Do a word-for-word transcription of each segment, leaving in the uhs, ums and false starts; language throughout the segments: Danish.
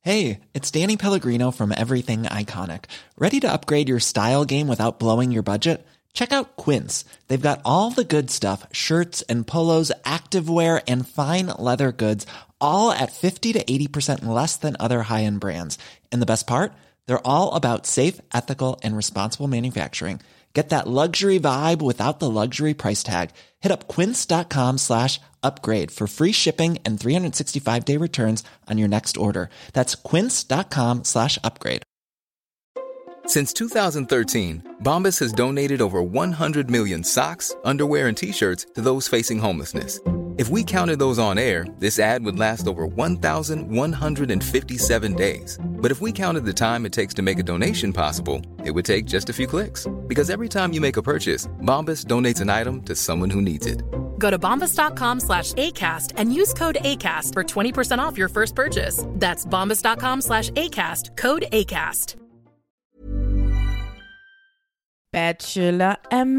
Hey, it's Danny Pellegrino from Everything Iconic. Ready to upgrade your style game without blowing your budget? Check out Quince. They've got all the good stuff, shirts and polos, activewear, and fine leather goods, all at fifty to eighty percent less than other high-end brands. And the best part? They're all about safe, ethical, and responsible manufacturing. Get that luxury vibe without the luxury price tag. Hit up quince.com slash upgrade for free shipping and three sixty-five day returns on your next order. That's quince.com slash upgrade. Since two thousand thirteen, Bombas has donated over one hundred million socks, underwear, and T-shirts to those facing homelessness. If we counted those on air, this ad would last over one thousand one hundred fifty-seven days. But if we counted the time it takes to make a donation possible, it would take just a few clicks. Because every time you make a purchase, Bombas donates an item to someone who needs it. Go to bombas.com slash ACAST and use code ACAST for twenty percent off your first purchase. That's bombas.com slash ACAST, code ACAST. Bachelor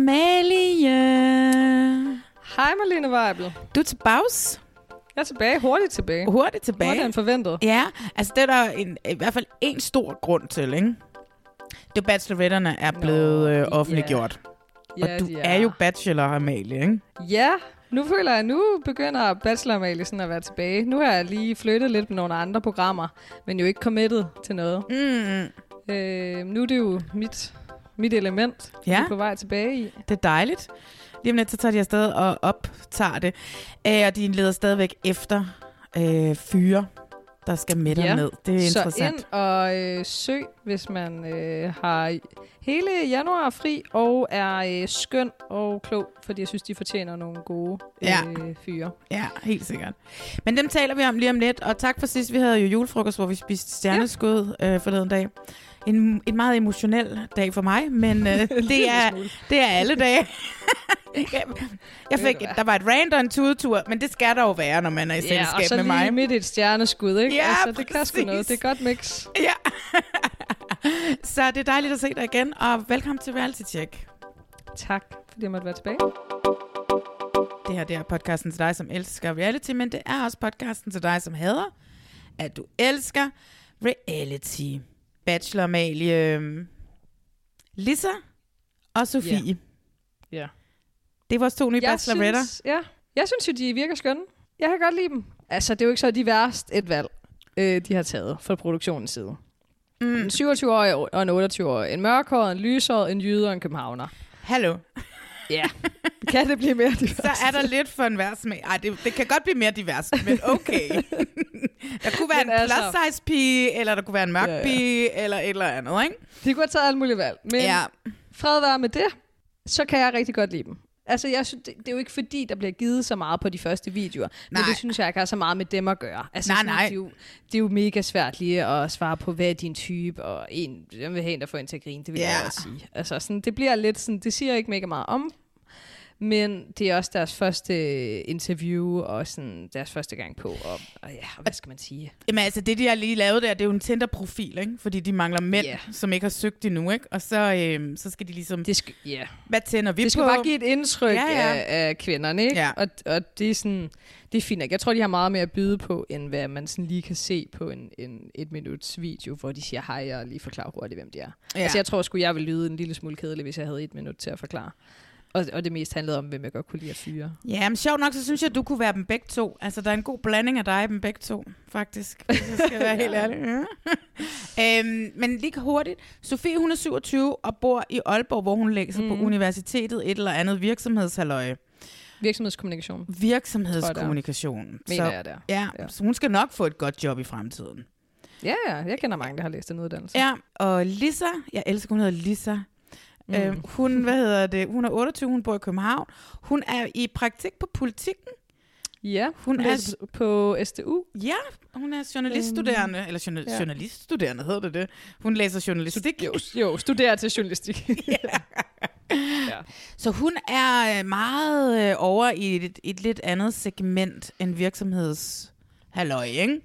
Amalie. Hej Marlene Weibel. Du er tilbage. Jeg er tilbage, hurtigt tilbage. Hurtigt tilbage. Hurtigt end forventet. Ja, altså det er der en, i hvert fald en stor grund til, ikke? Det er bacheloretterne er blevet øh, offentliggjort. Ja. Og du ja, er jo bachelor Amalie, ikke? Ja, nu føler jeg, nu begynder Bachelor Amalie sådan at være tilbage. Nu har jeg lige flyttet lidt med nogle andre programmer, men jo ikke committed til noget. Mm. Øh, nu er det jo mit, mit element, ja. Jeg er på vej tilbage i. Det er dejligt. Lige om lidt, så tager de afsted og optager det. Øh, og de leder stadigvæk efter øh, fyre, der skal med ja. ned. Det er så interessant. Så ind og øh, søg, hvis man øh, har hele januar fri og er øh, skøn og klog, fordi jeg synes, de fortjener nogle gode ja. øh, fyre. Ja, helt sikkert. Men dem taler vi om lige om lidt. Og tak for sidst, vi havde jo julefrokost, hvor vi spiste stjerneskud ja. øh, forleden dag. En, en meget emotionel dag for mig, men øh, det, er, det er alle dage. Jeg fik, der var et rant og en tudetur, men det skal der jo være, når man er i ja, selskab med mig. Ja, og så lige midt i et stjerneskud, ikke? Ja, altså, det kan sgu noget. Det er godt mix. Ja. Så det er dejligt at se dig igen, og velkommen til Reality Check. Tak, fordi jeg måtte være tilbage. Det her det er podcasten til dig, som elsker reality, men det er også podcasten til dig, som hader, at du elsker reality. Bachelor Amalie, Lisa og Sofie. Ja. Yeah. Yeah. Det er vores to nye bacheloretter. Ja, jeg synes jo, de virker skønne. Jeg kan godt lide dem. Altså, det er jo ikke så de værst et valg, øh, de har taget fra produktionens side. Mm. En syvogtyve-årig og en otteogtyve-årig. En mørkhåret, en lyshåret, en jyde og en københavner. Hallo. Ja, kan det blive mere divers? Så er der lidt for en vers med. Ej, det, det kan godt blive mere divers, men okay. Der kunne være men en altså, plus size pige, eller der kunne være en mørk ja, ja. pige, eller et eller andet, ikke? De kunne have taget alt muligt valg. Men ja. fred være med det, så kan jeg rigtig godt lide dem. Altså, jeg synes, det, det er jo ikke fordi, der bliver givet så meget på de første videoer. Nej. Men det synes jeg ikke har så meget med dem at gøre. Altså, nej, sådan, nej. Det, er jo, det er jo mega svært lige at svare på, hvad er din type, og en, jeg vil have en, der får en til at grine. Det vil yeah. jeg også sige. Altså, sådan, det bliver lidt sådan, det siger ikke mega meget om. Men det er også deres første interview, og sådan deres første gang på, og, og ja, hvad skal man sige? Jamen altså, det de har lige lavet der, det er jo en Tinder-profil, ikke? Fordi de mangler mænd, yeah. som ikke har søgt endnu, ikke? Og så, øhm, så skal de ligesom, det skal, yeah. hvad tænder vi det på? Det skal bare give et indtryk ja, ja. Af, af kvinderne, ikke? Ja. Og, og det er sådan, det er fint. Jeg tror, de har meget mere at byde på, end hvad man sådan lige kan se på en, en et minuts video, hvor de siger hej og lige forklarer hurtigt, hvem de er. Ja. Altså, jeg tror sgu, jeg ville lyde en lille smule kedelig, hvis jeg havde et minut til at forklare. Og, og det mest handlede om, hvem jeg godt kunne lide at fyre. Ja, men sjovt nok, så synes jeg, at du kunne være dem begge to. Altså, der er en god blanding af dig og dem begge to, faktisk. Hvis jeg skal være helt ærlig. Ja. øhm, men lige hurtigt. Sofie, hun er syvogtyve og bor i Aalborg, hvor hun læser mm. på universitetet et eller andet virksomhedshalløje. Virksomhedskommunikation. Virksomhedskommunikation. Mener så, jeg der. Ja, ja, så hun skal nok få et godt job i fremtiden. Ja, ja. Jeg kender mange, der har læst en uddannelse. Ja, og Lisa, jeg elsker, hun hedder Lisa. Mm. Øhm, hun, hvad hedder det? Hun er otteogtyve, hun bor i København. Hun er i praktik på Politikken. Ja, hun, hun er på S T U. Ja, hun er journaliststuderende, um, eller journal- ja. journaliststuderende hedder det det. Hun læser journalistik. Jo, jo studerer til journalistik. ja. Ja. Så hun er meget øh, over i et, et lidt andet segment end virksomhedshalløj, ikke?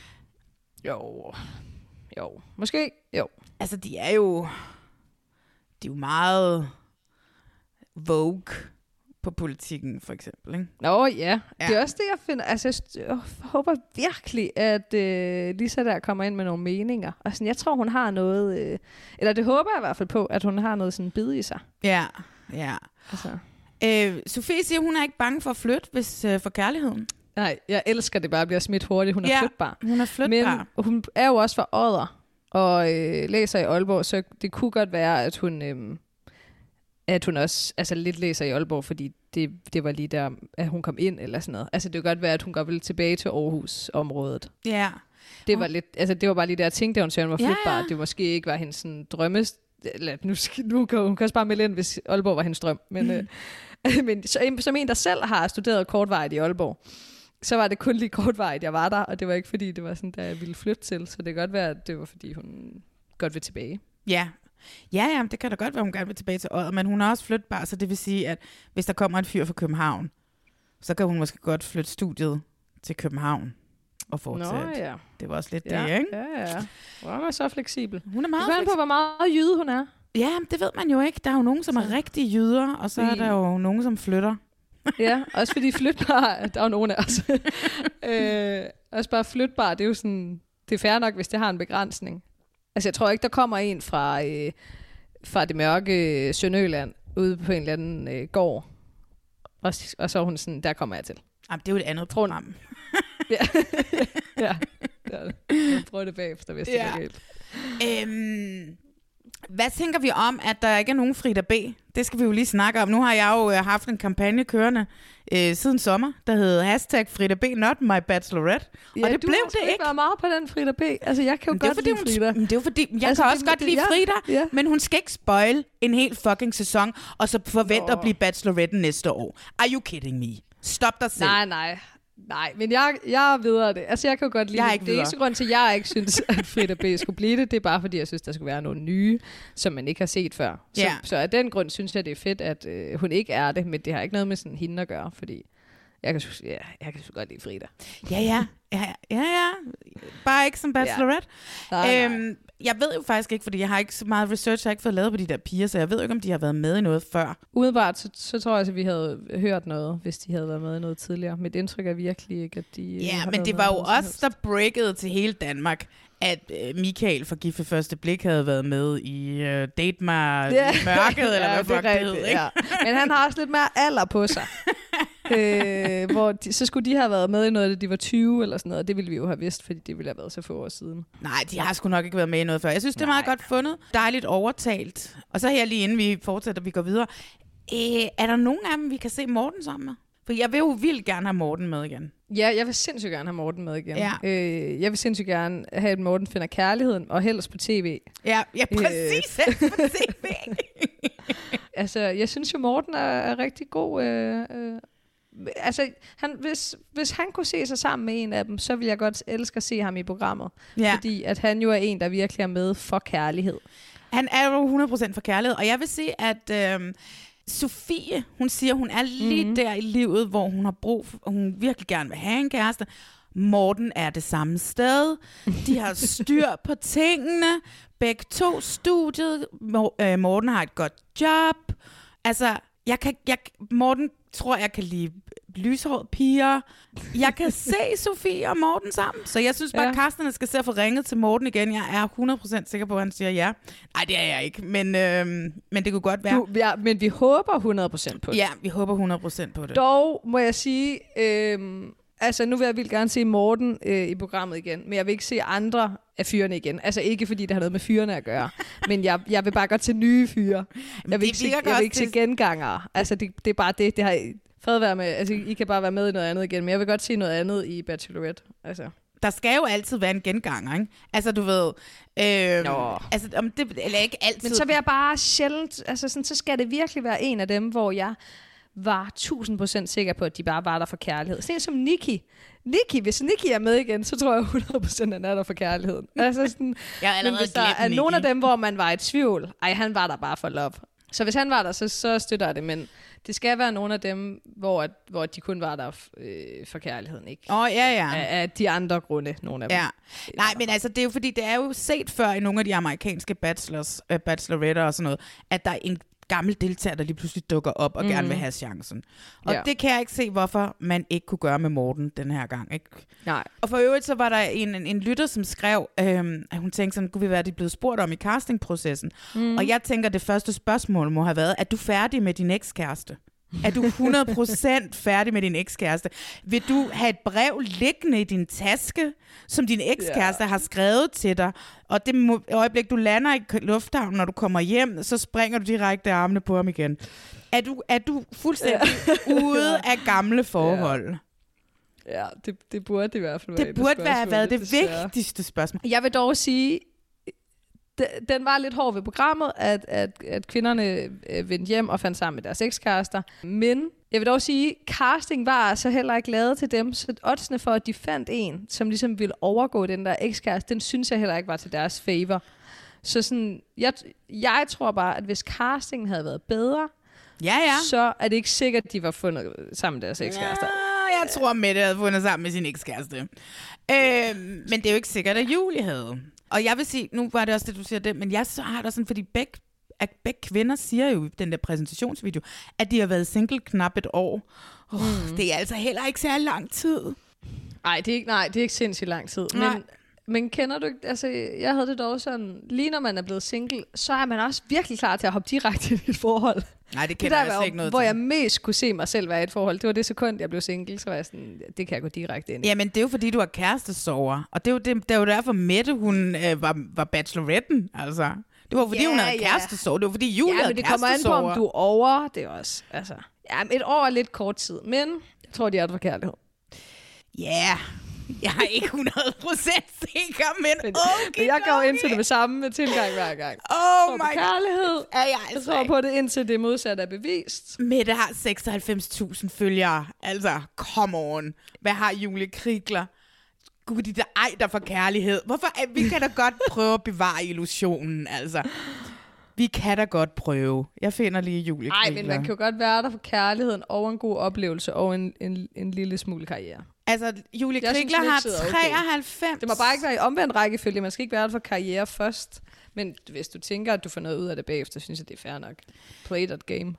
Jo, jo, måske, jo. Altså, de er jo... De er jo meget Vogue, på politikken, for eksempel. Ikke? Nå ja. Ja. Det er også det, jeg finder. Altså, jeg, jeg håber virkelig, at øh, Lisa der kommer ind med nogle meninger. Og sådan, jeg tror, hun har noget... Øh, eller det håber jeg i hvert fald på, at hun har noget sådan bid i sig. Ja, ja. Altså. Øh, Sofie siger, hun er ikke bange for at flytte, hvis øh, for kærligheden. Nej, jeg elsker det bare, at bliver smidt hurtigt. Hun er ja, flytbar. hun er flytbar. Men hun er jo også fra Odder, og øh, læser i Aalborg, så det kunne godt være, at hun... Øh, at hun også altså lidt læser i Aalborg, fordi det, det var lige der, at hun kom ind, eller sådan noget. Altså, det kan godt være, at hun godt ville tilbage til Aarhus-området. Ja. Det var, lidt, altså, det var bare lige der, jeg tænkte, at hun søren var flytbar. Ja, ja. Det måske ikke var hendes sådan, drømme... Eller, nu, nu kan hun kan også bare melde ind, hvis Aalborg var hendes drøm. Men, mm. øh, men så, som en, der selv har studeret kortvarigt i Aalborg, så var det kun lige kortvarigt, jeg var der, og det var ikke, fordi det var sådan, der jeg ville flytte til. Så det kan godt være, at det var, fordi hun godt vil tilbage. Ja. Ja, ja, det kan da godt være, hun gerne vil tilbage til Odder, men hun er også flytbar, så det vil sige, at hvis der kommer en fyr fra København, så kan hun måske godt flytte studiet til København og fortsætte. Nå ja. Det var også lidt ja, det, ikke? Ja, ja. Hun er så fleksibel. Hun er meget fleksibel. på, hvor meget jyde hun er. Ja, det ved man jo ikke. Der er jo nogen, som er rigtig jyder, og så er der jo nogen, som flytter. Ja, også fordi flytbar, der er jo nogen af os. øh, også bare flytbar, det er jo sådan, det er fair nok, hvis det har en begrænsning. Altså, jeg tror ikke, der kommer en fra, øh, fra det mørke Sønderjylland ude på en eller anden øh, gård. Og, og så er hun sådan, der kommer jeg til. Jamen, det er jo et andet program. ja, ja. Jeg prøver det bagefter, hvis ja. det er helt. Øhm, hvad tænker vi om, at der ikke er nogen Frida B? Det skal vi jo lige snakke om. Nu har jeg jo haft en kampagne kørende øh, siden sommer, der hed hashtag Frida B, not my bachelorette. Ja, og det du blev har det ikke. været meget på den Frida B. Altså, jeg kan jo det godt lide hun, Frida. Det er jo fordi, jeg altså, kan også det, godt lide ja, Frida, ja. men hun skal ikke spoil en hel fucking sæson, og så forvente Nå. at blive bachelorette næste år. Are you kidding me? Stop dig selv. Nej, nej. Nej, men jeg, jeg er videre det. Altså, jeg kan jo godt lide det. Det er eneste grund til, at jeg ikke synes, at Frida B skulle blive det. Det er bare, fordi jeg synes, der skulle være nogle nye, som man ikke har set før. Så, ja. så af den grund synes jeg, det er fedt, at øh, hun ikke er det. Men det har ikke noget med sådan hende at gøre, fordi jeg kan, ja, jeg kan så godt lide Frida. Ja, ja. Ja, ja, ja. Bare ikke som bachelorette. Ja. Nej, øhm, nej. Jeg ved jo faktisk ikke, fordi jeg har ikke så meget research, jeg har ikke fået lavet på de der piger, så jeg ved jo ikke, om de har været med i noget før. Umiddelbart, så, så tror jeg, at vi havde hørt noget, hvis de havde været med i noget tidligere. Mit indtryk er virkelig ikke, at de... Ja, men det var jo os, der breakede til hele Danmark, at øh, Michael fra Gift ved første blik havde været med i øh, Date mig ja. i mørket, eller ja, hvad fuck det hed, ikke? Ja. Men han har også lidt mere alder på sig. øh, hvor de, så skulle de have været med i noget, da de var tyve eller sådan noget, og det ville vi jo have vidst, fordi det ville have været så få år siden. Nej, de har sgu nok ikke været med i noget før. Jeg synes, det er meget godt fundet. Dejligt overtalt. Og så her lige inden vi fortsætter, vi går videre. Øh, er der nogen af dem, vi kan se Morten sammen med? For jeg vil jo vildt gerne have Morten med igen. Ja, jeg vil sindssygt gerne have Morten med igen. Ja. Øh, jeg vil sindssygt gerne have, at Morten finder kærligheden, og helst på tv. Ja, ja præcis, øh. helst på tv. Altså, jeg synes jo, Morten er, er rigtig god... Øh, øh, altså, han, hvis, hvis han kunne se sig sammen med en af dem, så ville jeg godt elske at se ham i programmet. Ja. Fordi at han jo er en, der virkelig er med for kærlighed. Han er jo hundrede procent for kærlighed, og jeg vil sige, at... Øh, Sofie, hun siger, hun er lige mm-hmm. der i livet, hvor hun har brug for, hun virkelig gerne vil have en kæreste. Morten er det samme sted. De har styr på tingene. Begge to studiet. Morten har et godt job. Altså, jeg kan, jeg, Morten tror, jeg kan lide lyshårede piger. Jeg kan se Sofie og Morten sammen. Så jeg synes bare, ja. at kasterne skal se at få ringet til Morten igen. Jeg er hundrede procent sikker på, at han siger ja. Nej, det er jeg ikke. Men, øhm, men det kunne godt være. Du, ja, men vi håber hundrede procent på det. Ja, vi håber hundrede procent på det. Dog må jeg sige... Øhm Altså, nu vil jeg vildt gerne se Morten øh, i programmet igen, men jeg vil ikke se andre af fyrene igen. Altså, ikke fordi det har noget med fyrene at gøre, men jeg, jeg vil bare godt til nye fyre. Jeg vil ikke se, jeg vil ikke se gengangere. Altså, det, det er bare det. Det har fred være med. Altså, I kan bare være med i noget andet igen, men jeg vil godt se noget andet i Bachelorette. Altså. Der skal jo altid være en genganger, ikke? Altså, du ved... Øh, altså, om det, eller ikke altid... Men så vil jeg bare sjældent... Altså, sådan, så skal det virkelig være en af dem, hvor jeg... var tusind procent sikker på, at de bare var der for kærlighed. Sådan som Nikki. Nikki, hvis Nikki er med igen, så tror jeg hundrede procent, at han er der for kærligheden. Altså sådan, jeg er allerede men hvis der er nogle af dem, hvor man var i tvivl, ej, han var der bare for love. Så hvis han var der, så, så støtter jeg det, men det skal være nogle af dem, hvor, hvor de kun var der øh, for kærligheden, ikke? Åh, oh, ja, ja. Af, af de andre grunde, nogle af dem. Ja. Nej, men altså, det er jo fordi, det er jo set før i nogle af de amerikanske bachelors, uh, bacheloretter og sådan noget, at der er en gammel deltager, der lige pludselig dukker op og mm. gerne vil have chancen. Og ja. det kan jeg ikke se, hvorfor man ikke kunne gøre med Morten den her gang. Ikke? Nej. Og for øvrigt, så var der en, en, en lytter, som skrev, øhm, at hun tænkte sådan, kunne vi være de blevet spurgt om i castingprocessen? Mm. Og jeg tænker, det første spørgsmål må have været, er du færdig med din ekskæreste? Er du hundrede procent færdig med din ekskæreste? Vil du have et brev liggende i din taske, som din ekskæreste yeah. har skrevet til dig, og det må, øjeblik, du lander i lufthavnen, når du kommer hjem, så springer du direkte armene på ham igen. Er du, er du fuldstændig yeah. ude af gamle forhold? Yeah. Ja, det, det burde i hvert fald være det burde være været det, det vigtigste spørgsmål. Jeg vil dog sige, den var lidt hård ved programmet, at, at, at kvinderne vendte hjem og fandt sammen med deres ekskærester. Men jeg vil dog sige, casting var så heller ikke lavet til dem, så oddsene for, at de fandt en, som ligesom ville overgå den der ekskæreste, den synes jeg heller ikke var til deres favor. Så sådan, jeg, jeg tror bare, at hvis castingen havde været bedre, ja, ja. så er det ikke sikkert, at de var fundet sammen med deres ekskærester. Ja, jeg tror, Mette havde fundet sammen med sin ekskæreste. Øh, men det er jo ikke sikkert, at Julie havde. Og jeg vil sige, nu var det også det, du siger det, men jeg så har der sådan, fordi begge, at begge kvinder siger jo i den der præsentationsvideo, at de har været single knap et år. Oh, mm. Det er altså heller ikke særlig lang tid. Ej, det er ikke, nej, det er ikke sindssygt lang tid. Men, men kender du ikke, altså jeg havde det dog sådan, lige når man er blevet single, så er man også virkelig klar til at hoppe direkte i et forhold. Nej, det kender det der, jeg altså ikke noget hvor til. Jeg mest kunne se mig selv være i et forhold, det var det sekund, jeg blev single, så var jeg sådan, det kan jeg gå direkte ind i. Jamen, det er jo fordi, du har kærestesorger, og det er jo, det, det er jo derfor, Mette, hun øh, var, var bacheloretten, altså. Det var fordi, ja, hun havde ja. kærestesorger, det var fordi, Julie ja, havde kærestesorger. Ja, men det kommer an på, om du er over, det er også, altså. Ja, et år er lidt kort tid, men jeg tror, de er det for kærlighed. Ja, yeah. Jeg er ikke hundrede procent sikker, men okay. Men jeg går ind til det med samme med tilgang hver gang. Oh my kærlighed. Er jeg, altså jeg tror på det, indtil det modsatte er bevist. Mette har seksoghalvfems tusind følgere. Altså, come on. Hvad har Julie Krigler? Gud, de der ej, der for kærlighed. Hvorfor? Vi kan da godt prøve at bevare illusionen, altså. Vi kan da godt prøve. Jeg finder lige Julie Krigler. Nej, men man kan jo godt være der for kærligheden og en god oplevelse og en, en, en lille smule karriere. Altså, Julie Krigler har treoghalvfems. Okay. Det må bare ikke være i omvendt rækkefølge. Man skal ikke være der for karriere først. Men hvis du tænker, at du får noget ud af det bagefter, synes jeg, det er fair nok. Play that game.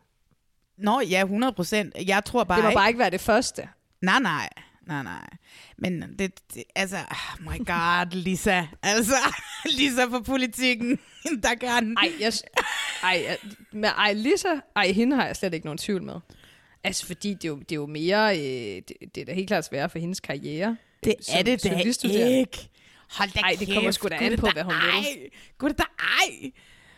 Nå, ja, hundrede procent. Jeg tror bare Det må ikke... bare ikke være det første. Nej, nej. Nej, nej. Men det, det altså, oh my god, Lisa. Altså, Lisa for politikken, der kan... Ej, jeg, ej, men, ej, Lisa, ej, hende har jeg slet ikke nogen tvivl med. Altså, fordi det er jo, det er jo mere, øh, det, det er da helt klart svært for hendes karriere. Det som, er det da ikke. Hold da ej, det kommer sgu da an på, hvad hun vil. Gud, da ej.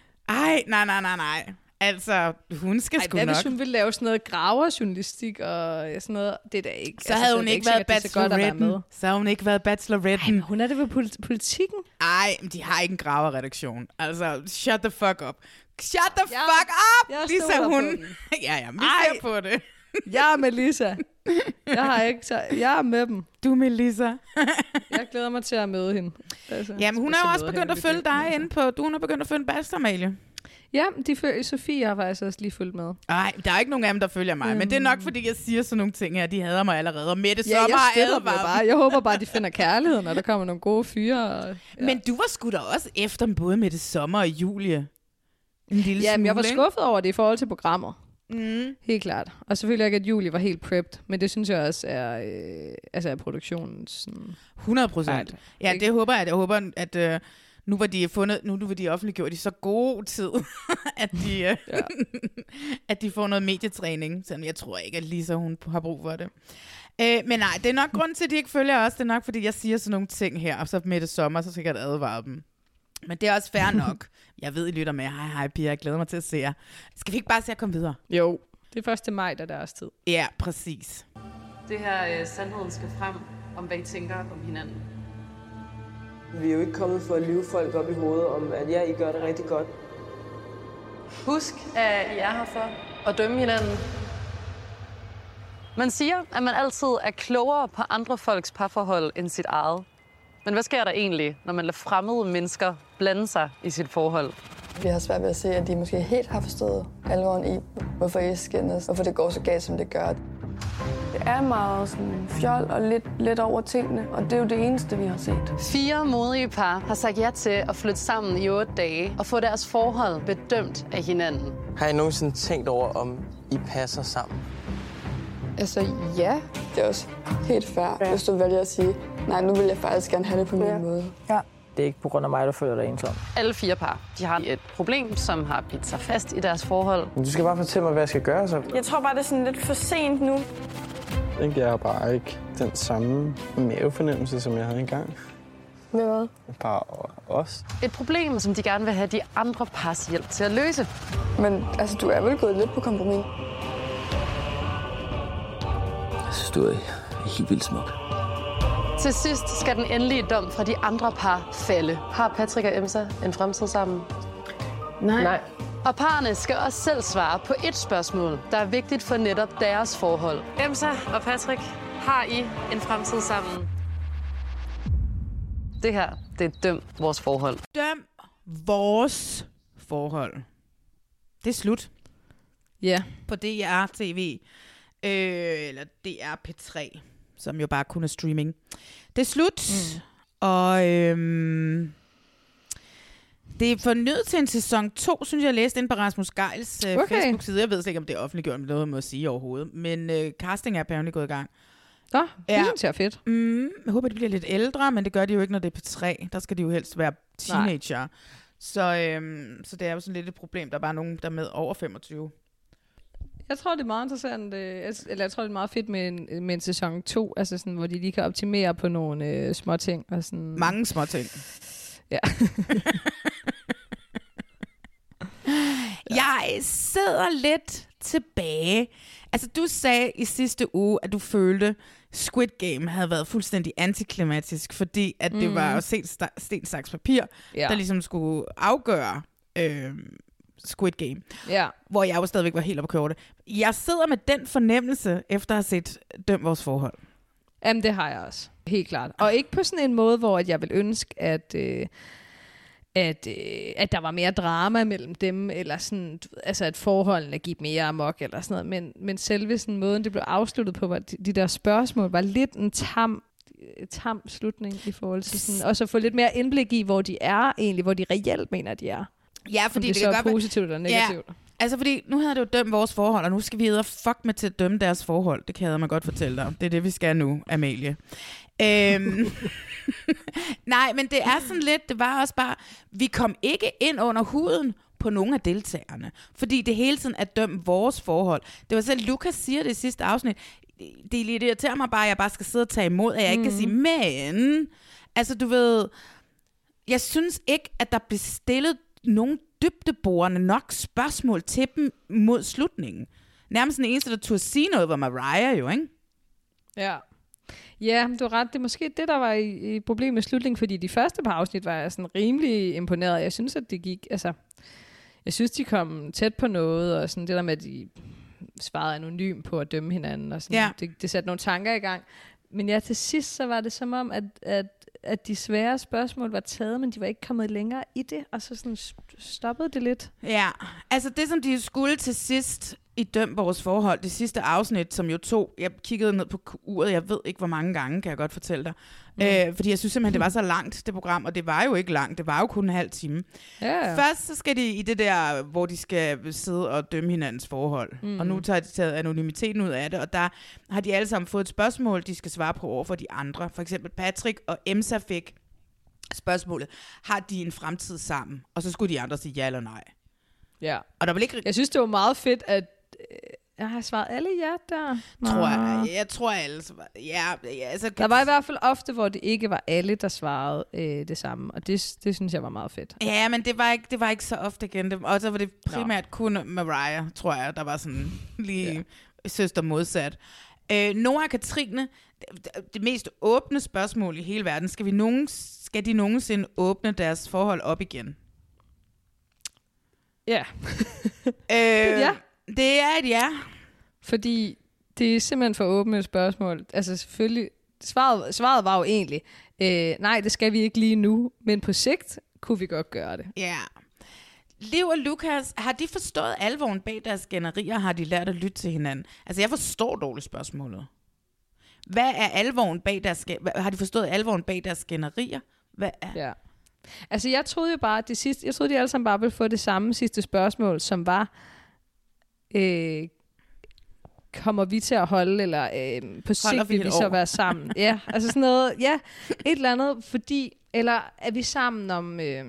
Ej, nej, nej, nej, nej. Altså, hun skal ej, sgu nok... Hvad hvis hun ville lave sådan noget graverjournalistik og sådan noget? Det er da ikke... Så havde altså, hun ikke været bacheloretten. Så havde hun ikke været bacheloretten. Ej, hun er det ved polit- politikken. Ej, men de har ikke en graverredaktion. Altså, shut the fuck up. Shut the jeg, fuck up, jeg Lisa, hun... ja, ja, vi ser på det. Jeg er med Lisa. Jeg har ikke... Så jeg er med dem. Du er med Lisa. Jeg glæder mig til at møde hende. Altså, jamen, hun er jo også begyndt at følge dig inde på... Du hun er begyndt at følge Bachelor, Amalie. Ja, de følger, Sofie har faktisk også lige fulgt med. Nej, der er ikke nogen af dem, der følger mig. Mm. Men det er nok, fordi jeg siger sådan nogle ting her. De hader mig allerede. Og Mette ja, Sommer jeg støtter mig bare. Jeg håber bare, de finder kærligheden, og der kommer nogle gode fyre. Og, ja. Men du var sgu da også efter både Mette Sommer og Julie. En lille ja, men jeg var smule, skuffet over det i forhold til programmer. Mm. Helt klart. Og selvfølgelig ikke, at Julie var helt prepped. Men det synes jeg også er, øh, altså er produktionens... Sådan, hundrede procent. Ja, det håber jeg. Jeg håber, at... Øh, Nu var de fundet, nu var de offentliggjort i så god tid, at de, ja. at de får noget medietræning. Så jeg tror ikke, at Lisa hun har brug for det. Øh, men nej, det er nok grund til, at de ikke følger os. Det er nok, fordi jeg siger sådan nogle ting her, og så med det sommer, så skal jeg advare dem. Men det er også fair nok. Jeg ved, I lytter med. Hej, hej, piger. Jeg glæder mig til at se jer. Skal vi ikke bare se at komme videre? Jo. Det er første maj, der er deres tid. Ja, præcis. Det her øh, sandheden skal frem om, hvad I tænker om hinanden. Vi er jo ikke kommet for at lyve folk op i hovedet om, at ja, I gør det rigtig godt. Husk, at I er her for at dømme hinanden. Man siger, at man altid er klogere på andre folks parforhold end sit eget. Men hvad sker der egentlig, når man lader fremmede mennesker blande sig i sit forhold? Vi har svært ved at se, at de måske helt har forstået alvoren i, hvorfor I skændes, hvorfor det går så galt, som det gør. Det er meget sådan fjol og lidt, lidt over tingene, og det er jo det eneste, vi har set. Fire modige par har sagt ja til at flytte sammen i otte dage og få deres forhold bedømt af hinanden. Har I nogensinde tænkt over, om I passer sammen? Altså ja, det er også helt fair, ja. Hvis du vælger at sige, nej, nu vil jeg faktisk gerne have det på min ja. måde. Ja. Det er ikke på grund af mig, der føler dig ensom. Alle fire par, de har et problem, som har bidt sig fast i deres forhold. Men du skal bare fortælle mig, hvad jeg skal gøre så. Jeg tror bare, det er sådan lidt for sent nu. Jeg har bare ikke den samme mavefornemmelse, som jeg havde engang. Med hvad? Bare os. Et problem, som de gerne vil have de andre pars hjælp til at løse. Men altså, du er vel gået lidt på kompromis? Jeg synes, du er helt vildt smuk. Til sidst skal den endelige dom fra de andre par falde. Har Patrick og Emsa en fremtid sammen? Nej. Nej. Og parerne skal også selv svare på et spørgsmål, der er vigtigt for netop deres forhold. Emsa og Patrick, har I en fremtid sammen? Det her, det er Døm vores forhold. Døm vores forhold. Det er slut. Ja. Yeah. På D R T V. Øh, eller D R P tre, som jo bare kun er streaming. Det er slut. Mm. Og øhm, det er fornyet til en sæson to, synes jeg, jeg læste inde på Rasmus Geils øh, okay. Facebook-side. Jeg ved ikke, om det er offentliggjort, men noget må jeg sige overhovedet. Men øh, casting er apparently gået i gang. Nå, det ja. synes jeg er fedt. Mm, jeg håber, de bliver lidt ældre, men det gør de jo ikke, når det er P tre. Der skal de jo helst være teenager. Så, øhm, så det er jo sådan lidt et problem. Der er bare nogen, der er med over femogtyve. Jeg tror, det er meget interessant, øh, eller jeg tror, det er meget fedt med en, med en sæson to, altså sådan, hvor de lige kan optimere på nogle øh, små ting. Og sådan. Mange små ting. Ja. Jeg sidder lidt tilbage. Altså, du sagde i sidste uge, at du følte, Squid Game havde været fuldstændig antiklimatisk, fordi at det mm. var jo sten, saks, papir, ja. der ligesom skulle afgøre øh, Squid Game. Ja. Hvor jeg jo stadigvæk var helt oppe at køre det. Jeg sidder med den fornemmelse, efter at have set Døm vores forhold. Jamen, det har jeg også. Helt klart. Og ikke på sådan en måde, hvor jeg vil ønske, at... Øh, At, øh, at der var mere drama mellem dem, eller sådan, altså at forholdene gik mere amok, eller sådan noget. Men, men selve sådan måden, det blev afsluttet på, var de, de der spørgsmål, var lidt en tam, tam slutning i forhold til sådan, og så få lidt mere indblik i, hvor de er egentlig, hvor de reelt mener, de er. Ja, fordi det, det det kan så godt positivt eller negativt. Ja, altså fordi, nu havde det jo dømt vores forhold, og nu skal vi edder fuck med til at dømme deres forhold. Det kan jeg man godt fortælle dig. Det er det, vi skal nu, Amalie. øhm... Nej, men det er sådan lidt, det var også bare, vi kom ikke ind under huden på nogle af deltagerne, fordi det hele tiden er dømt vores forhold. Det var selv, Lukas siger det i sidste afsnit, det irriterer mig bare, at jeg bare skal sidde og tage imod, at jeg ikke mm. kan sige, men, altså du ved, jeg synes ikke, at der blev stillet nogen dybdeborende nok spørgsmål til dem mod slutningen. Nærmest den eneste, der turde sige noget, var Mariah jo, ikke? Ja. Ja, du har ret. Det er måske det, der var i, i problemet med slutningen, fordi de første par afsnit var jeg sådan rimelig imponeret. Jeg synes, at det gik, altså, jeg synes, de kom tæt på noget, og sådan det der med, at de svarede anonym på at dømme hinanden, og sådan, ja. det, det satte nogle tanker i gang. Men ja, til sidst, så var det som om, at, at, at de svære spørgsmål var taget, men de var ikke kommet længere i det, og så sådan stoppede det lidt. Ja, altså det, som de skulle til sidst i Døm vores forhold, det sidste afsnit, som jo tog, jeg kiggede ned på uret, jeg ved ikke, hvor mange gange, kan jeg godt fortælle dig. Mm. Øh, fordi jeg synes simpelthen, det var så langt, det program, og det var jo ikke langt, det var jo kun en halv time. Ja, ja. Først så skal de i det der, hvor de skal sidde og dømme hinandens forhold. Mm. Og nu tager de taget anonymiteten ud af det, og der har de alle sammen fået et spørgsmål, de skal svare på over for de andre. For eksempel Patrick og Emsa fik spørgsmålet, har de en fremtid sammen? Og så skulle de andre sige ja eller nej. Ja. Og der var ikke... Jeg synes, det var meget fedt, at jeg har svaret alle ja der. Tror jeg. Jeg tror alle. Ja, altså, der var i hvert fald ofte, hvor det ikke var alle, der svarede øh, det samme. Og det, det synes jeg var meget fedt. Ja, men det var ikke, det var ikke så ofte igen. Det, og så var det primært Nå. kun Mariah, tror jeg, der var sådan lige ja. søster modsat. Øh, Nora og Katrine, det, det mest åbne spørgsmål i hele verden. Skal, vi nogen, skal de nogensinde åbne deres forhold op igen? Ja. øh, ja. Det er et ja. Fordi det er simpelthen for åbne et spørgsmål. Altså selvfølgelig, svaret, svaret var jo egentlig, øh, nej, det skal vi ikke lige nu, men på sigt kunne vi godt gøre det. Ja. Liv og Lukas, har de forstået alvoren bag deres skænderier, har de lært at lytte til hinanden? Altså jeg forstår dårligt spørgsmålet. Hvad er alvoren bag deres... Har de forstået alvoren bag deres skænderier? Hvad er... Ja. Altså, jeg troede jo bare, at det sidste... Jeg troede, de alle sammen bare ville få det samme sidste spørgsmål, som var... Øh, kommer vi til at holde, eller øh, på sigt vil vi så være sammen? Ja, altså sådan noget... Ja, et eller andet, fordi... Eller er vi sammen om... Øh,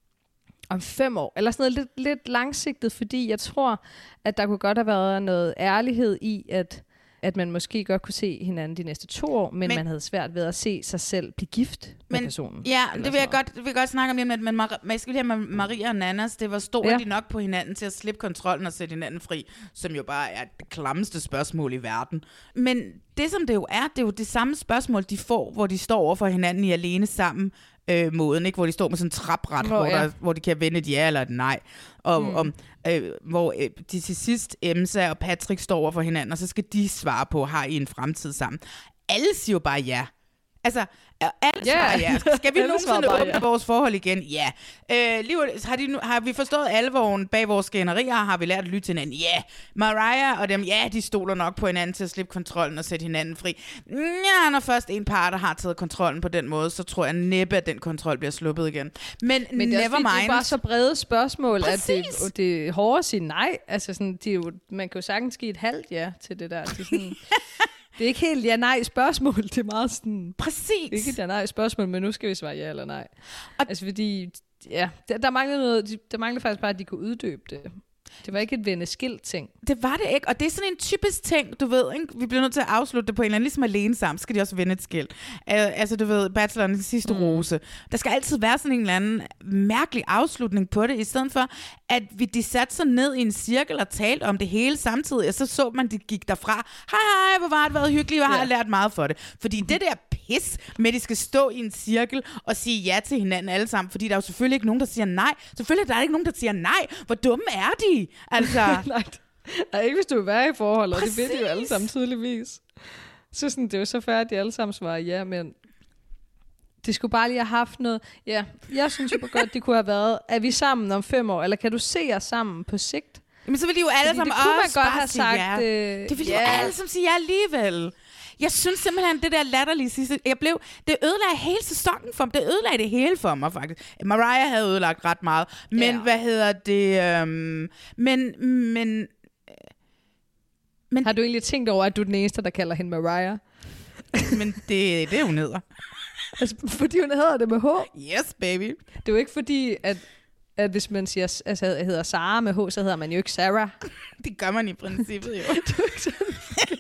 om fem år, eller sådan noget lidt, lidt langsigtet, fordi jeg tror, at der kunne godt have været noget ærlighed i, at, at man måske godt kunne se hinanden de næste to år, men, men man havde svært ved at se sig selv blive gift med men, personen. Ja, det vil, jeg godt, det vil jeg godt snakke om lige, men, men Mar- jeg skal lige have med Maria og Nannas, det var stod ja. de nok på hinanden til at slippe kontrollen og sætte hinanden fri, som jo bare er det klammeste spørgsmål i verden. Men det, som det jo er, det er jo det samme spørgsmål, de får, hvor de står over for hinanden i alene sammen, Øh, måden, ikke? Hvor de står med sådan en trapret, oh, hvor, ja. der, hvor de kan vende et ja eller et nej. Og, mm. om, øh, hvor øh, de til sidst, Emsa og Patrick står over for hinanden, og så skal de svare på, har I en fremtid sammen? Alle siger jo bare ja. Altså, alle svarer ja. Skal vi nogensinde åbne ja. vores forhold igen? Ja. Øh, lige, har, de nu, har vi forstået alvoren bag vores skænderier? Har vi lært at lytte til hinanden? Ja. Yeah. Mariah og dem, ja, de stoler nok på hinanden til at slippe kontrollen og sætte hinanden fri. Ja, når først en part har taget kontrollen på den måde, så tror jeg næppe, at den kontrol bliver sluppet igen. Men, Men det er never mind. Det er bare så brede spørgsmål, Præcis. at det, det er hårdt at sige nej. Altså, sådan, det er jo, man kan jo sagtens give et halvt ja til det der. Det er sådan... Det er ikke helt ja-nej spørgsmål, det er meget sådan... Præcis. Ikke et ja-nej spørgsmål, men nu skal vi svare ja eller nej. Og altså fordi, ja, der, der mangler noget, der mangler faktisk bare, at de kunne uddybe det. Det var ikke et venneskilt ting. Det var det ikke, og det er sådan en typisk ting, du ved, ikke? Vi bliver nødt til at afslutte det på en eller anden, ligesom alene sammen, skal de også vende et skilt. Altså du ved, bachelorens sidste mm. rose. Der skal altid være sådan en eller anden mærkelig afslutning på det, i stedet for, at vi de satte sig ned i en cirkel og talte om det hele samtidig, og så så man, de gik derfra. Hej hej, hvor var det været hyggeligt, og har ja. lært meget for det. Fordi det der pis med, at de skal stå i en cirkel og sige ja til hinanden alle sammen, fordi der er jo selvfølgelig ikke nogen, der siger nej. Selvfølgelig er der ikke nogen, der siger nej. Hvor dumme er de? Altså... nej, nej, ikke hvis du vil være i forhold, og det ved de jo alle sammen tydeligvis. Så sådan, det er jo så færdigt, at de alle sammen svarer ja, men de skulle bare lige have haft noget. Ja, jeg synes jo godt, det kunne have været, er vi sammen om fem år, eller kan du se os sammen på sigt? Men så vil de jo alle sammen også godt have sagt ja. Øh, det vil de ja. jo alle sammen sige ja alligevel. Jeg synes simpelthen, det der latterlige sidste... Jeg blev, det ødelagde hele sæsonen for mig. Det ødelagde det hele for mig, faktisk. Mariah havde ødelagt ret meget. Men ja. hvad hedder det... Øhm, men, men... Men... Har du egentlig tænkt over, at du er den eneste, der kalder hende Mariah? men det, det er hun hedder. Altså, fordi hun hedder det med H? Yes, baby. Det er jo ikke fordi, at... at hvis man siger, altså hedder Sarah med H, så hedder man jo ikke Sarah. Det gør man i princippet jo. det er ikke sådan.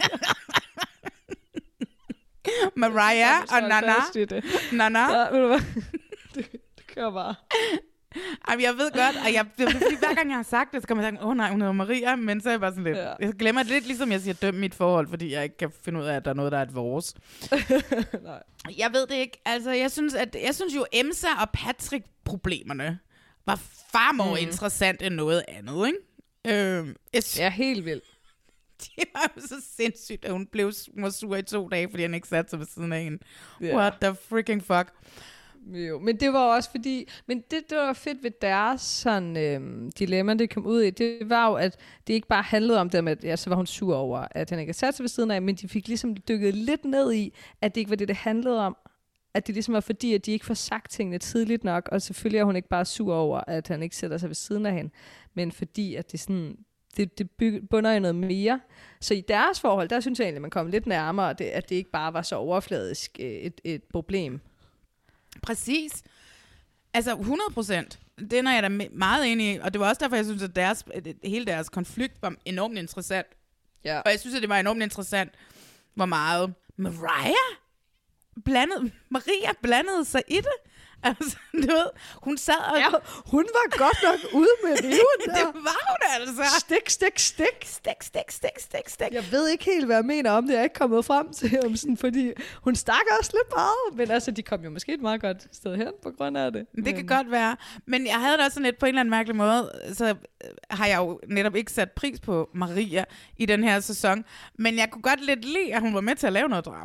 Mariah og Nana. Nana. Ja, ved du hvad? det, det kører bare. Jamen, jeg ved godt, og jeg, fordi hver gang jeg har sagt det, så kan man sige, åh oh, nej, hun hedder Maria, men så er jeg bare sådan lidt, ja. jeg glemmer det lidt, ligesom jeg siger, døm mit forhold, fordi jeg ikke kan finde ud af, at der er noget, der er et vores. nej. Jeg ved det ikke. Altså, jeg synes, at, jeg synes jo, Emsa og Patrick-problemerne var far mere mm. interessant end noget andet, ikke? Øh, jeg, ja, helt vildt. Det var jo så sindssygt, at hun blev hun var sur i to dage, fordi han ikke satte sig ved siden af hende. Yeah. What the freaking fuck? Jo, men det var også fordi, men det, det var fedt ved deres sådan, øhm, dilemma, det kom ud i, det var jo, at det ikke bare handlede om det med, at ja, så var hun sur over, at han ikke havde sat sig ved siden af, men de fik ligesom dykket lidt ned i, at det ikke var det, det handlede om. At det ligesom var fordi, at de ikke får sagt tingene tidligt nok, og selvfølgelig er hun ikke bare sur over, at han ikke sætter sig ved siden af hende, men fordi, at det sådan... Det, det byg, bunder i noget mere. Så i deres forhold, der synes jeg egentlig, at man kom lidt nærmere, det, at det ikke bare var så overfladisk et, et problem. Præcis. Altså hundrede procent. Det er jeg da meget enig i. Og det var også derfor, jeg synes, at deres, hele deres konflikt var enormt interessant. Ja. Og jeg synes, at det var enormt interessant, hvor meget Mariah blandede, Maria blandede sig i det. Altså, du ved, hun sad og... Ja, hun var godt nok ude med riven der. Det var hun altså. Stik, stik, stik. Stik, stik, stik, stik, stik. Jeg ved ikke helt, hvad jeg mener om det. Jeg er ikke kommet frem til om sådan, fordi hun stak også lidt meget. Men altså, de kom jo måske et meget godt sted hen på grund af det. Det men... kan godt være. Men jeg havde det også sådan lidt på en eller anden mærkelig måde. Så har jeg jo netop ikke sat pris på Maria i den her sæson. Men jeg kunne godt lidt lide, at hun var med til at lave noget drama.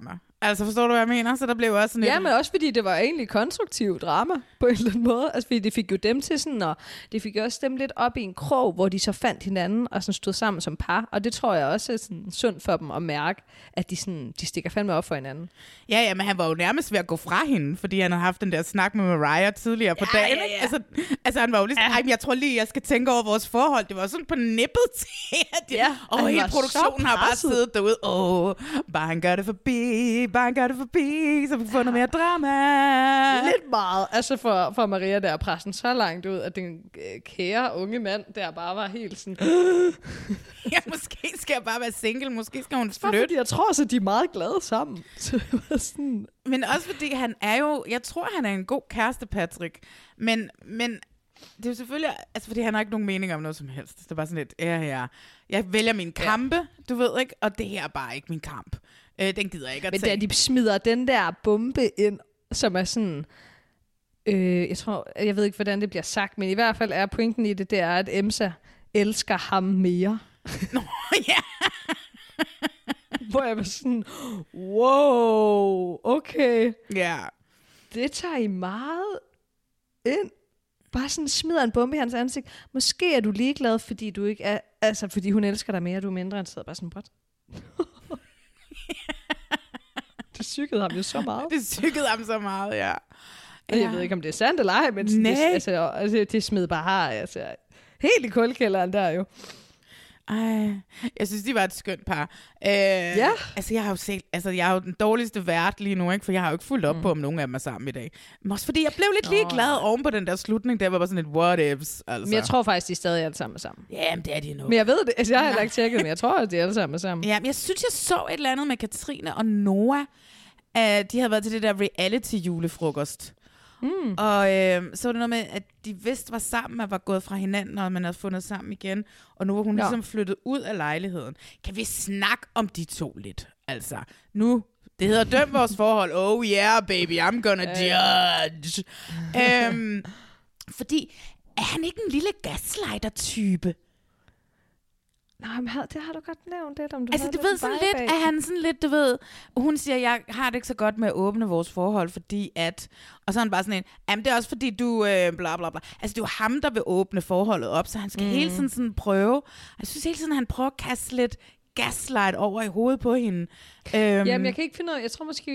Altså, forstår du, hvad jeg mener? Så der blev også sådan Ja, et... men også fordi det var egentlig konstruktiv drama på en eller anden måde. Altså, fordi det fik jo dem til sådan, og det fik jo også dem lidt op i en krog, hvor de så fandt hinanden og sådan stod sammen som par. Og det tror jeg også er sådan sundt for dem at mærke, at de, sådan, de stikker fandme op for hinanden. Ja, ja, men han var jo nærmest ved at gå fra hende, fordi han havde haft den der snak med Mariah tidligere på Ja, dagen. ja, ja. Altså, altså, han var jo lige sådan, ja. jeg tror lige, jeg skal tænke over vores forhold. Det var sådan på nippet til, at de, Ja, og han hele var produktionen så har bare presset. siddet derude. Åh, bare han gør det forbi, bare han gør det forbi, så vi får noget mere drama. Lidt meget. Altså for, for Maria der pressen så langt ud, at den øh, kære unge mand der bare var helt sådan... Ja, måske skal jeg bare være single, måske skal hun Bare flytte. fordi jeg tror, at de er meget glade sammen. Så det var sådan... Men også fordi han er jo, jeg tror, han er en god kæreste, Patrick. Men, men det er jo selvfølgelig, altså fordi han har ikke nogen mening om noget som helst. Det er bare sådan lidt, ja, ja, jeg vælger min kampe, ja. du ved ikke, og det her er bare ikke min kamp. Øh, den gider jeg ikke at Men tage. da de smider den der bombe ind, som er sådan... Øh, jeg tror, jeg ved ikke, hvordan det bliver sagt, men i hvert fald er pointen i det, det er, at Emsa elsker ham mere. Nå, ja. Hvor jeg var sådan, wow, okay. Ja. Det tager I meget ind. Bare sådan smider en bombe i hans ansigt. Måske er du ligeglad, fordi du ikke er, altså fordi hun elsker dig mere, du er mindre end sidder bare sådan, what? Det psykede ham jo så meget. Det psykede ham så meget, ja. Ja. Jeg ved ikke, om det er sandt eller ej, men det, altså, altså, det smed bare altså, helt i kulkælderen der jo. Ej, jeg synes, de var et skønt par. Øh, ja. Altså, jeg har jo set, altså, jeg er jo den dårligste vært lige nu, ikke? For jeg har jo ikke fulgt op mm. på, om nogen af dem er sammen i dag. Men også fordi, jeg blev lidt ligeglad oven på den der slutning, der var bare sådan et what ifs, altså. Men jeg tror faktisk, de er stadig alle sammen er sammen. Ja, men det er de nu. Men jeg ved det, altså, jeg har heller ikke tjekket, men jeg tror, at de alle sammen er sammen. Ja, men jeg synes, jeg så et eller andet med Katrine og Noah. Uh, de havde været til det der reality-julefrokost. Mm. Og øh, så var det noget med, at de vidste var sammen og var gået fra hinanden, og man havde fundet sammen igen. Og nu var hun ja. ligesom flyttet ud af lejligheden. Kan vi snakke om de to lidt? Altså, nu, det hedder døm vores forhold. Oh yeah, baby, I'm gonna judge. øhm, fordi, er han ikke en lille gaslighter-type? Nej, men det har du godt nævnt lidt om. Du altså, du ved sådan lidt, at han sådan lidt, du ved, hun siger, jeg har det ikke så godt med at åbne vores forhold, fordi at, og så er han bare sådan en, jamen det er også fordi du, øh, bla bla bla. Altså, det er jo ham, der vil åbne forholdet op, så han skal mm. hele tiden sådan prøve. Jeg synes hele tiden, han prøver at kaste lidt gaslight over i hovedet på hende. Øhm. Jamen, jeg kan ikke finde ud af, jeg tror måske,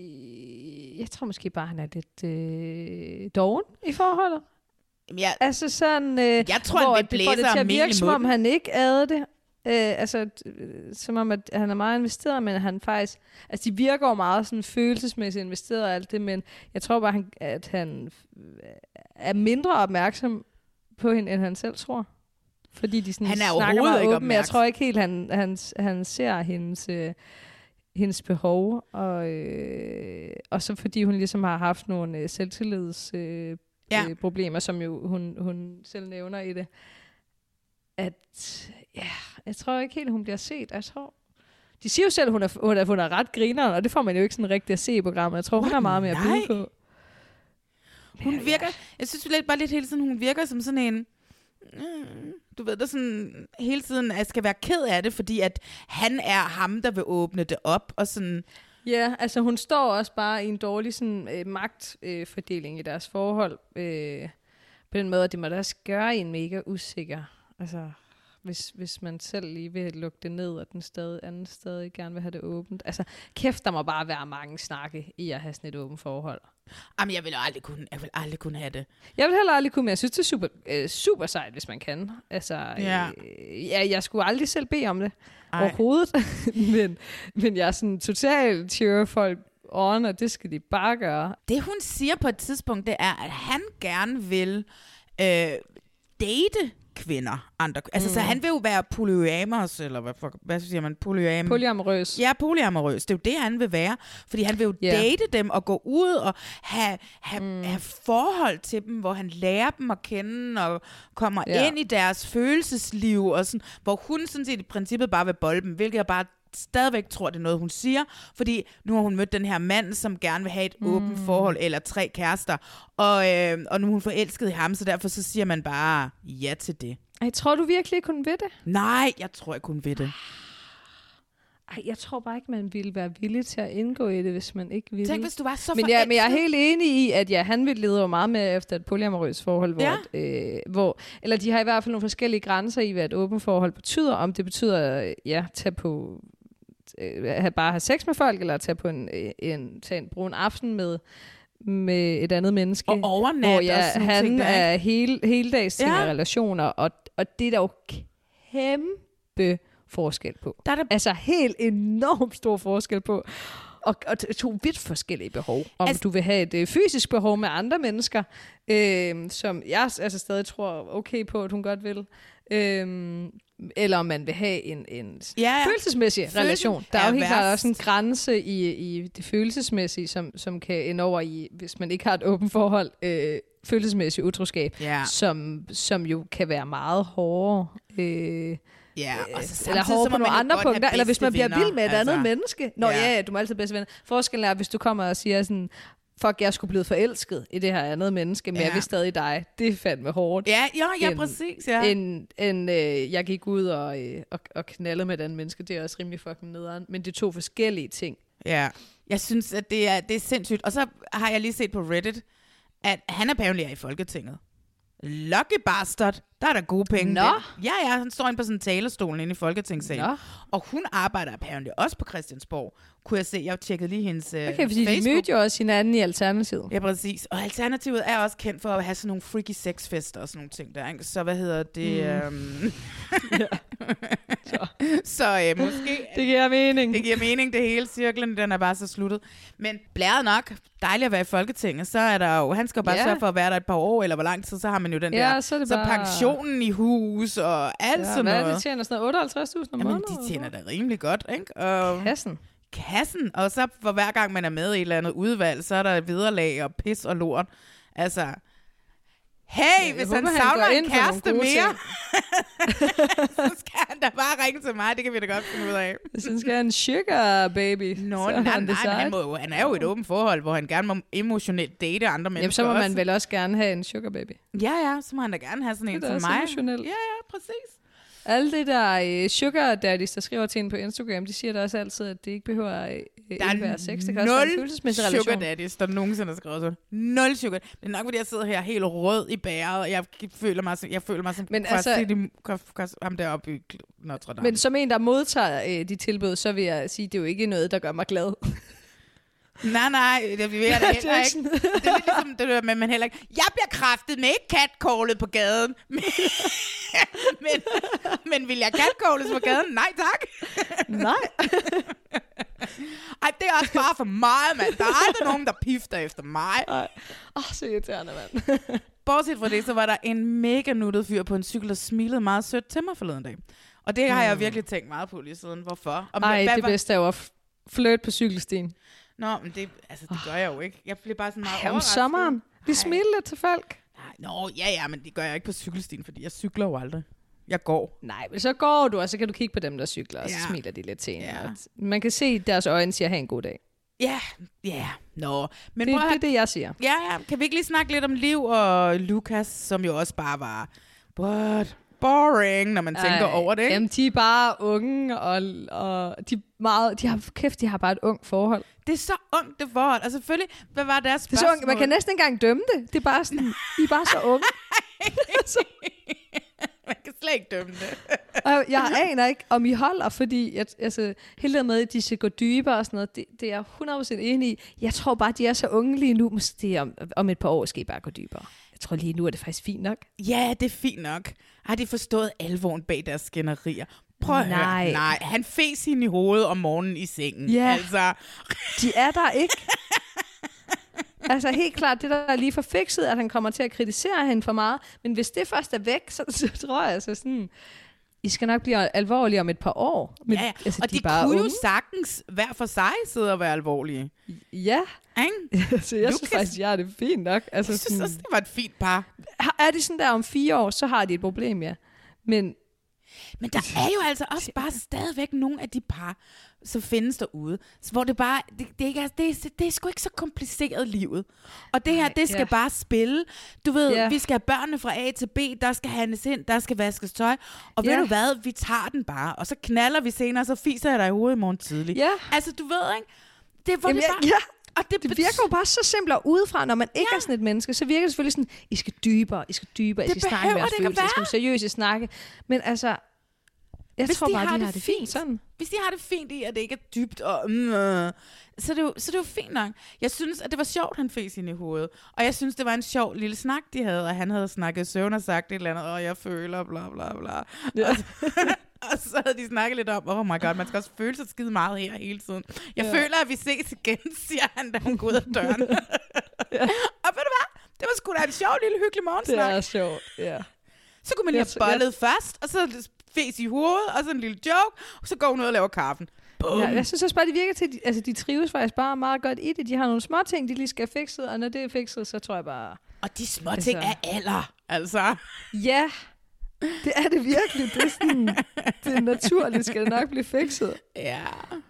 jeg tror måske bare, han er lidt øh, doven i forholdet. Ja. Altså sådan, øh, jeg tror, hvor han vil blæse det får det til at virke, som om han han ikke ade det. Øh, altså, øh, som om, at han er meget investeret, men han faktisk... Altså, de virker jo meget sådan følelsesmæssigt investeret og alt det, men jeg tror bare, han, at han er mindre opmærksom på hende, end han selv tror. Fordi de sådan han er snakker meget ikke åben, men jeg tror ikke helt, han, han, han ser hendes... Øh, hendes behov, og, øh, og så fordi hun ligesom har haft nogle øh, selvtillids... Øh, Ja. Øh, problemer, som jo hun, hun selv nævner i det, at ja, jeg tror ikke helt, hun bliver set. Jeg tror, de siger jo selv, at hun er, hun er, hun er ret grineren, og det får man jo ikke sådan rigtig at se i programmet. Jeg tror, What? hun har meget mere at byde på. Hun ja, virker, jeg synes lidt, bare lidt hele tiden, hun virker som sådan en, mm, du ved, der sådan hele tiden jeg skal være ked af det, fordi at han er ham, der vil åbne det op, og sådan... Ja, altså hun står også bare i en dårlig sådan, øh, magtfordeling øh, i deres forhold. Øh, på den måde, at det må da også gøre en mega usikker. Altså, hvis, hvis man selv lige vil lukke det ned, og den stadig, anden stadig gerne vil have det åbent. Altså, kæft, der må bare være mange snakke i at have sådan et åbent forhold. Jamen, jeg vil aldrig kunne, jeg vil aldrig kunne have det. Jeg vil heller aldrig kunne, men jeg synes, det er super, øh, super sejt, hvis man kan. Altså, ja. øh, jeg, jeg skulle aldrig selv bede om det. Ej. Overhovedet. men, men jeg er sådan totalt cheer folk on, og det skal de bare gøre. Det hun siger på et tidspunkt, det er, at han gerne vil øh, date kvinder. Andre, altså, mm. så han vil jo være polyamorøs, eller hvad, for, hvad siger man? Polyam- polyamorøs. Ja, polyamorøs. Det er jo det, han vil være. Fordi han vil jo yeah. date dem og gå ud og have, have, mm. have forhold til dem, hvor han lærer dem at kende og kommer yeah. ind i deres følelsesliv, og sådan, hvor hun sådan set i princippet bare vil bolde dem, hvilket jeg bare stadigvæk tror, det er noget, hun siger, fordi nu har hun mødt den her mand, som gerne vil have et mm. åbent forhold, eller tre kærester, og, øh, og nu er hun forelsket i ham, så derfor så siger man bare ja til det. Ej, tror du virkelig ikke, hun ved det? Nej, jeg tror ikke, hun ved det. Ej, jeg tror bare ikke, man ville være villig til at indgå i det, hvis man ikke ville. Tænk, hvis du var så men jeg, men jeg er helt enig i, at ja, han ville lede jo meget med efter et polyamorøst forhold, hvor, ja. øh, hvor, eller de har i hvert fald nogle forskellige grænser i, hvad et åbent forhold betyder. Om det betyder, ja, tage på, øh, bare have sex med folk, eller tage på en, en, tage en brun aften med, med et andet menneske. Og overnat hvor, ja, og sådan han ting der, er hele, hele dags ting ja. af relationer, og, og det er der jo kæmpe forskel på. Der er det... Altså helt enormt stor forskel på. Og, og to vidt forskellige behov. Om altså, du vil have et øh, fysisk behov med andre mennesker, øh, som jeg altså stadig tror okay på, at hun godt vil. Øh, eller om man vil have en, en ja, ja. følelsesmæssig Følelsen relation. Der er, er jo helt værst. klart også en grænse i, i det følelsesmæssige, som, som kan ende over i, hvis man ikke har et åbent forhold, øh, følelsesmæssig utroskab, ja. som, som jo kan være meget hårdere. Øh, Ja, og så eller hårdt på nogle andre punkter, eller hvis man bliver venner, vild med et altså. andet menneske. Nå ja. ja, du må altid bedste venner. Forskellen er, hvis du kommer og siger sådan, fuck, jeg skulle blive forelsket i det her andet menneske, men ja. jeg vil stadig dig. Det er fandme hårdt. Ja, ja, ja en, præcis. Ja. En, en, øh, jeg gik ud og, øh, og, og knaldede med et andet menneske, det er også rimelig fucking nederen. Men det er to forskellige ting. Ja, jeg synes, at det er, det er sindssygt. Og så har jeg lige set på Reddit, at han apparently er i Folketinget. Lucky bastard. Der er der gode penge. Nå. Ja, ja, han står inde på sådan en talerstolen inde i Folketingssalen. Nå. Og hun arbejder apparently også på Christiansborg. Kunne jeg se, jeg tjekkede lige hendes okay, fordi Facebook. De mødte jo også hinanden i Alternativet. Ja, præcis. Og Alternativet er også kendt for at have sådan nogle freaky sexfester og sådan nogle ting der, ikke? Så hvad hedder det? Mm. Øhm... så så øh, måske... Det giver mening. Det giver mening, det hele cirklen, den er bare så sluttet. Men blæret nok, dejligt at være i Folketinget, så er der jo, han skal bare yeah. sørge for at være der et par år, eller hvor lang tid, så har man jo den ja, der, så, så bare... pensionen i hus og alt ja, sådan hvad noget. Hvad de tjener sådan noget otteoghalvtreds tusind om måneden? Jamen, de tjener da rimelig godt, ikke? Og kassen. Kassen, og så for hver gang man er med i et eller andet udvalg, så er der vederlag og pis og lort. Altså, hey, ja, hvis han savner en kæreste mere, så skal han da bare ringe til mig, det kan vi da godt finde ud af. Hvis han skal have en sugar baby, Nå, nej, nej, nej, han, må, han er jo et åbent forhold, hvor han gerne må emotionelt date andre mennesker. Jamen, så må også. man vel også gerne have en sugar baby. Ja, ja, så må han da gerne have sådan en som mig. Emotionelt. Ja, ja, præcis. Alle det der uh, sugar daddies, der skriver til en på Instagram, de siger da også altid, at det ikke behøver at uh, der være sex. Det kan også være en følelsesmæssig relation. Sugar daddies, der nogensinde har skrevet sådan. Nul sugar. Det er nok, fordi jeg sidder her helt rød i bæret, og jeg føler mig som, jeg føler mig som men altså, ham deroppe i Notre Dame. Men som en, der modtager uh, de tilbud, så vil jeg sige, det er jo ikke noget, der gør mig glad. Nej, nej, det vil jeg da heller ikke. Det er lidt ligesom det der med, man heller ikke... Jeg bliver kraftet med ikke catcallet på gaden. Men, men, men vil jeg catcalles på gaden? Nej, tak. Nej. Ej, det er også bare for meget, mand. Der er aldrig nogen, der pifter efter mig. Åh, oh, så irriterende, mand. Bortset fra det, så var der en mega nuttet fyr på en cykel, der smilede meget sødt til mig forleden dag. Og det har jeg virkelig tænkt meget på lige siden. Hvorfor? Og Ej, hvad, det var... bedste er jo at flirt på cykelstien. Nå, men det, altså, det gør jeg jo ikke. Jeg bliver bare sådan meget Ej, om overrasket. sommeren. Vi smiler lidt til folk. Nej, nå, ja, ja, men det gør jeg ikke på cykelstien, fordi jeg cykler jo aldrig. Jeg går. Nej, men så går du, og så kan du kigge på dem, der cykler, og så ja. smiler de lidt til en. Ja. Man kan se i deres øjne, siger, have en god dag. Ja, ja, nå. Men det, prøv, det er det, jeg siger. Ja, ja. Kan vi ikke lige snakke lidt om Liv og Lukas, som jo også bare var... What? Boring, når man Ej, tænker over det, ikke? Jamen, de er bare unge, og, og de, meget, de har, kæft, de har bare et ungt forhold. Det er så ungt, det forhold. Og selvfølgelig, hvad var deres spørgsmål? Det er så ungt, man kan næsten ikke engang dømme det. Det er bare sådan, I er bare så unge. Man kan slet ikke dømme det. Og jeg aner ikke, om I holder, fordi jeg, altså, hele det med, at de skal gå dybere og sådan noget, det, det er jeg hundrede procent enig i. Jeg tror bare, de er så unge lige nu. Måske om, om et par år skal I bare gå dybere. Jeg tror lige nu, er det faktisk fint nok. Ja, det er fint nok. Har de forstået alvoren bag deres skænderier? Prøv at Nej. høre. Nej, han fes hende i hovedet om morgenen i sengen. Ja, altså. De er der ikke. Altså helt klart, det der er lige for fikset, at han kommer til at kritisere hende for meget. Men hvis det først er væk, så, så tror jeg altså sådan... I skal nok blive alvorlige om et par år. Men, ja, altså, og de, de bare kunne unge. jo sagtens hver for sig sidde og være alvorlige. Ja. Så jeg synes faktisk, ja, det er fint nok. Altså, jeg synes også, det var et fint par. Er de sådan der om fire år, så har de et problem, ja. Men Men der er jo altså også bare stadigvæk nogle af de par, som findes derude, hvor det bare, det, det, ikke er, det, er, det er sgu ikke så kompliceret livet. Og det her, det skal yeah. bare spille. Du ved, yeah. vi skal have børnene fra A til B, der skal handles ind, der skal vaskes tøj. Og yeah. ved du hvad, vi tager den bare, og så knaller vi senere, så fiser jeg dig i hovedet i morgen tidlig. Yeah. Altså, du ved, ikke? Det er hvor Jamen, det bare... Ja. Og det, det virker jo bare så simpelt udefra, når man ikke ja. er sådan et menneske. Så virker det selvfølgelig sådan, I skal dybere, I skal dybere, I skal snakke med jeres følelser, I skal seriøse snakke. Men altså, jeg Hvis tror de bare, har de har det fint. fint sådan. Hvis de har det fint i, at det ikke er dybt, og, mm, øh, så, er det jo, så er det jo fint nok. Jeg synes, at det var sjovt, han fes ind i hovedet. Og jeg synes, det var en sjov lille snak, de havde. Og han havde snakket søvn og sagt et eller andet, og jeg føler, bla bla bla. Ja. Og, så, og så havde de snakket lidt om, oh my god, man skal også føle sig skide meget her hele tiden. Jeg ja. føler, at vi ses igen, siger han, da hun går ud af døren. Ja. Og ved du hvad? Det var sgu da en sjov lille hyggelig morgensnak. Det er sjovt, ja. Så kunne man lige have bollet ja. først, og så fes i hovedet, og så en lille joke, og så går hun ud og laver kaffen. Ja, jeg synes også bare, de virker til, at de, altså, de trives faktisk bare meget godt i det. De har nogle små ting, de lige skal fikse, og når det er fikset, så tror jeg bare... Og de små ting altså, er alder, altså. Ja, det er det virkelig. Det er sådan, det er naturligt, skal det nok blive fikset. Ja.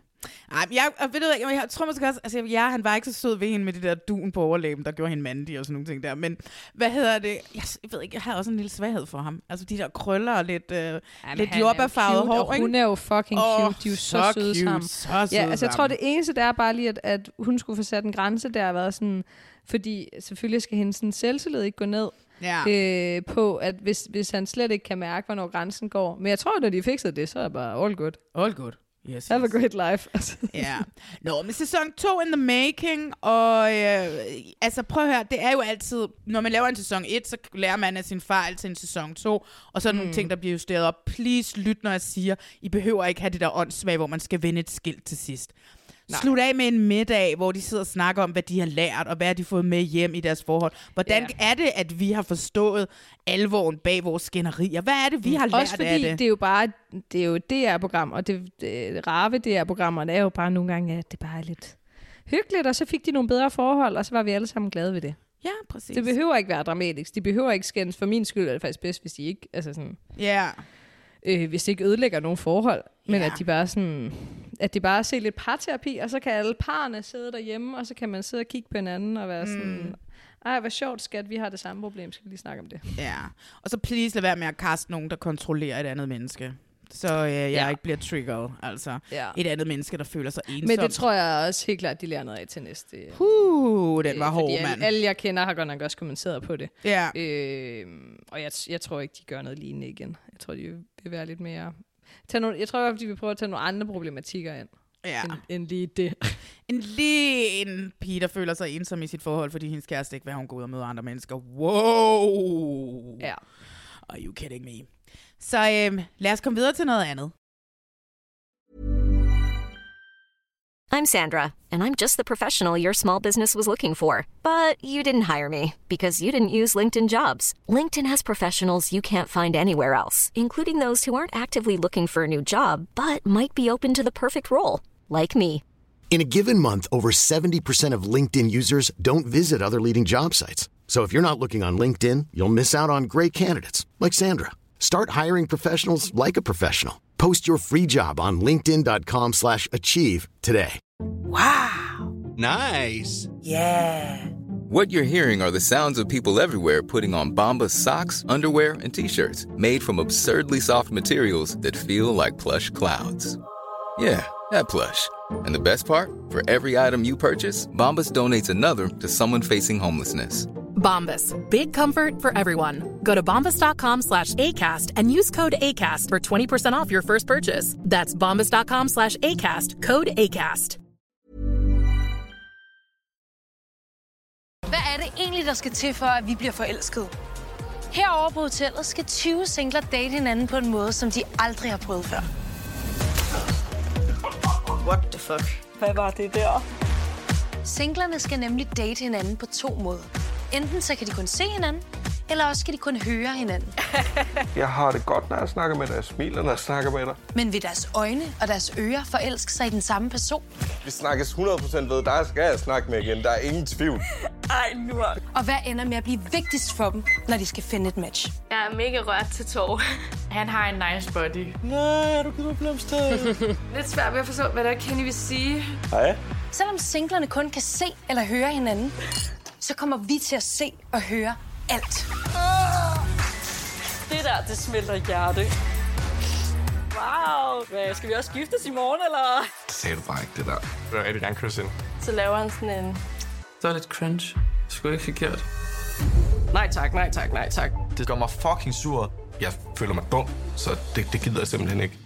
Ej, jeg, ved du, jeg, jeg tror måske også, altså ja, han var ikke så sød ved hende med det der dun på overlæben, der gjorde hende mandig og sådan nogle ting der, men hvad hedder det, jeg, jeg ved ikke, jeg har også en lille svaghed for ham, altså de der krøller og lidt, øh, ja, lidt jordbærfarvet hår, og hun er jo fucking cute, oh, de er jo så, så søde sammen. Så søde ja, altså jeg tror sammen. Det eneste, der er bare lige, at, at hun skulle få sat en grænse, der har været sådan, fordi selvfølgelig skal hendes sådan selvtillid ikke gå ned, ja. øh, på, at hvis, hvis han slet ikke kan mærke, hvornår grænsen går, men jeg tror, når de fikser det, så er det bare all good. All good. Yes, Have yes. a great life. Ja. Nå, men sæson to in the making, og øh, altså prøv at høre, det er jo altid, når man laver en sæson et, så lærer man af sin fejl til en sæson to, og så er der mm. nogle ting, der bliver justeret op. Please lyt, når jeg siger, I behøver ikke have det der åndssvag, hvor man skal vinde et skilt til sidst. Nej. Slut af med en middag, hvor de sidder og snakker om, hvad de har lært, og hvad har de fået med hjem i deres forhold. Hvordan yeah. er det, at vi har forstået alvoren bag vores skænderier? Hvad er det, vi har lært Også fordi af det? det er jo bare, det er jo D R-program, og det, det rare ved D R-programmerne er jo bare nogle gange, at det bare er lidt hyggeligt, og så fik de nogle bedre forhold, og så var vi alle sammen glade ved det. Ja, præcis. Det behøver ikke være dramatisk. De behøver ikke skændes. For min skyld er det faktisk bedst, hvis de ikke, altså sådan... Ja. Yeah. Øh, hvis det ikke ødelægger nogen forhold, men yeah. at de bare sådan, at de bare ser lidt parterapi, og så kan alle parerne sidde derhjemme, og så kan man sidde og kigge på hinanden og være mm. sådan, ej, hvad sjovt, skat, vi har det samme problem, skal vi lige snakke om det. Ja, og så please lad være med at kaste nogen, der kontrollerer et andet menneske. Så øh, jeg ja. ikke bliver triggeret, altså ja. et andet menneske, der føler sig ensomt. Men det tror jeg også helt klart, de lærer noget af til næste. Uh, den var øh, hård, mand. Alle, alle jeg kender har godt nok også kommenteret på det. Ja. Øh, og jeg, jeg tror ikke, de gør noget lignende igen. Jeg tror, de vil være lidt mere... Tage nogle, jeg tror at de vil prøve at tage nogle andre problematikker ind. Ja. End, end lige det. En lige en pige, der føler sig ensom i sit forhold, fordi hendes kæreste ikke vil have, hun går ud og møder andre mennesker. Wow! Ja. Are you kidding me? Så øhm, lad os komme videre til noget andet. I'm Sandra, and I'm just the professional your small business was looking for. But you didn't hire me because you didn't use LinkedIn Jobs. LinkedIn has professionals you can't find anywhere else, including those who aren't actively looking for a new job, but might be open to the perfect role, like me. In a given month, over seventy percent of LinkedIn users don't visit other leading job sites. So if you're not looking on LinkedIn, you'll miss out on great candidates like Sandra. Start hiring professionals like a professional. Post your free job on linkedin dot com slash achieve today. Wow. Nice. Yeah. What you're hearing are the sounds of people everywhere putting on Bombas socks, underwear, and T-shirts made from absurdly soft materials that feel like plush clouds. Yeah, that plush. And the best part? For every item you purchase, Bombas donates another to someone facing homelessness. Bombas. Big comfort for everyone. Go to bombas.com slash ACAST and use code ACAST for twenty percent off your first purchase. That's bombas.com slash ACAST. Code ACAST. Hvad er det egentlig, der skal til for, at vi bliver forelsket? Herovre på hotellet skal tyve singler date hinanden på en måde, som de aldrig har prøvet før. What the fuck? Hvad var det der? Singlerne skal nemlig date hinanden på to måder. Enten så kan de kun se hinanden, eller også kan de kun høre hinanden. Jeg har det godt, når jeg snakker med dig. Jeg smiler, når jeg snakker med dig. Men vil deres øjne og deres ører forelske sig i den samme person? Vi snakkes hundrede procent ved. Der skal jeg snakke med igen. Der er ingen tvivl. Ej, nu er... Og hvad ender med at blive vigtigst for dem, når de skal finde et match? Jeg er mega rørt til tår. Han har en nice body. Nej, er du givet blomster? Lidt svært ved at forstå, hvad der Kenny vil sige. Hej. Selvom singlerne kun kan se eller høre hinanden, så kommer vi til at se og høre alt. Det der, det smelter hjerte. Wow. Hvad, skal vi også giftes i morgen, eller? Det sagde du bare ikke, det der. Det er rigtig gerne kysse ind. Så laver han sådan en... Det er lidt cringe. Sgu ikke forkert. Nej tak, nej tak, nej tak. Det gør mig fucking sur. Jeg føler mig dum, så det, det gider jeg simpelthen ikke.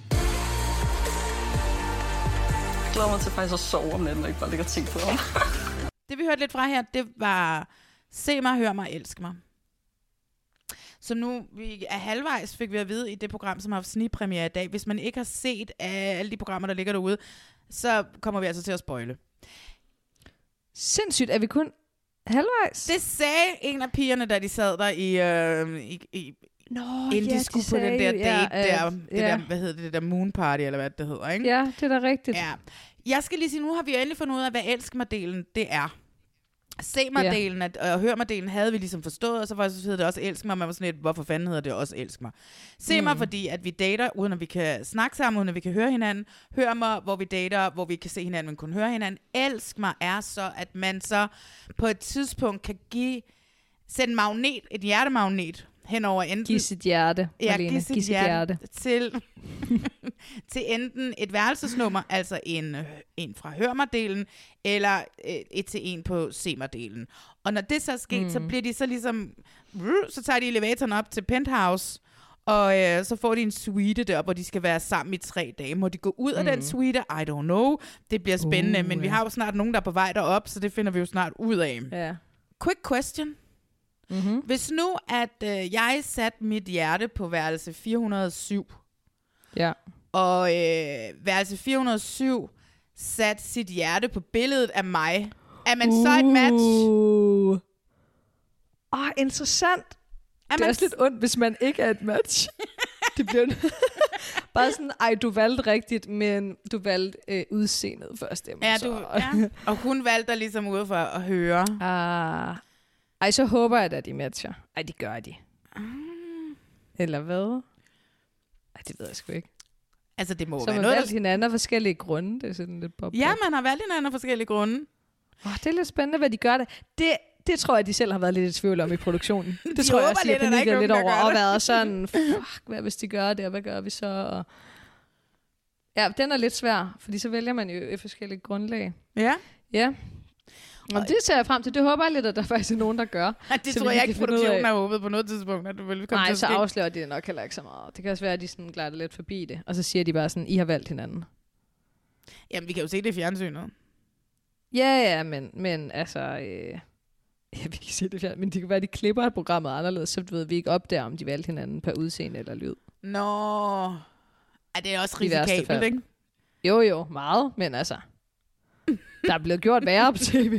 Jeg glæder mig til faktisk at sove om natten, og ikke bare ligge og tænke på ham. Det vi hørte lidt fra her, det var Se mig, hør mig, elsk mig. Så nu vi er halvvejs, fik vi at vide i det program, som har haft snigpremiere i dag. Hvis man ikke har set af alle de programmer, der ligger derude, så kommer vi altså til at spoile. Sindssygt, er vi kun halvvejs? Det sagde en af pigerne, da de sad der i... Øh, i, i Nå, inden ja, de skulle de på den der sagde, date ja, der, øh, det ja. der, hvad hedder det, det der moon party, eller hvad det hedder, ikke? Ja, det er da rigtigt. Ja. Jeg skal lige sige, nu har vi endelig fundet ud af, hvad elsk mig-delen det er. Se mig-delen og yeah. hør mig-delen havde vi ligesom forstået, og så var det også elsk mig, og man var sådan lidt, hvorfor fanden hedder det også elsk mig? Se mm. mig, fordi at vi dater, uden at vi kan snakke sammen, uden at vi kan høre hinanden. Hør mig, hvor vi dater, hvor vi kan se hinanden, men kun høre hinanden. Elsk mig er så, at man så på et tidspunkt kan give, sætte en magnet, et hjertemagnet, henover enten... Giv sit hjerte, ja, Marlene. Giv sit, Giv sit hjerte, hjerte. Til, til enten et værelsesnummer, altså en, en fra Hør mig-delen, eller et til en på Se mig-delen. Og når det så er sket, mm. så bliver de så ligesom... Så tager de elevatoren op til penthouse, og øh, så får de en suite der, hvor de skal være sammen i tre dage. Må de gå ud mm. af den suite? I don't know. Det bliver spændende, uh, men ja. vi har jo snart nogen, der er på vej derop, så det finder vi jo snart ud af. Ja. Quick question. Mm-hmm. Hvis nu, at øh, jeg satte mit hjerte på værelse fire hundrede og syv, ja. og øh, værelse fire hundrede og syv satte sit hjerte på billedet af mig, er man uh. så et match? Åh, oh, interessant. Er det er også lidt ondt, hvis man ikke er et match. Det bliver bare sådan, ej, du valgte rigtigt, men du valgte øh, udseendet først. Ja, du, ja, og hun valgte dig ligesom ude for at høre. Ah. Ej, så håber jeg, at de matcher. Ej, de gør de. Mm. Eller hvad? Ej, det ved jeg sgu ikke. Altså, det må så være man noget, valgt der... hinanden af forskellige grunde. Det er sådan lidt pop. Ja, man har valgt hinanden af forskellige grunde. Oh, det er lidt spændende, hvad de gør det. Det, det tror jeg, de selv har været lidt i tvivl om i produktionen. Det de tror jeg, jeg at lidt, lidt over. Og været sådan, fuck, hvad hvis de gør det, og hvad gør vi så? Og... Ja, den er lidt svær, fordi så vælger man jo et forskelligt grundlag. Ja. Ja. Og det ser jeg frem til. Det håber jeg lidt, at der faktisk er nogen, der gør. Ja, det tror jeg ikke, produktionen har håbet på noget tidspunkt, at du vil komme Nej, til så afslører de det nok heller ikke så meget. Det kan også være, at de sådan glæder lidt forbi det. Og så siger de bare sådan, I har valgt hinanden. Jamen, vi kan jo se det i fjernsynet. Ja, ja, men, men altså... Øh, ja, vi kan se det i fjernsynet. Men det kan være, at de klipper et programmet anderledes, så ved vi ikke opdager, om de valgte hinanden per udseende eller lyd. Nå... Er det også risikabelt, ikke? Jo, jo, meget. Men altså... Der er blevet gjort værre på tv.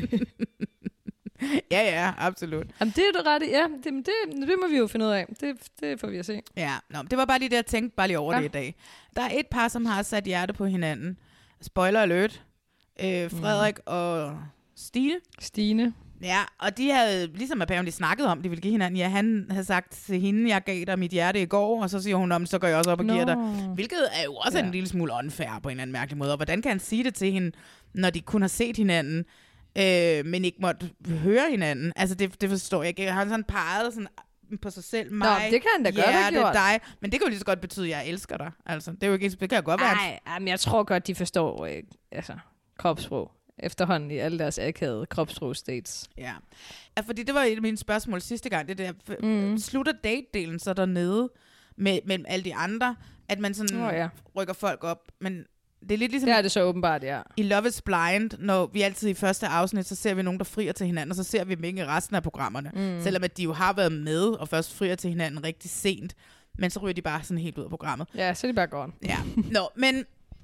Ja, ja, absolut. Jamen, det er du ret i. Ja, det, det, det må vi jo finde ud af. Det, det får vi at se. Ja, nå, det var bare lige det, jeg tænkte bare lige over ja. det i dag. Der er et par, som har sat hjerte på hinanden. Spoiler alert. Øh, Frederik mm. og Stine. Stine. Ja, og de havde ligesom apparently snakket om, de ville give hinanden. Ja, han havde sagt til hende, jeg gav dig mit hjerte i går, og så siger hun, om så går jeg også op og no. giver dig. Hvilket er jo også ja. en lille smule unfair på en eller anden mærkelig måde. Og hvordan kan han sige det til hende, når de kun har set hinanden, øh, men ikke måtte høre hinanden? Altså, det, det forstår jeg ikke. Han sådan peget sådan på sig selv, mig, Nå, det kan han da hjerte, gøre, dig. Men det kan jo lige så godt betyde, at jeg elsker dig. Altså, det, er jo ikke, det kan jo godt være. Nej, men jeg tror godt, de forstår øh, altså, kropssprog. Efterhånden i alle deres akavede kropssprog-states. Ja. ja, fordi det var et af mine spørgsmål sidste gang. Det der, mm. slutter date-delen så dernede med, med alle de andre, at man sådan oh, ja. rykker folk op. Men det er lidt ligesom... Det er det så åbenbart, ja. I Love is Blind, når vi altid i første afsnit, så ser vi nogen, der frier til hinanden, og så ser vi dem ikke i resten af programmerne. Mm. Selvom at de jo har været med, og først frier til hinanden rigtig sent. Men så ryger de bare sådan helt ud af programmet. Ja, så er de bare gone. Ja. Nå, men...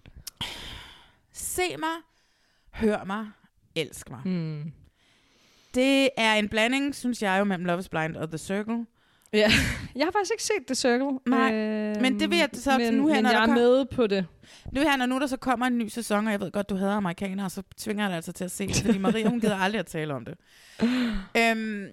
Se mig... Hør mig, elsk mig. Mm. Det er en blanding, synes jeg jo, mellem Love is Blind og The Circle. Ja, jeg har faktisk ikke set The Circle. Nej, øh, men det vil jeg så men, nu her, men når jeg der er kom, med på det. Nu her, når nu der så kommer en ny sæson, og jeg ved godt, du hader amerikanere, så tvinger jeg dig altså til at se det, fordi Maria, hun gider aldrig at tale om det. øhm,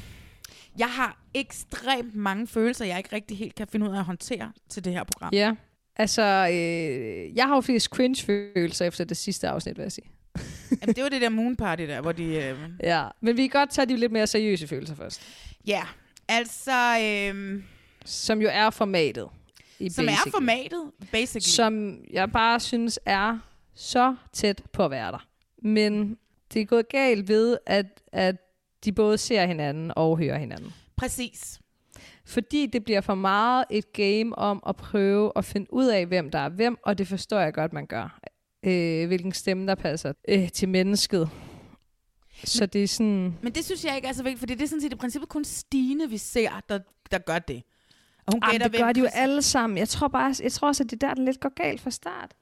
jeg har ekstremt mange følelser, jeg ikke rigtig helt kan finde ud af at håndtere til det her program. Ja, altså, øh, jeg har jo flest cringe-følelser efter det sidste afsnit, vil jeg sige. Jamen, det var det der Moon Party der, hvor de... Øh... Ja, men vi kan godt tage de lidt mere seriøse følelser først. Ja, altså... Øh... Som jo er formatet. I som basically. er formatet, basically. Som jeg bare synes er så tæt på at være der. Men det er gået galt ved, at, at de både ser hinanden og hører hinanden. Præcis. Fordi det bliver for meget et game om at prøve at finde ud af, hvem der er hvem, og det forstår jeg godt, man gør. Øh, hvilken stemme, der passer øh, til mennesket. Så men, det er sådan... Men det synes jeg ikke er så vigtigt, fordi det er sådan set i princippet kun Stine, vi ser, der, der gør det. Og hun Jamen, gætter, det gør de jo alle sammen. Jeg tror bare, jeg tror også, at det der den lidt går galt fra start.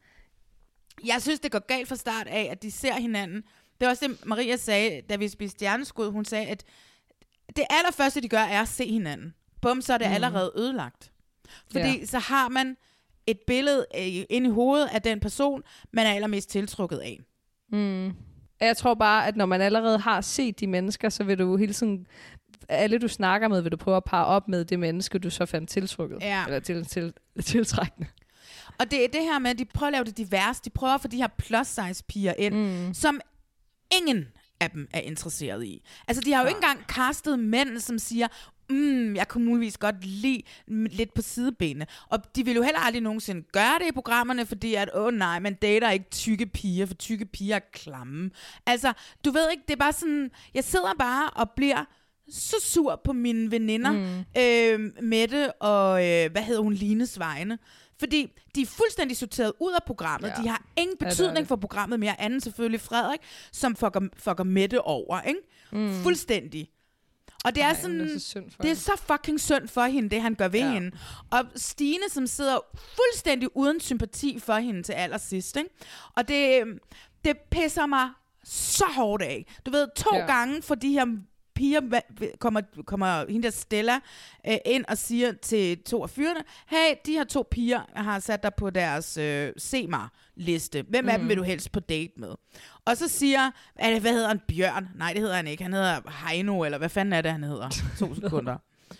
Jeg synes, det går galt fra start af, at de ser hinanden. Det er også det, Maria sagde, da vi spiste stjerneskud. Hun sagde, at det allerførste, de gør, er at se hinanden. Bum, så er det mm. allerede ødelagt. Fordi ja. så har man et billede inde i hovedet af den person, man er allermest tiltrukket af. Mm. Jeg tror bare, at når man allerede har set de mennesker, så vil du hele tiden... Alle du snakker med, vil du prøve at parre op med det menneske, du så fandt tiltrukket. Ja. Eller til, til, tiltrækkende. Og det er det her med, at de prøver at lave det divers. De prøver at få de her plus-size piger ind, mm. som ingen af dem er interesseret i. Altså, de har jo ja. ikke engang castet mænd, som siger, mm, jeg kunne muligvis godt lide lidt på sidebenene. Og de vil jo heller aldrig nogensinde gøre det i programmerne, fordi at, åh oh, nej, man dater ikke tykke piger, for tykke piger er klamme. Altså, du ved ikke, det er bare sådan, jeg sidder bare og bliver så sur på mine veninder, mm. øh, Mette og, øh, hvad hedder hun, Lines vegne. Fordi de er fuldstændig sorteret ud af programmet. Ja. De har ingen betydning ja, for programmet mere, anden selvfølgelig Frederik, som fucker, fucker Mette over, ikke? Mm. Fuldstændig. Og det er Ej, sådan, det er, så det er så fucking synd for hende, det han gør ved ja. hende. Og Stine, som sidder fuldstændig uden sympati for hende til allersidst, ikke? Og det, det pisser mig så hårdt af. Du ved, to ja. gange for de her piger, kommer, kommer hende der Stella øh, ind og siger til to af fyrene, hey, de her to piger har sat dig på deres øh, se mig-liste. Hvem mm. af dem vil du helst på date med? Og så siger, hvad hedder han? Bjørn? Nej, det hedder han ikke. Han hedder Heino, eller hvad fanden er det, han hedder? To sekunder.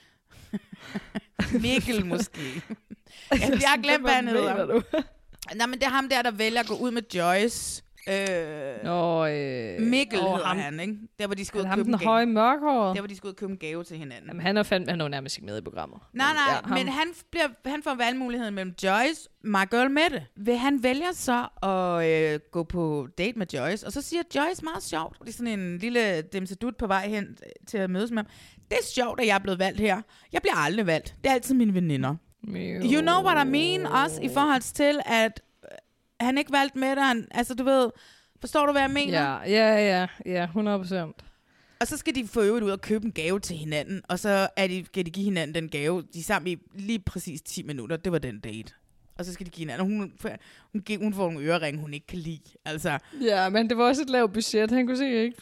Mikkel måske. Jeg har glemt, hvad han hedder. Nej, men det er ham der, der vælger at gå ud med Joyce. Øh, Nå, øh, Mikkel og hedder ham, han, ikke? Der hvor de skulle ham købe den høje mørkhåret. Der hvor de skulle købe en gave til hinanden. Jamen, han er fandme, han er jo nærmest ikke med i programmet. Nej, nej, ja, men han, bliver, han får valgmuligheden mellem Joyce, my girl Mette. Vil han vælger så at øh, gå på date med Joyce, og så siger Joyce meget sjovt. Det er sådan en lille demsedut på vej hen til at mødes med ham. Det er sjovt, at jeg er blevet valgt her. Jeg bliver aldrig valgt. Det er altid mine veninder. You know what I mean? Også i forhold til, at han ikke valgt Mette. Han, altså, du ved... Forstår du, hvad jeg mener? Ja, ja, ja, ja, hundrede procent. Og så skal de få øvrigt ud og købe en gave til hinanden, og så er de, skal de give hinanden den gave. De er sammen i lige præcis ti minutter. Det var den date. Og så skal de give hinanden. Hun, hun, hun får nogle øreringe, hun ikke kan lide. Altså. Ja, men det var også et lavt budget. Han kunne sikkert ikke...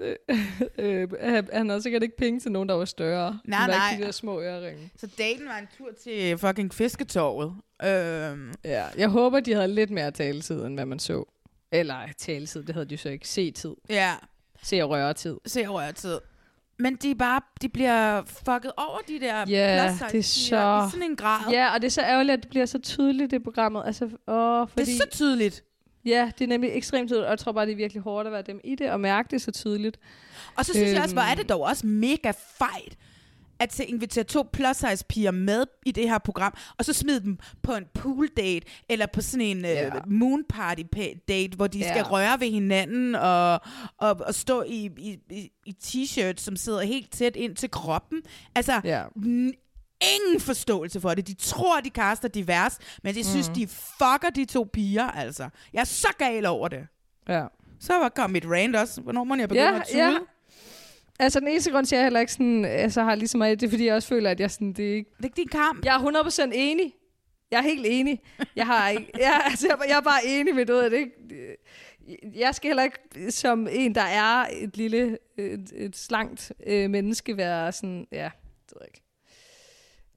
Øh, han havde sikkert ikke penge til nogen, der var større. Nej, nej. De der små øreringe. Så daten var en tur til fucking Fisketorvet. Øhm. Ja, jeg håber, de havde lidt mere taletid, end hvad man så. Eller taletid, det havde de så ikke. Se-tid. Ja. Se- og røre-tid. Se- og røre-tid. Men de, bare, de bliver fucket over de der ja, det er så... i sådan en grad. Ja, og det er så ærgerligt, at det bliver så tydeligt, det programmet. Altså, åh, fordi... Det er så tydeligt. Ja, det er nemlig ekstremt tydeligt, og jeg tror bare, det er virkelig hårdt at være dem i det, og mærke det så tydeligt. Og så synes øhm... jeg også, hvor er det dog også mega fejt, at invitere to plus-size piger med i det her program, og så smide dem på en pool date, eller på sådan en yeah. uh, moon party date, hvor de yeah. skal røre ved hinanden, og, og, og stå i, i, i, i t-shirts, som sidder helt tæt ind til kroppen. Altså, yeah. n- ingen forståelse for det. De tror, de kaster divers, men de mm. synes, de fucker de to piger, altså. Jeg er så gal over det. Ja. Så var kom mit rant også. Hvornår må jeg begynde yeah, at tude? Yeah. Altså, den eneste grund til, at jeg heller ikke sådan, altså, har ligesom mig, det er, fordi jeg også føler, at jeg sådan, det er ikke... Det er ikke din kamp. Jeg er hundrede procent enig. Jeg er helt enig. Jeg har ikke... Jeg, altså, jeg, jeg er bare enig med det, det ikke... Jeg skal heller ikke, som en, der er et lille, et, et slankt øh, menneske, være sådan, ja, det ved jeg ikke.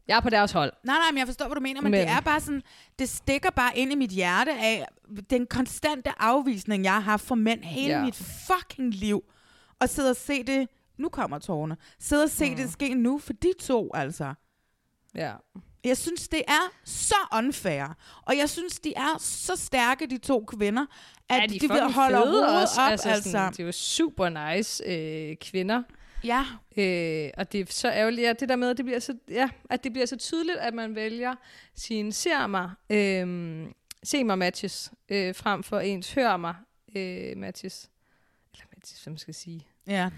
Jeg er på deres hold. Nej, nej, men jeg forstår, hvad du mener, men, men det er bare sådan, det stikker bare ind i mit hjerte af den konstante afvisning, jeg har haft for mænd hele ja. mit fucking liv. Og sidde og se det, nu kommer tårerne, sidde og se mm. det ske nu for de to, altså. Ja. Jeg synes, det er så unfair. Og jeg synes, de er så stærke, de to kvinder, at ja, de, de vil holde hovedet også. op. Altså, altså. Sådan, de er jo super nice øh, kvinder. Ja. Øh, og det er så ærgerligt, ja, det der med, at det bliver så, ja, at det bliver så tydeligt, at man vælger sine ser mig, øh, se mig matches, øh, frem for ens hør mig øh, matches. Eller matches, som man skal sige. Ja.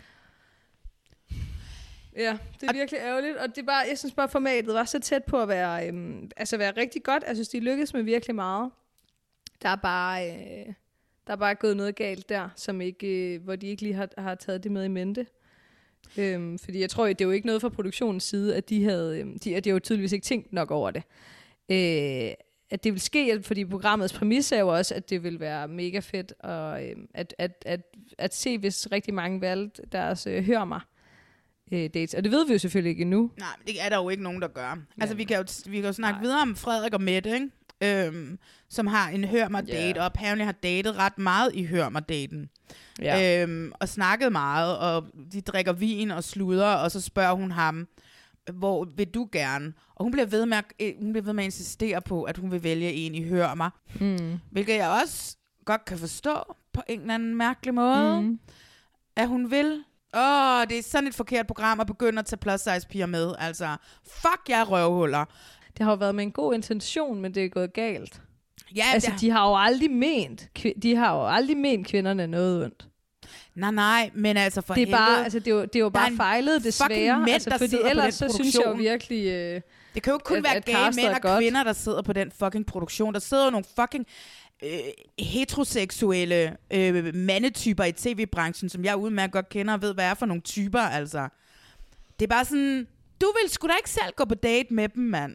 Ja, det er virkelig ærgerligt, og det er bare, jeg synes bare, formatet var så tæt på at være, øhm, altså være rigtig godt. Jeg synes, de lykkedes med virkelig meget. Der er bare, øh, der er bare gået noget galt der, som ikke, øh, hvor de ikke lige har, har taget det med i mente. Øhm, fordi jeg tror, det er jo ikke noget fra produktionens side, at de havde, øh, de, at de har jo tydeligvis ikke tænkt nok over det. Øh, at det vil ske, fordi programmets præmis er jo også, at det vil være mega fedt, og øh, at, at, at, at se, hvis rigtig mange valgte deres øh, hør mig dates. Og det ved vi jo selvfølgelig ikke endnu. Nej, men det er der jo ikke nogen, der gør. Ja. Altså, vi kan jo, vi kan jo snakke Nej. videre om Frederik og Mette, ikke? Øhm, som har en hør mig date, yeah. og apparently har datet ret meget i hør mig daten. Yeah. Øhm, og snakket meget, og de drikker vin og sluder, og så spørger hun ham, hvor vil du gerne? Og hun bliver ved med at, hun bliver ved med at insistere på, at hun vil vælge en i hør mig. Mm. Hvilket jeg også godt kan forstå på en eller anden mærkelig måde, mm. at hun vil. Åh, oh, det er sådan et forkert program at begynde at tage plus size piger med. Altså, fuck jer røvhuller. Det har jo været med en god intention, men det er gået galt. Ja, altså, det... de har jo aldrig ment, de har jo aldrig ment kvinderne noget ondt. Nej, nej, men altså for det er helvede, bare, altså det er jo, det er jo bare fejlet desværre. Mænd, altså, fordi ellers så synes jeg jo virkelig, øh, det kan jo kun at, være at gay mænd og godt. kvinder, der sidder på den fucking produktion. Der sidder jo nogle fucking øh, heteroseksuelle øh, mandetyper i tv-branchen, som jeg udmærket godt kender og ved, hvad er for nogle typer, altså. Det er bare sådan, du vil sgu da ikke selv gå på date med dem, mand.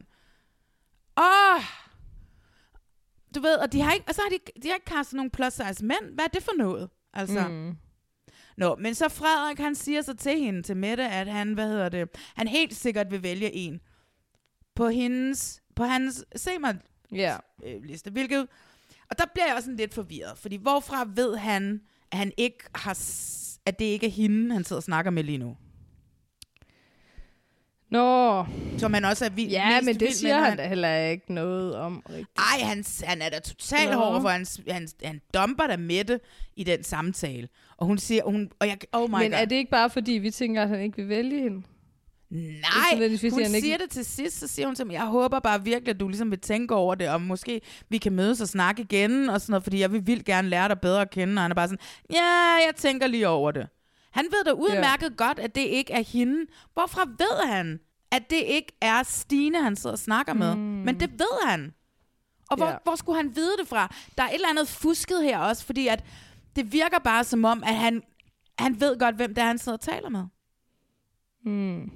Åh! Du ved, og de har ikke, og så har de, de har ikke kastet nogle plus size mænd. Hvad er det for noget? Altså. Mm. Nå, men så Frederik, han siger så til hende, til Mette, at han, hvad hedder det, han helt sikkert vil vælge en på hendes, på hans, se mig, yeah. øh, liste, hvilket, og der bliver jeg også sådan lidt forvirret, fordi hvorfra ved han, at han ikke har, at det ikke er hende, han sidder og snakker med lige nu? Nå. Så man også er vild, ja, men det vild, siger men han da heller ikke noget om. Rigtigt. Ej, han, han er da totalt hård, for han, han, han dumper der Mette i den samtale. Og hun siger, hun, og jeg, oh my men God. Er det ikke bare fordi, vi tænker, at han ikke vil vælge hende? Nej, hun siger ikke... det til sidst, så siger hun til mig, jeg håber bare virkelig, at du ligesom vil tænke over det, og måske vi kan mødes og snakke igen, og sådan noget, fordi jeg vil vildt gerne lære dig bedre at kende, og han er bare sådan, ja, jeg tænker lige over det. Han ved da udmærket ja. godt, at det ikke er hende. Hvorfra ved han, at det ikke er Stine, han sidder og snakker med? Mm. Men det ved han. Og hvor, ja. hvor skulle han vide det fra? Der er et eller andet fusket her også, fordi at det virker bare som om, at han, han ved godt, hvem det er, han sidder og taler med. Mm.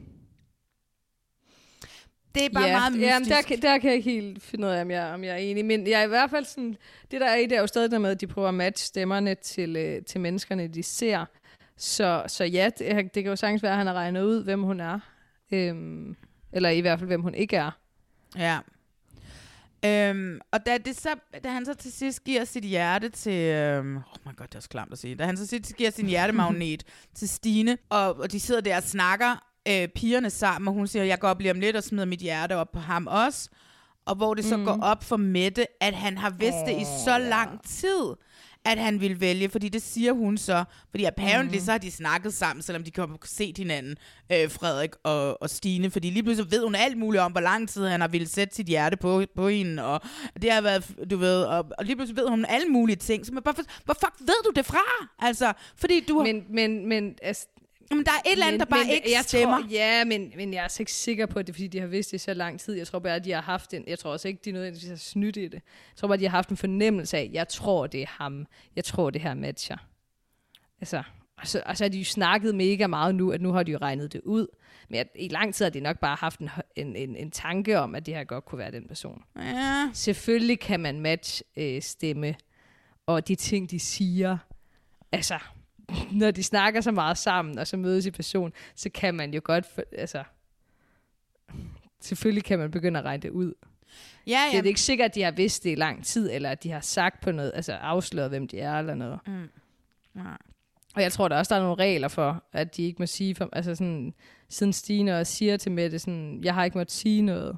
Det er bare ja, meget mystisk. Jamen, der, kan, der kan jeg ikke helt finde ud af, om jeg, om jeg er enig. Men jeg er i hvert fald sådan, det der er i det er jo stadig der med, at de prøver at matche stemmerne til, øh, til menneskerne, de ser. Så, så ja, det, det kan jo sagtens være, at han har regnet ud, hvem hun er. Øhm, eller i hvert fald, hvem hun ikke er. Ja. Øhm, og da, det så, da han så til sidst giver sit hjerte til... Øhm, oh my god, det er også klamt at sige. Da han så til sidst giver sin hjertemagnet til Stine, og, og de sidder der og snakker, øh, pigerne sammen, og hun siger, jeg går op lige om lidt og smider mit hjerte op på ham også. Og hvor det så mm. går op for Mette, at han har vidst oh, det i så lang tid, at han ville vælge, fordi det siger hun så, fordi apparently mm. så har de snakket sammen, selvom de kommer set hinanden, øh, Frederik og, og Stine, fordi lige pludselig ved hun alt muligt om, hvor lang tid han har ville sætte sit hjerte på, på hende, og det har været, du ved, og, og lige pludselig ved hun alle mulige ting, så man bare, hvor fuck ved du det fra? Altså, fordi du har... Men, men, men, altså, men der er et eller andet, der bare men, ikke jeg stemmer. Tror, ja, men, men jeg er så ikke sikker på, at det er, fordi de har vidst det i så lang tid. Jeg tror bare, at de har haft en... Jeg tror også ikke, de er nødvendigvis har snydt i det. Jeg tror bare, at de har haft en fornemmelse af, jeg tror, det er ham. Jeg tror, det her matcher. Altså, og så, og så har de jo snakket mega meget nu, at nu har de jo regnet det ud. Men jeg, i lang tid har de nok bare haft en, en, en, en tanke om, at det her godt kunne være den person. Ja. Selvfølgelig kan man match øh, stemme, og de ting, de siger. Altså... Når de snakker så meget sammen, og så mødes i person, så kan man jo godt, for, altså, selvfølgelig kan man begynde at regne det ud. Ja, ja. Det er ikke sikkert, at de har vidst det i lang tid, eller at de har sagt på noget, altså afsløret, hvem de er, eller noget. Mm. Ja. Og jeg tror der også, der er nogle regler for, at de ikke må sige, for, altså sådan, siden Stine også siger til Mette, sådan, jeg har ikke måttet sige noget.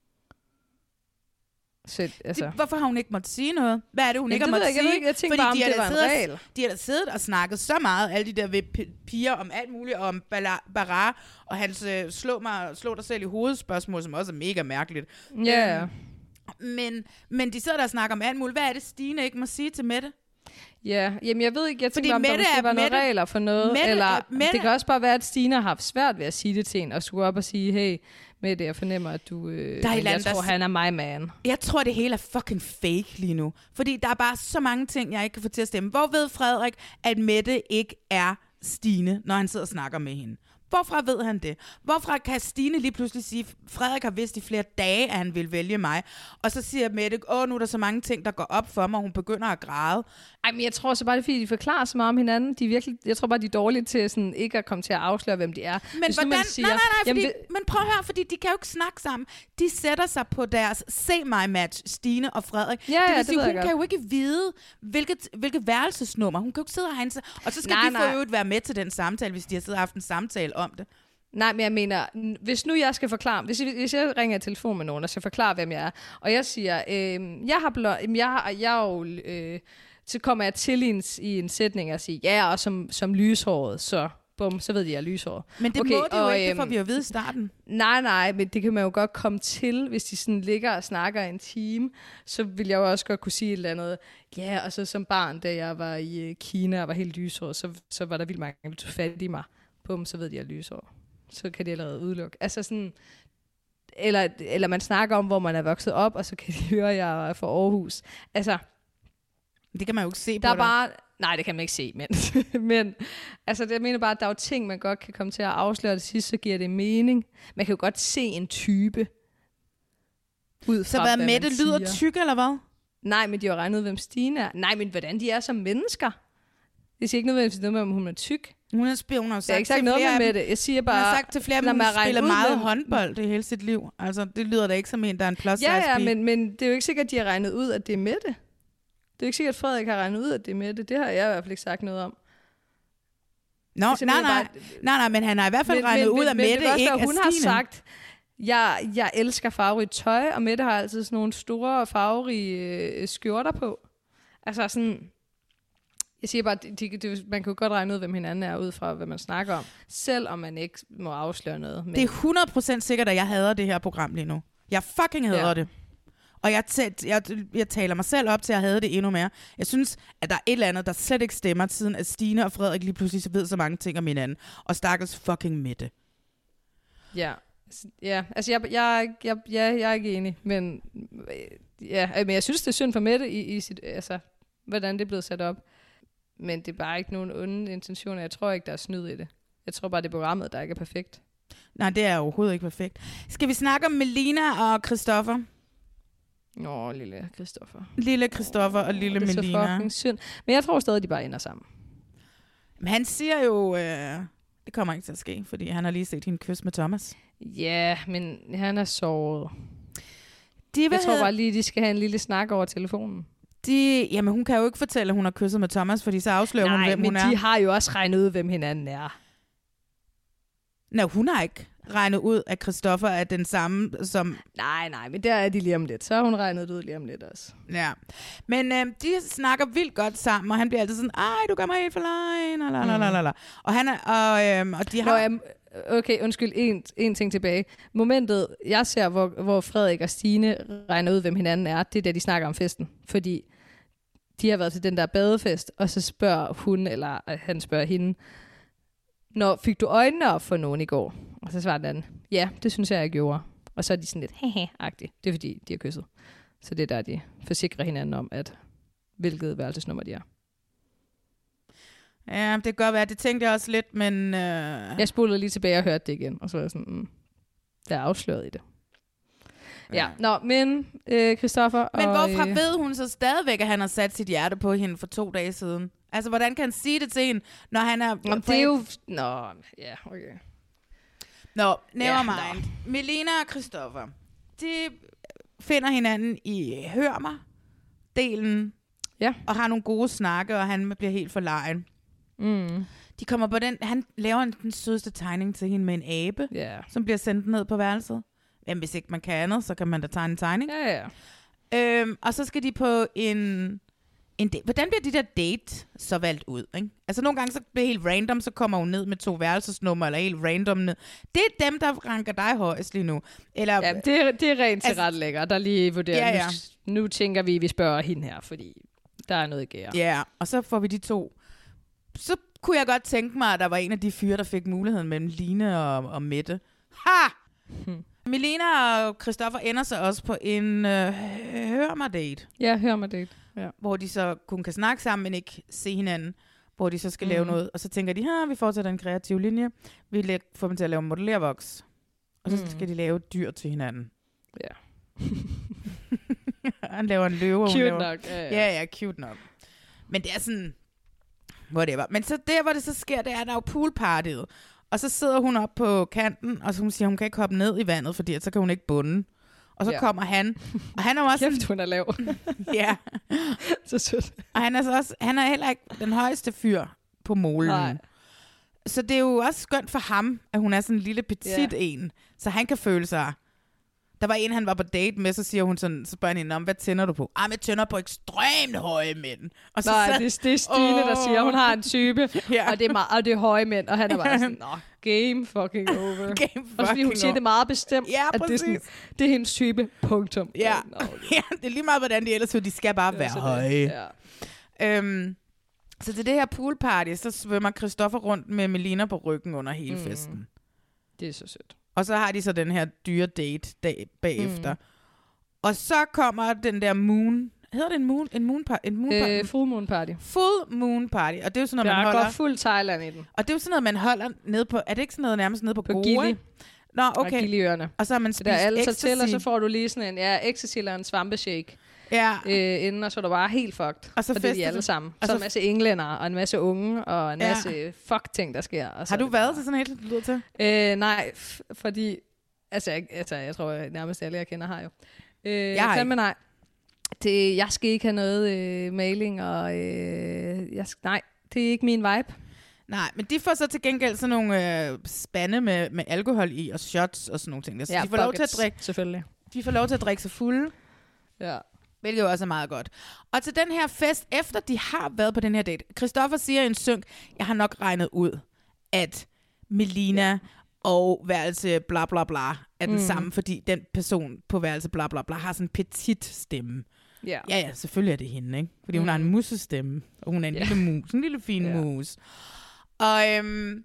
Så, altså. Det, hvorfor har hun ikke måttet sige noget? Hvad er det, hun Men ikke det har måttet jeg, sige? jeg, jeg tænkte Fordi bare, om de det var en siddet, regel. De har da siddet og snakket så meget, alle de der ved p- piger, om alt muligt, og om Baraa, og hans øh, slå, mig, slå dig selv i hovedet spørgsmål, som også er mega mærkeligt. Ja. Yeah. Øhm, men, men de sidder der og snakker om alt muligt. Hvad er det, Stine ikke må sige til Mette? Ja, jamen jeg ved ikke, jeg Fordi tænker, om Mette der måske er- var nogle Mette- regler for noget, Mette eller er- Mette- det kan også bare være, at Stine har haft svært ved at sige det til en, og skulle op og sige, hey, Mette, jeg fornemmer, at du, øh, Der er et jeg eller andet, tror, der- han er my man. Jeg tror, det hele er fucking fake lige nu. Fordi der er bare så mange ting, jeg ikke kan få til at stemme. Hvor ved Frederik, at Mette ikke er Stine, når han sidder og snakker med hende? Hvorfra ved han det? Hvorfra kan Stine lige pludselig sige, Frederik har vidst i flere dage, at han vil vælge mig. Og så siger Mette, åh, nu er der så mange ting, der går op for mig, og hun begynder at græde. Ej, men jeg tror så bare, det er fordi, de forklarer så meget om hinanden. De er virkelig, jeg tror bare, de er dårlige til sådan, ikke at komme til at afsløre, hvem de er. Men Hvis nu hvordan? man siger, nej, nej, nej, fordi, jamen, men prøv at høre, fordi de kan jo ikke snakke sammen. De sætter sig på deres se mig match, Stine og Frederik. Ja, det ja, vil det sige, ved hun jeg kan godt. jo ikke vide, hvilket, hvilket værelsesnummer. Hun kan jo ikke sidde og have en, og så skal Nej, de for nej. øvrigt være med til den samtale, hvis de har siddet og haft en samtale om det. Nej, men jeg mener, n- hvis nu jeg skal forklare, hvis, hvis jeg ringer i telefon med nogen, og skal forklare, hvem jeg er, og jeg siger, øh, jeg har blå, jeg har, jeg er jo, øh, så kommer jeg til i en, i en sætning og siger, ja, og som, som lyshåret, så bum, så ved jeg, jeg er lyshåret. Men det okay, må de jo og, ikke, det får øhm, vi jo at vide i starten. Nej, nej, men det kan man jo godt komme til, hvis de sådan ligger og snakker en time, så vil jeg jo også godt kunne sige et eller andet, ja, og så som barn, da jeg var i øh, Kina og var helt lyshåret, så, så var der vildt mange, der tog fat i mig. Bum, så ved de, jeg er lyshåret. Så kan de allerede udelukke. Altså sådan, eller, eller man snakker om, hvor man er vokset op, og så kan de høre, at jeg er fra Aarhus. Altså, det kan man jo ikke se der på er bare, nej, det kan man ikke se, men, men altså, det, jeg mener bare, at der er jo ting, man godt kan komme til at afsløre det sidst, så giver det mening. Man kan jo godt se en type ud Så fra, hvad, hvad Mette man lyder siger. tyk, eller hvad? Nej, men de har jo regnet ud, hvem Stine er. Nej, men hvordan de er som mennesker. Det siger ikke nødvendigvis noget med, om hun er tyk. Hun har, spil, hun har jo Jeg har sagt ikke sagt til noget flere med af dem- Mette. Jeg siger bare, Hun har sagt til flere, at lad hun mig regne spiller ud, meget hvem- håndbold det hele sit liv. Altså, det lyder da ikke som en, der er en plus Ja, size ja, pige. men, men det er jo ikke sikkert, at de har regnet ud, at det er Mette. Det er jo ikke sikkert, at Frederik har regnet ud, at det er Mette. Det har jeg i hvert fald ikke sagt noget om. Nå, Altså, nej, jeg mener nej, bare- nej, nej, men han har i hvert fald Men- regnet men- ud, men- at men det Mette kan også ikke være, er hun Stine. har sagt, jeg, jeg elsker farverigt tøj, og Mette har altid sådan nogle store farverige øh, skjorter på. Altså sådan, jeg siger bare, de, de, de, man kan jo godt regne ud, hvem hinanden er, ud fra, hvad man snakker om, selvom man ikke må afsløre noget. Men Det er hundrede procent sikkert, at jeg hader det her program lige nu. Jeg fucking hader Ja. det. Og jeg, tæ- jeg, jeg taler mig selv op til at have det endnu mere. Jeg synes, at der er et eller andet, der slet ikke stemmer, siden at Stine og Frederik lige pludselig så ved så mange ting om hinanden. Og stakkels fucking Mette. Ja, ja, altså jeg, jeg, jeg, jeg, jeg er ikke enig, men, øh, ja, men jeg synes, det er synd for Mette i, i sit, altså, hvordan det er blevet sat op. Men det er bare ikke nogen onde intentioner. Jeg tror ikke, der er snyd i det. Jeg tror bare, det er programmet, der ikke er perfekt. Nej, det er overhovedet ikke perfekt. Skal vi snakke om Melina og Christoffer? Nå, lille Christoffer. Lille Christoffer og lille det er Melina. så fucking synd. Men jeg tror stadig, de bare ender sammen. Men han siger jo, øh, det kommer ikke til at ske, fordi han har lige set hende kysse med Thomas. Ja, men han er såret. De, jeg tror bare lige, de skal have en lille snak over telefonen. De, jamen, hun kan jo ikke fortælle, at hun har kysset med Thomas, fordi så afslører Nej, hun, hvem men hun er. de har jo også regnet ud, hvem hinanden er. Nå, hun har ikke regnet ud, at Christoffer er den samme som... Nej, nej, men der er de lige om lidt. Så har hun regnet det ud lige om lidt også. Ja. Men øh, de snakker vildt godt sammen, og han bliver altid sådan, ej, du gør mig helt for løgn, lalalala. Og han er, og, øh, og de har... Nå, jeg, okay, undskyld, en, en ting tilbage. Momentet, jeg ser, hvor, hvor Frederik og Stine regner ud, hvem hinanden er, det er da de snakker om festen. Fordi de har været til den der badefest, og så spørger hun, eller han spørger hende, når fik du øjnene op for nogen i går? Og så svarer den anden, ja, det synes jeg, jeg gjorde. Og så er de sådan lidt hehe-agtige. Det er fordi, de har kysset. Så det er der, de forsikrer hinanden om, at hvilket værelsesnummer de er. Ja, det kan godt være. Det tænkte jeg også lidt, men... Øh... Jeg spolede lige tilbage og hørte det igen, og så var jeg sådan, mm, der er afsløret i det. Ja, ja. Nå, men øh, Christoffer Men og, hvorfra øh, ved hun så stadigvæk, at han har sat sit hjerte på hende for to dage siden? Altså, hvordan kan han sige det til hende, når han er... Jamen, det er jo... Nå, ja, okay. Nå, never Ja, mind. Melina og Christoffer, de finder hinanden i Hør mig-delen, ja. og har nogle gode snakke, og han bliver helt forlegen. Mm. De kommer på den, han laver en, den sødeste tegning til hende med en abe, yeah. som bliver sendt ned på værelset. Jamen, hvis ikke man kan andet, så kan man da tegne en tegning. Ja, ja. Øhm, og så skal de på en... en da- Hvordan bliver de der date så valgt ud? Ikke? Altså nogle gange så bliver det helt random, så kommer hun ned med to værelsesnummer, eller helt random ned. Det er dem, der ranker dig højst lige nu. Eller, ja, det er, det er rent til altså, ret lækker, der lige vurderer. Ja, ja. Nu, nu tænker vi, at vi spørger hende her, fordi der er noget gære. Ja, og så får vi de to. Så kunne jeg godt tænke mig, at der var en af de fyre, der fik muligheden mellem Line og, og Mette. Ha! Hmm. Melina og Christoffer ender så også på en øh, hør mig date. Ja, hør mig date. Ja. Hvor de så kun kan snakke sammen, men ikke se hinanden. Hvor de så skal mm. lave noget. Og så tænker de, vi fortsætter en kreativ linje. Vi vil få dem til at lave modellervoks. Og så mm. skal de lave dyr til hinanden. Ja. Han laver en løve. Cute laver... nok. Ja, ja. ja, ja, cute nok. Men det er sådan... Whatever. Men så der, hvor det så sker, det er, der er jo poolpartiet. Og så sidder hun op på kanten, og så hun siger, hun kan ikke hoppe ned i vandet, fordi så kan hun ikke bunde. Og så ja. kommer han, og han er også... Kæft, hun er lav. ja. Så sødt. Og han er, så også, han er heller ikke den højeste fyr på molen. Nej. Så det er jo også skønt for ham, at hun er sådan en lille petit ja. en, så han kan føle sig... Der var en, han var på date med, så siger hun sådan, så spørger han hende om, hvad tænder du på? Ah, jeg tænder på ekstremt høje mænd. Og så Nej, sad, det, det er Stine, oh. der siger, hun har en type, ja. og, det er meget, og det er høje mænd, og han er bare sådan, nå, game fucking over. Game fucking og fordi hun siger det meget bestemt, ja, at det er, sådan, det er hendes type, punktum. Ja. Nå, okay. ja, det er lige meget, hvordan de ellers, de skal bare være høje. Ja. Øhm, så til det her poolparty, så svømmer Christoffer rundt med Melina på ryggen under hele mm. festen. Det er så sødt. Og så har de så den her dyre date dag bagefter. Mm. Og så kommer den der moon... Hedder det en moon? En moon, par, en moon øh, full moon party. Full moon party. Og det er jo sådan noget, man holder... Der går fuld Thailand i den. Og det er jo sådan noget, man holder ned på... Er det ikke sådan noget nærmest nede på, på Goa? Gili. Nå, okay. Og Giliøerne. Og så har man spist der er alle ecstasy. til, og så får du lige sådan en ja, ecstasy eller en svampeshake. Ja. Øh, inden, og så er du bare helt fucked. Og så fester de alle sammen. Og så, så en masse englænder, og en masse unge, og en ja. masse fuck-ting, der sker. Og så har du været til sådan helt, det lyder til? Øh, nej, f- fordi... Altså jeg, altså, jeg tror jeg nærmest alle, jeg kender, har jo. Øh, jeg har ikke. Nej. Det, jeg skal ikke have noget øh, mailing, og øh, jeg skal, nej, det er ikke min vibe. Nej, men de får så til gengæld sådan nogle øh, spande med, med alkohol i, og shots og sådan nogle ting. Så ja, de får buckets, lov til at drikke, selvfølgelig. De får lov til at drikke sig fulde. Ja. Hvilket jo også er meget godt. Og til den her fest, efter de har været på den her date, Christoffer siger i en synk, jeg har nok regnet ud, at Melina... Ja. og værelse bla bla bla er den mm. samme, fordi den person på værelse bla bla bla har sådan en petit stemme. Yeah. Ja, ja, selvfølgelig er det hende, ikke? Fordi mm. hun har en musestemme, og hun er en yeah. lille mus, en lille fin yeah. mus. Og øhm,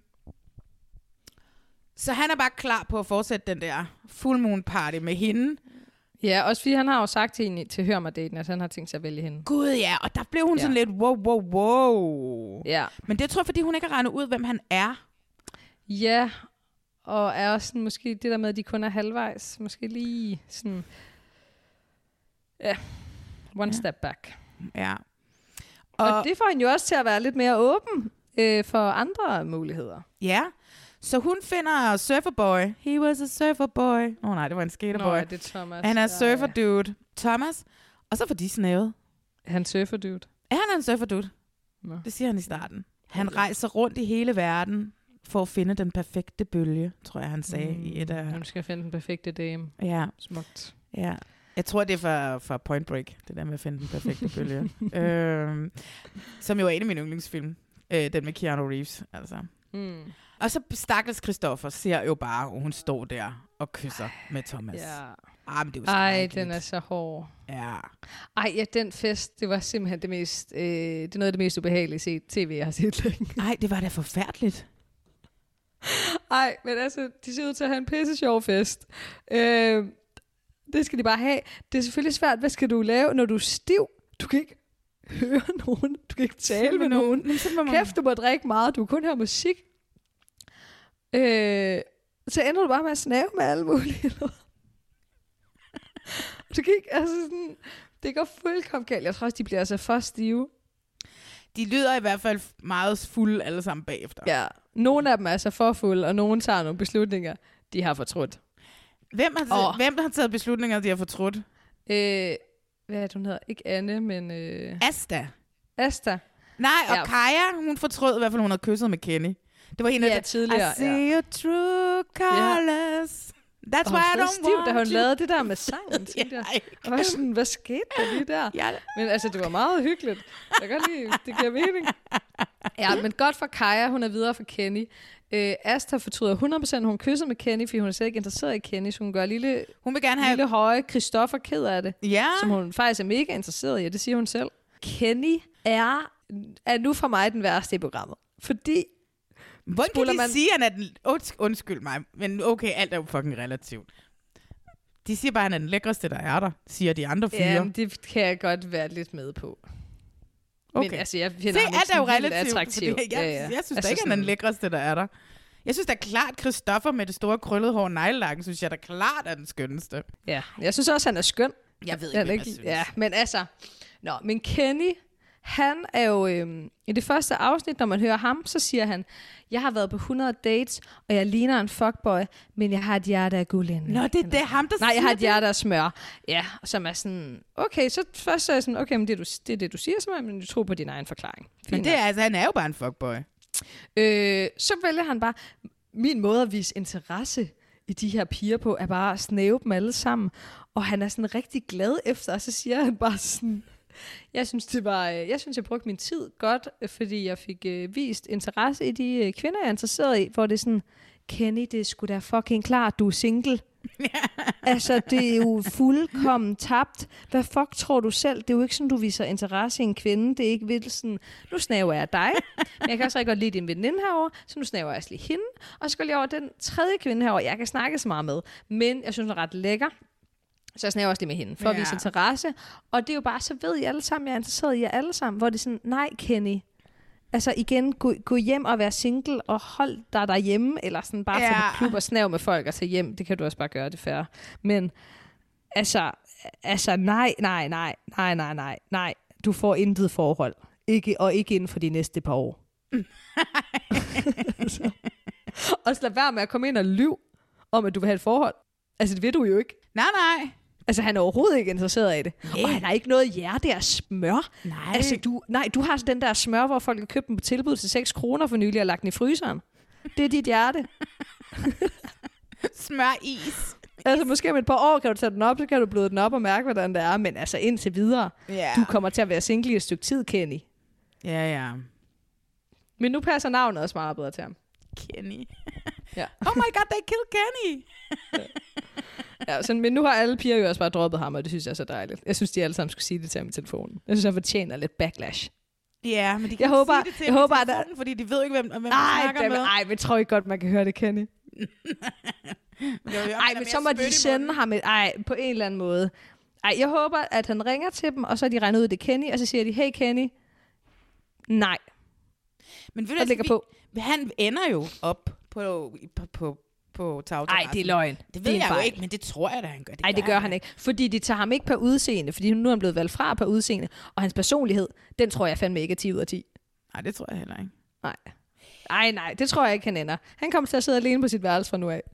så han er bare klar på at fortsætte den der full moon party med hende. Ja, også fordi han har jo sagt til hende, til Hør mig daten, at han har tænkt sig at vælge hende. Gud ja, og der blev hun ja. sådan lidt wow, wow, wow. Ja. Men det tror jeg, fordi hun ikke har regnet ud, hvem han er. Ja, og er også sådan, måske det der med, at de kun er halvvejs. Måske lige sådan... Ja, one ja. step back. Ja. Og, og det får hende jo også til at være lidt mere åben øh, for andre muligheder. Ja, så hun finder surferboy. He was a surferboy. Åh oh, nej, det var en skaterboy. Nå, ja, det er Thomas. Han er surfer dude. Thomas. Og så får de snævet. Han surfer dude. Ja, han er en surfer dude. Nå. Det siger han i starten. Han okay. rejser rundt i hele verden for at finde den perfekte bølge, tror jeg, han sagde mm. i et af... Han skal finde den perfekte dame. Ja. Smukt. Ja. Jeg tror, det er fra, fra Point Break, det der med at finde den perfekte bølge. øhm, som jo er en af mine yndlingsfilm. Øh, den med Keanu Reeves, altså. Mm. Og så stakkels Christoffer ser jo bare, at hun står der og kysser Ej, med Thomas. Ja. Ah, men det var Ej, den er så hård. Ja. Ej, ja, den fest, det var simpelthen det mest, øh, det er noget af det mest ubehagelige set, tv, jeg har set længe. Ej, det var da forfærdeligt. Ej, men altså, de ser ud til at have en pisse sjov fest. Øh, det skal de bare have. Det er selvfølgelig svært, hvad skal du lave, når du er stiv? Du kan ikke høre nogen, du kan ikke tale med nogen. nogen. Kæft, du må drikke meget, du kan kun høre musik. Øh, så ender du bare med at snave med alle mulige. Du kan ikke, altså sådan, det går fuldkommen galt. Jeg tror også, de bliver altså for stive. De lyder i hvert fald meget fulde alle sammen bagefter. Ja, nogle af dem er altså for fulde, og nogle tager nogle beslutninger. de har fortrudt. Hvem har, oh. hvem har taget beslutninger, de har fortrudt? Øh, hvad er det, hun hedder? Ikke Anne, men... Øh... Asta. Asta. Nej, og ja. Kaja, hun fortrød i hvert fald, hun havde kysset med Kenny. Det var hende, ja, der tidligere. I see ja. your true colors. Ja. That's og why I don't stiv, want da hun you. lavede det der med sangen. ja, og var sådan, hvad skete der lige der? ja. Men altså, det var meget hyggeligt. Jeg kan lide, det giver mening. Ja, men godt for Kaja, hun er videre for Kenny. Øh, Asta fortryder hundrede procent, hun kysser med Kenny, fordi hun er slet ikke interesseret i Kenny, så hun gør lille, hun vil gerne have lille høje Christoffer ked af det, ja. som hun faktisk er mega interesseret i, det siger hun selv. Kenny er, er nu for mig den værste i programmet, fordi hvordan kan de man... sige, at han er den... Undskyld mig, men okay, alt er jo fucking relativt. De siger bare, at han er den lækreste, der er der, siger de andre fire. Ja, det kan jeg godt være lidt med på. Okay. Men altså, jeg finder Se, ham alt er jo relativt attraktiv. Jeg, ja, ja. jeg synes altså, da ikke, sådan... han er den lækreste, der er der. Jeg synes da klart, Christoffer med det store krøllede hår og neglelakken, synes jeg da klart er den skønneste. Ja, jeg synes også, han er skøn. Jeg ved ikke, hvad jeg synes. Ja, men altså... Nå, men Kenny... Han er jo øhm, i det første afsnit, når man hører ham, så siger han, jeg har været på hundrede dates, og jeg ligner en fuckboy, men jeg har et hjerte af guld inde. Nå, det er det ham, der Nej, siger jeg har et det? hjerte af smør. Ja, som er sådan, okay, så først så er jeg sådan, okay, men det er, du, det er det, du siger, så men du tror på din egen forklaring. Fint men det er, altså, han er jo bare en fuckboy. Øh, så vælger han bare, min måde at vise interesse i de her piger på, er bare at snæve dem alle sammen, og han er sådan rigtig glad efter, og så siger han bare sådan... Jeg synes, det var, jeg synes, jeg brugte min tid godt, fordi jeg fik øh, vist interesse i de øh, kvinder, jeg er interesseret i, hvor det er sådan, Kenny, det er sgu da fucking klart, du er single. Altså, det er jo fuldkommen tabt. Hvad fuck tror du selv? Det er jo ikke sådan, du viser interesse i en kvinde. Det er ikke vildt sådan, nu snæver jeg dig, men jeg kan også rigtig godt lide din veninde herovre, så nu snæver jeg også lige hende, og så skal jeg over den tredje kvinde herovre, jeg kan snakke så meget med, men jeg synes, hun er ret lækker. Så jeg snæver også det med hende, for ja. at vise interesse. Og det er jo bare, så ved I alle sammen, jeg er interesseret i jer alle sammen, hvor det er sådan, nej Kenny, altså igen, gå, gå hjem og være single, og hold dig derhjemme, eller sådan bare ja. få en klub og snæv med folk og tage hjem. Det kan du også bare gøre, det fair. Men altså, altså nej, nej, nej, nej, nej, nej, nej. Du får intet forhold. Ikke, og ikke inden for de næste par år. så. Og så lad være med at komme ind og lyve om, at du vil have et forhold. Altså, det ved du jo ikke. Nej, nej. Altså, han er overhovedet ikke interesseret i det. Nej. Og han har ikke noget hjerte af smør. Nej. Altså, du, nej, du har den der smør, hvor folk har købt den på tilbud til seks kroner for nylig og lagt den i fryseren. Det er dit hjerte. Smøris. Altså, måske om et par år kan du tage den op, så kan du bløde den op og mærke, hvordan det er. Men altså, indtil videre. Yeah. Du kommer til at være single i et stykke tid, Kenny. Ja, ja. Men nu passer navnet også meget bedre til ham. Kenny. Ja. Oh my god, they killed Kenny. Ja, sådan, men nu har alle piger jo også bare droppet ham, og det synes jeg er så dejligt. Jeg synes, de alle sammen skulle sige det til ham i telefonen. Jeg synes, jeg fortjener lidt backlash. Ja, men de kan jeg ikke håber, sige det til jeg ham håber, i telefonen, at... fordi de ved ikke, hvem, hvem ej, de snakker dem, med. Ej, men tror ikke godt, man kan høre det, Kenny. Ej, men så må de sende ham et, ej, på en eller anden måde. Ej, jeg håber, at han ringer til dem, og så er de regnet ud, det er Kenny, og så siger de, hey Kenny, nej. Men ved du, lægger vi, på. Han ender jo op på, på, på, på tagterrassen. Ej, det er løgn. Det ved det jeg jo ikke, men det tror jeg da, han gør. Nej, det gør han, han ikke. Fordi de tager ham ikke på udseende, fordi nu er han blevet valgt fra på udseende, og hans personlighed, den tror jeg fandme ikke er ti ud af ti. Nej, det tror jeg heller ikke. Nej. Ej, nej, det tror jeg ikke, han ender. Han kommer til at sidde alene på sit værelse fra nu af.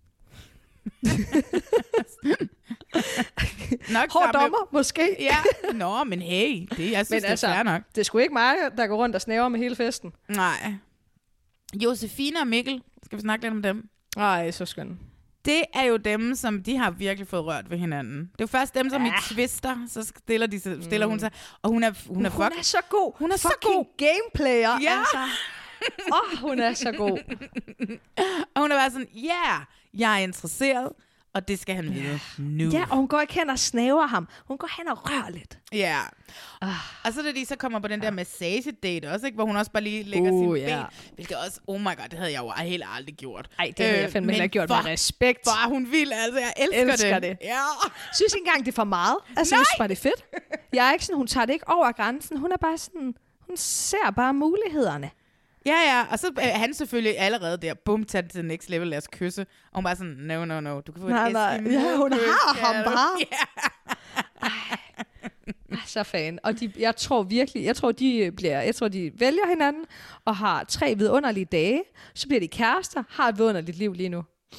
Nok Hård dommer, måske. Ja, nå, men hey, det, jeg synes, men det altså, er fair nok. Det er sgu ikke mig, der går rundt og snæver med hele festen. Nej. Josefine og Mikkel, skal vi snakke lidt om dem? Nej, så skønt. Det er jo dem, som de har virkelig fået rørt ved hinanden. Det er jo først dem, som ja. i twister, så stiller, de, stiller mm. hun sig. Og hun er, hun er, hun fuck, er så god. Hun er så god. Gameplayer. Ja. Altså. Åh, oh, hun er så god. Og hun er bare sådan, ja, yeah, jeg er interesseret, og det skal han vide nu. Ja, og hun går ikke hen og snæver ham. Hun går hen og rører lidt. Ja. Uh. Og så da de så kommer på den der massage-date også, ikke? Hvor hun også bare lige lægger uh, sin yeah. ben. Hvilket også, oh my god, det havde jeg jo helt aldrig gjort. Ej, det havde øh, jeg fandme heller gjort med respekt. Bare hun vil, altså jeg elsker, elsker det. det. Ja. Synes ikke engang, det er for meget. Altså, jeg synes bare, det er fedt. Jeg er ikke sådan, hun tager det ikke over grænsen. Hun er bare sådan, hun ser bare mulighederne. Ja, ja, og så er han selvfølgelig allerede der, bum, tag det til next level, lad os kysse. Og hun bare sådan, no, no, no, du kan få nej, et nej. Ja, hun har ham bare. Ja. Ej, så fan. Og de, jeg tror virkelig, jeg tror, de bliver, jeg tror, de vælger hinanden, og har tre vidunderlige dage. Så bliver de kærester, har et vidunderligt liv lige nu.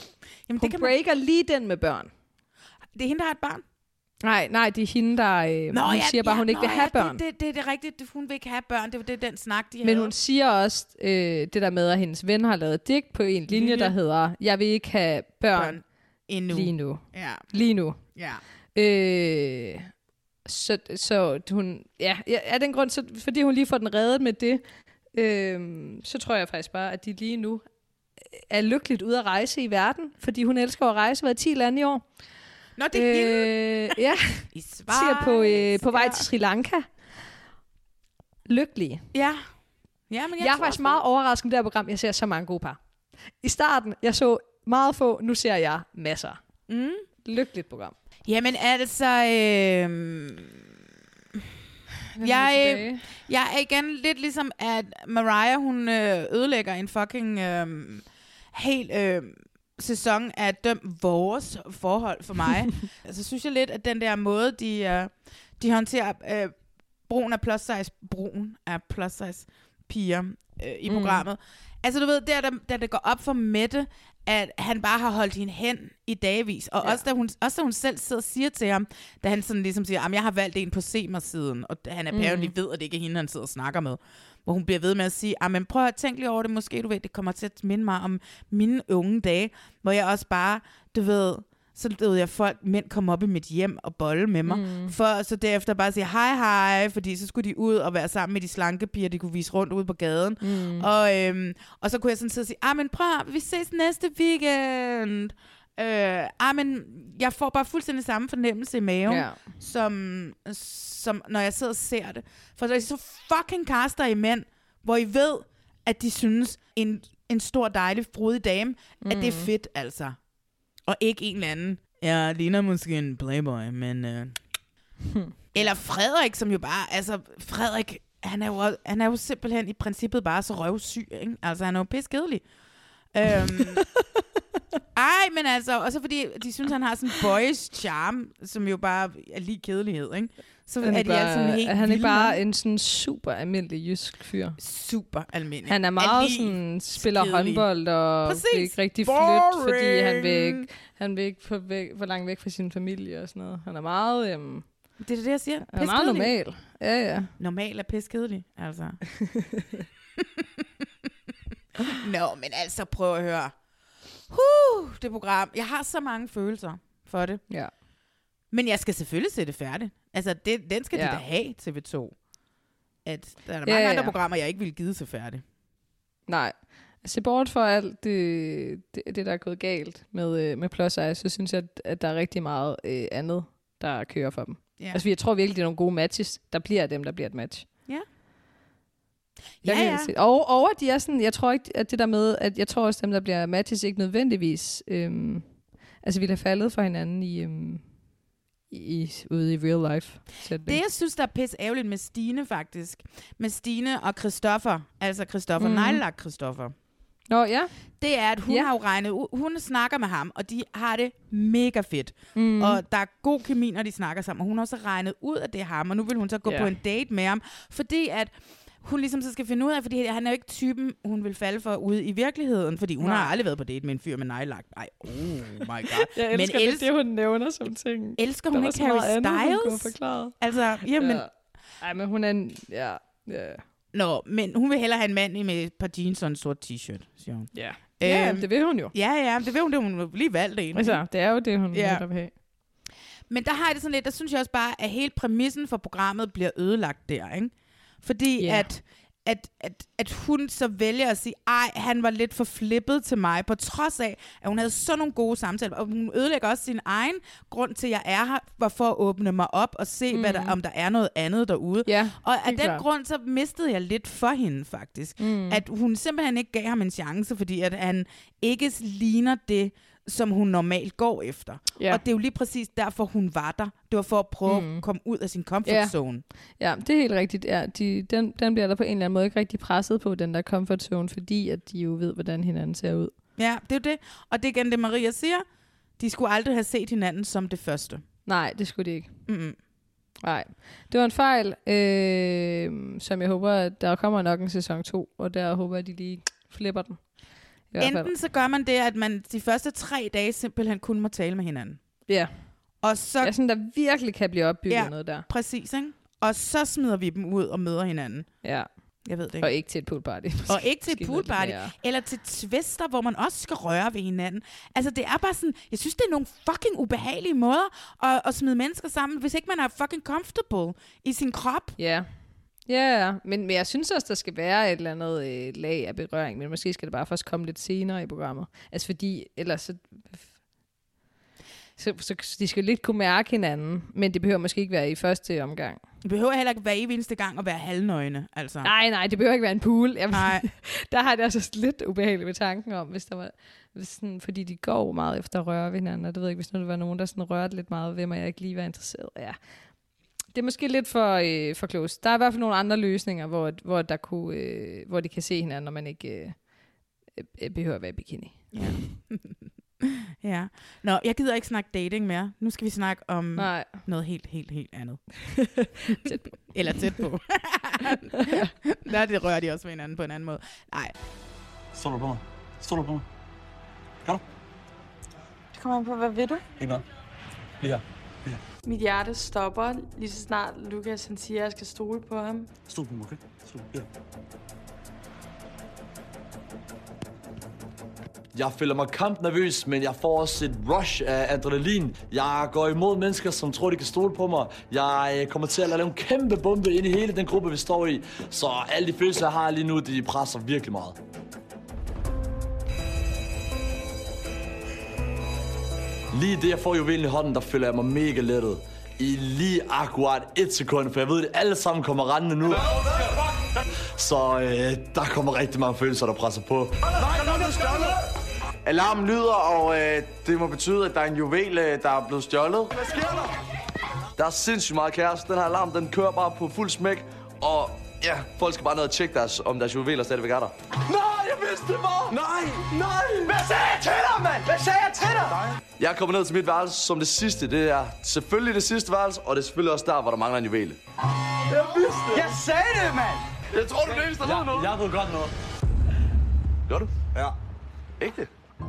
Jamen, Hun det kan breaker man... lige den med børn. Det er hende, der har et barn? Nej, nej, det er hende, der øh, Nå, hun ja, siger bare, ja, hun ikke nå, vil have ja, børn. Det, det, det, det er rigtigt, hun vil ikke have børn. Det var det, den snak, de Men havde. hun siger også øh, det der med, at hendes ven har lavet digt på en linje, Linje. der hedder, jeg vil ikke have børn, børn endnu. lige nu. Ja. Lige nu. Ja. Øh, så, så hun, ja, af den grund, så, fordi hun lige får den reddet med det, øh, så tror jeg faktisk bare, at de lige nu er lykkeligt ude at rejse i verden, fordi hun elsker at rejse, været ti lande i år. Nå, det er øh, ja, I siger på, øh, på vej ja. til Sri Lanka. Lykkelige. Ja. Ja, men jeg, jeg er faktisk meget overrasket med det her program. Jeg ser så mange gode par. I starten, jeg så meget få, nu ser jeg masser. Mm. Lykkeligt program. Jamen altså, øh, jeg, øh, jeg er igen lidt ligesom, at Mariah, hun øh, ødelægger en fucking øh, helt øh, sæson af Døm vores forhold for mig. Altså synes jeg lidt, at den der måde, de, øh, de håndterer øh, brugen af plus size, brugen af plus size piger øh, i programmet. Mm. Altså du ved, der, der, der det går op for Mette, at han bare har holdt hende hen i dagvis. Og ja. også, da hun, også da hun selv sidder og siger til ham, da han sådan ligesom siger, jeg har valgt en på se mig siden, og han er apparently mm. ved, at det ikke er hende, han sidder og snakker med. Hvor hun bliver ved med at sige, men prøv at tænke lige over det, måske du ved, det kommer til at minde mig om mine unge dage, hvor jeg også bare, du ved, så ved jeg, folk, mænd kom op i mit hjem og bolle med mig, mm. for så derefter bare sige hej hej, fordi så skulle de ud og være sammen med de slanke piger, de kunne vise rundt ude på gaden. Mm. Og, øhm, og så kunne jeg sådan sidde og sige, ah, men prøv, vi ses næste weekend. Øh, ah, men jeg får bare fuldstændig samme fornemmelse i maven, yeah. som, som når jeg sidder og ser det. For så er så fucking kaster I mænd, hvor I ved, at de synes, en, en stor dejlig frodig dame, mm. at det er fedt, altså. Og ikke en eller anden. Jeg ligner måske en playboy, men... Øh... Hmm. Eller Frederik, som jo bare... Altså, Frederik, han er jo, han er jo simpelthen i princippet bare så røvsyg, ikke? Altså, han er jo piskedelig. øhm... Ej, men altså... Og så fordi de synes, han har sådan en boys charm, som jo bare er lige kedelighed, ikke? Så han er, er de bare, altså helt er han ikke bare med. En sådan super almindelig jysk fyr? Super almindelig. Han er meget er sådan, spiller kedelig. Håndbold og Præcis. vil ikke rigtig flytte, fordi han vil ikke, han vil ikke for, væk, for langt væk fra sin familie og sådan noget. Han er meget... Øhm, det er det, jeg siger. Han er meget normal. Ja, ja. Normal er piskedelig, altså. Nå, men altså prøv at høre. Huh, det program. Jeg har så mange følelser for det. Ja. Men jeg skal selvfølgelig se det færdigt. Altså, det, den skal ja. de da have, T V to. At der er der mange ja, ja, ja. andre programmer, jeg ikke ville give til færdigt. Nej. Altså, bort for alt det, det, det der er gået galt med, med plus size, så synes jeg, at der er rigtig meget øh, andet, der kører for dem. Ja. Altså, jeg tror virkelig, det er nogle gode matches. Der bliver dem, der bliver et match. Ja. Jeg ja, ja. Og, og de er sådan, jeg tror ikke, at det der med, at jeg tror også, dem, der bliver matches, ikke nødvendigvis, øhm, altså ville have faldet for hinanden i, øhm, i, ude i real life. Det, jeg synes, der er pisse ærgerligt med Stine, faktisk. Med Stine og Christoffer, altså Christoffer, mm. Nejlak Christoffer. Nå, ja. Det er, at hun ja. har jo regnet ud, hun snakker med ham, og de har det mega fedt. Mm. Og der er god kemi, når de snakker sammen, og hun har også regnet ud, at det er ham, og nu vil hun så gå ja. på en date med ham, fordi at hun ligesom så skal finde ud af, fordi han er jo ikke typen, hun vil falde for ude i virkeligheden, fordi hun Nej. har aldrig været på date med en fyr med nejlagt. Ej, oh my god. Jeg elsker Men det, det, hun nævner som ting. Elsker hun ikke Harry Styles? Altså, jamen... Ja. Ej, men hun er en... Ja, ja. Nå, men hun vil hellere have en mand med et par jeans og en sort t-shirt, siger hun. Ja, ja øhm, det vil hun jo. Ja, ja, det vil hun, det hun vil lige valgt en. Altså, det er jo det, hun ja. vil have. Men der har jeg det sådan lidt, der synes jeg også bare, at hele præmissen for programmet bliver ødelagt der, ikke? Fordi yeah. at, at, at, at hun så vælger at sige, ej, han var lidt for flippet til mig, på trods af, at hun havde sådan nogle gode samtaler. Og hun ødelægger også sin egen grund til, at jeg er her, var for at åbne mig op og se, mm. hvad der, om der er noget andet derude. Yeah, og af den klar. grund, så mistede jeg lidt for hende, faktisk. Mm. At hun simpelthen ikke gav ham en chance, fordi at han ikke ligner det, som hun normalt går efter. Yeah. Og det er jo lige præcis derfor, hun var der. Det var for at prøve mm. at komme ud af sin comfort yeah. zone. Ja, det er helt rigtigt. Ja, de, den, den bliver der på en eller anden måde ikke rigtig presset på, den der comfort zone, fordi at de jo ved, hvordan hinanden ser ud. Ja, det er jo det. Og det er igen det, Maria siger. De skulle aldrig have set hinanden som det første. Nej, det skulle de ikke. Mm-hmm. Nej. Det var en fejl, øh, som jeg håber, at der kommer nok en sæson to, og der håber jeg, at de lige flipper den. Enten så gør man det, at man de første tre dage simpelthen kun må tale med hinanden. Ja. Og så... Ja, sådan der virkelig kan blive opbygget ja, noget der. Præcis, ikke? Og så smider vi dem ud og møder hinanden. Ja. Jeg ved det ikke. Og ikke til et poolparty. Og ikke til et poolparty. Eller til twister, hvor man også skal røre ved hinanden. Altså, det er bare sådan... Jeg synes, det er nogle fucking ubehagelige måder at, at smide mennesker sammen, hvis ikke man er fucking comfortable i sin krop. Ja. Ja, yeah, men, men jeg synes også, der skal være et eller andet øh, lag af berøring, men måske skal det bare først komme lidt senere i programmet. Altså fordi, ellers så, så, så de skal lidt kunne mærke hinanden, men det behøver måske ikke være i første omgang. Det behøver heller ikke hver eneste gang at være halvnøgne, altså. Nej, nej, det behøver ikke være en pool. Jamen, nej. Der har det altså lidt ubehageligt ved tanken om, hvis der var, hvis sådan, fordi de går meget efter at røre ved hinanden, og det ved jeg ikke, hvis nu der var nogen, der sådan rørte lidt meget ved mig, jeg ikke lige var interesseret. Ja. Det er måske lidt for, øh, for close. Der er i hvert fald nogle andre løsninger, hvor, hvor, der kunne, øh, hvor de kan se hinanden, når man ikke øh, behøver at være i bikini. Ja. Ja. Nå, jeg gider ikke snakke dating mere. Nu skal vi snakke om Nej. noget helt, helt, helt andet. Tæt på. Eller tæt på. Der det rører de også ved hinanden på en anden måde. Nej. Står du på mig? Står du på mig? Kan du? Det kommer an på, hvad ved du? Ikke noget. Lige her. Mit hjerte stopper lige så snart Lukas han siger, at jeg skal stole på ham. Stol på mig, okay? Stol. Ja. Jeg føler mig kampnervøs, men jeg får også et rush af adrenalin. Jeg går imod mennesker, som tror, de kan stole på mig. Jeg kommer til at lave en kæmpe bombe ind i hele den gruppe, vi står i. Så alle de følelser, jeg har lige nu, de presser virkelig meget. Lige det, jeg får juvelen i hånden, der føler jeg mig mega lettet. I lige akkurat et sekund, for jeg ved, at alle sammen kommer rendende nu. Så øh, der kommer rigtig mange følelser, der presser på. Alarmen lyder, og øh, det må betyde, at der er en juvel, der er blevet stjålet. Hvad sker der? Der er sindssygt meget kaos. Den her alarm, den kører bare på fuld smæk. Og ja, folk skal bare ned og tjekke deres, om deres juveler stadigvæk er der. Nej, jeg vidste det bare! Nej, nej! Hvad sagde jeg til dig, mand? Hvad sagde jeg til dig? Jeg kommer ned til mit værelse som det sidste. Det er selvfølgelig det sidste værelse, og det er selvfølgelig også der, hvor der mangler en juvel. Jeg vidste det! Jeg sagde det, mand! Jeg tror, du er den eneste, der ved noget. Jeg ved godt noget. Gør du? Ja. Ikke det?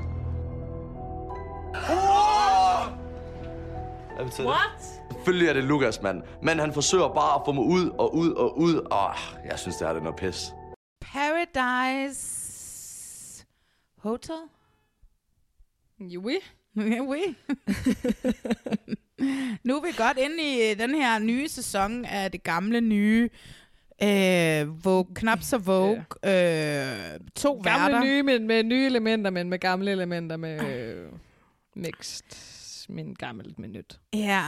What? Selvfølgelig er det Lukas, mand. Men han forsøger bare at få mig ud og ud og ud. Og jeg synes, det er det noget pis. Paradise Hotel? Oui. Oui. Nu er vi godt inde i den her nye sæson af det gamle nye øh, Vogue, knap så Vogue. Øh, to gamle værter. nye, men med nye elementer, men med gamle elementer med øh, mixed. Men gammelt med nyt. Ja.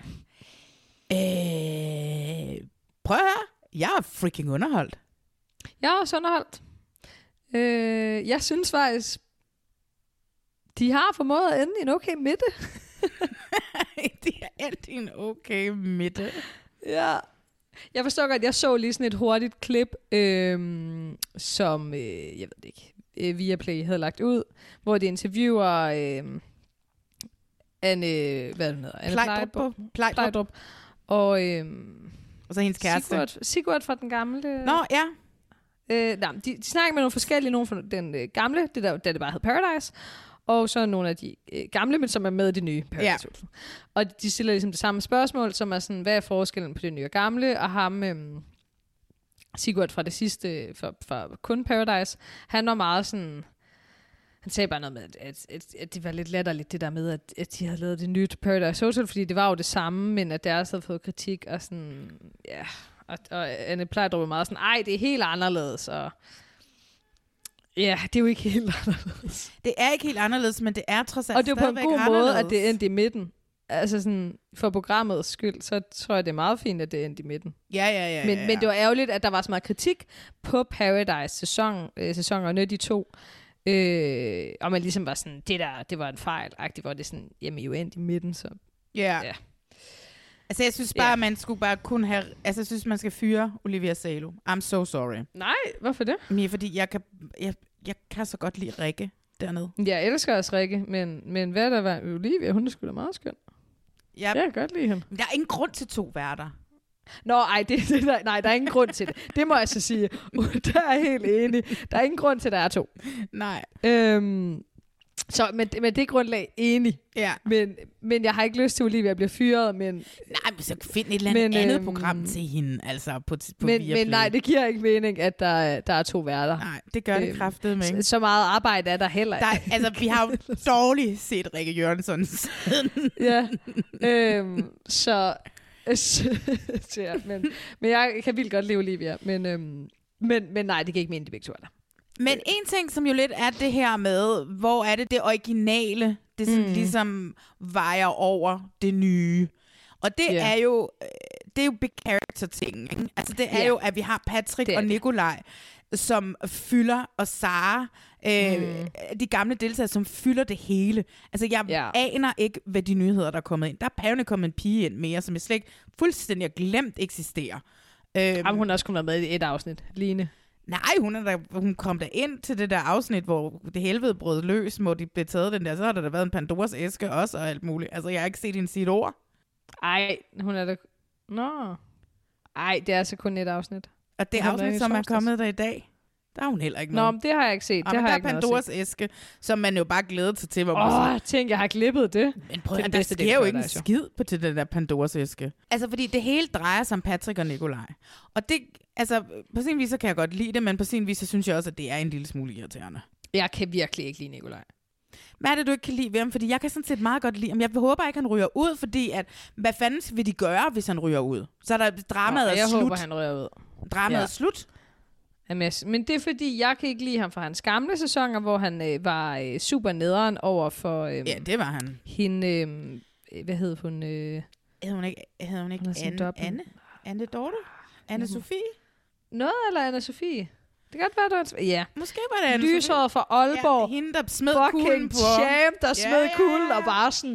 Øh, prøv at høre. Jeg er freaking underholdt. Jeg er også underholdt. Øh, jeg synes faktisk, de har formået at ende i en okay midte. De har endt i en okay midte. Ja. Jeg forstår godt, jeg så lige sådan et hurtigt klip, øh, som, øh, jeg ved det ikke, øh, Viaplay havde lagt ud, hvor de interviewer øh, Anne, hvad er det hedder? Anne Plejdrup. Plejdrup. Og, øh, og så hendes kæreste. Sigurd, Sigurd fra den gamle. Nå, ja. Øh, nej, de, de snakker med nogle forskellige, nogle fra den øh, gamle, det der, der det bare hed Paradise, og så nogle af de øh, gamle, men som er med i det nye Paradise. Ja. Og de stiller ligesom det samme spørgsmål, som er sådan, hvad er forskellen på det nye og gamle, og ham, øh, Sigurd fra det sidste, fra, fra kun Paradise, han var meget sådan, han sagde bare noget med, at, at, at det var lidt latterligt, det der med, at, at de havde lavet det nye Paradise Hotel, fordi det var jo det samme, men at deres havde fået kritik, og sådan, ja, og, og Anne Plejdrup var meget sådan, ej, det er helt anderledes, og ja, det er jo ikke helt anderledes. Det er ikke helt anderledes, men det er trods alt og det er på en god anderledes. måde, at det endte i midten. Altså sådan, for programmets skyld, så tror jeg, det er meget fint, at det endte i midten. Ja, ja, ja. Men, ja, ja. men det var ærgerligt, at der var så meget kritik på Paradise-sæson, øh, sæsonerne, de to. Øh, og man ligesom var sådan, det der, det var en fejl. Agtigt, hvor det sådan, jamen, I jo endte i midten, så yeah. ja. Altså, jeg synes bare, Ja. yeah. man skulle bare kun have... Altså, jeg synes, man skal fyre Olivia Salo. I'm so sorry. Nej, hvorfor det? Men fordi jeg kan, jeg, jeg kan så godt lide Rikke dernede. Jeg elsker også Rikke, men, men hvad der var Olivia, hun er sgu da meget skøn. Ja. Jeg kan godt lide hende. Der er ingen grund til to værter. Nå, ej, det, det, der, nej, der er ingen grund til det. Det må jeg så sige. Der er jeg helt enig. Der er ingen grund til, at der er to. Nej. Øhm, så med, med det grundlag enig. Ja. Men, men jeg har ikke lyst til, at Olivia bliver fyret. Men, nej, men så find et eller andet, men, andet øhm, program til hende. Altså på, på men, men nej, det giver ikke mening, at der, der er to værter. Nej, det gør det øhm, kraftedeme ikke. Så, så meget arbejde er der heller der, altså, vi har jo dårligt set Rikke Jørgensen siden. Ja. Øhm, så... ja, men, men jeg kan vildt godt lide Olivia. Men, øhm, men, men nej, det kan ikke mene, de begge to er der. Men en ting, som jo lidt er det her med, hvor er det det originale, det som mm. ligesom vejer over det nye. Og det yeah. er jo det er jo big character ting, ikke? Altså det er yeah. jo, at vi har Patrick og Nikolaj, som fylder, og Sara, øh, mm. de gamle deltagere, som fylder det hele. Altså jeg yeah. aner ikke, hvad de nyheder, der er kommet ind. Der er pævne kommet en pige ind mere, som jeg slet ikke fuldstændig glemt eksisterer. Jamen, hun har også kun været med i et afsnit, Line. Nej, hun, er der, hun kom der ind til det der afsnit, hvor det helvede brød løs, hvor de blev taget den der. Så har der, der været en Pandoras æske også, og alt muligt. Altså, jeg har ikke set hende sige et ord. Ej, hun er der... Nå. Ej, det er altså kun et afsnit. Og det afsnit, som er kommet der i dag, der er hun heller ikke noget. Nå, det har jeg ikke set. Og det har der jeg er Pandoras æske, som man jo bare glæder sig til. Åh, oh, tænk, jeg har glippet det. Men prøv, det der sker jo ikke en skid på til den der Pandoras æske. Altså, fordi det hele drejer sig om Patrick og Nikolaj. Og det, altså, på sin vis så kan jeg godt lide det, men på sin vis så synes jeg også, at det er en lille smule irriterende. Jeg kan virkelig ikke lide Nikolaj. Hvad er det, du ikke kan lide ved ham? Fordi jeg kan sådan set meget godt lide ham. Jeg håber ikke, han ryger ud, fordi at, hvad fanden vil de gøre, hvis han ryger ud? Så er der dramaet oh, er jeg slut. Jeg håber, han ryger ud. Dramaet ja. er slut. Jamen, men det er fordi, jeg kan ikke lide ham fra hans gamle sæsoner, hvor han øh, var øh, super nederen over for... Øh, ja, det var han. Hende, øh, hvad hed hun? Øh, hed hun ikke, hed hun ikke Anne? Anne? Anne Dorte? Anne Sofie? Noget, eller Anne Sofie? Det kan godt være, det var... Ja. Måske var det Anne Lysåret fra Aalborg. Ja, hende, der smed fucking kuglen på... champ, der smed ja, ja, ja. kuglen, og bare sådan...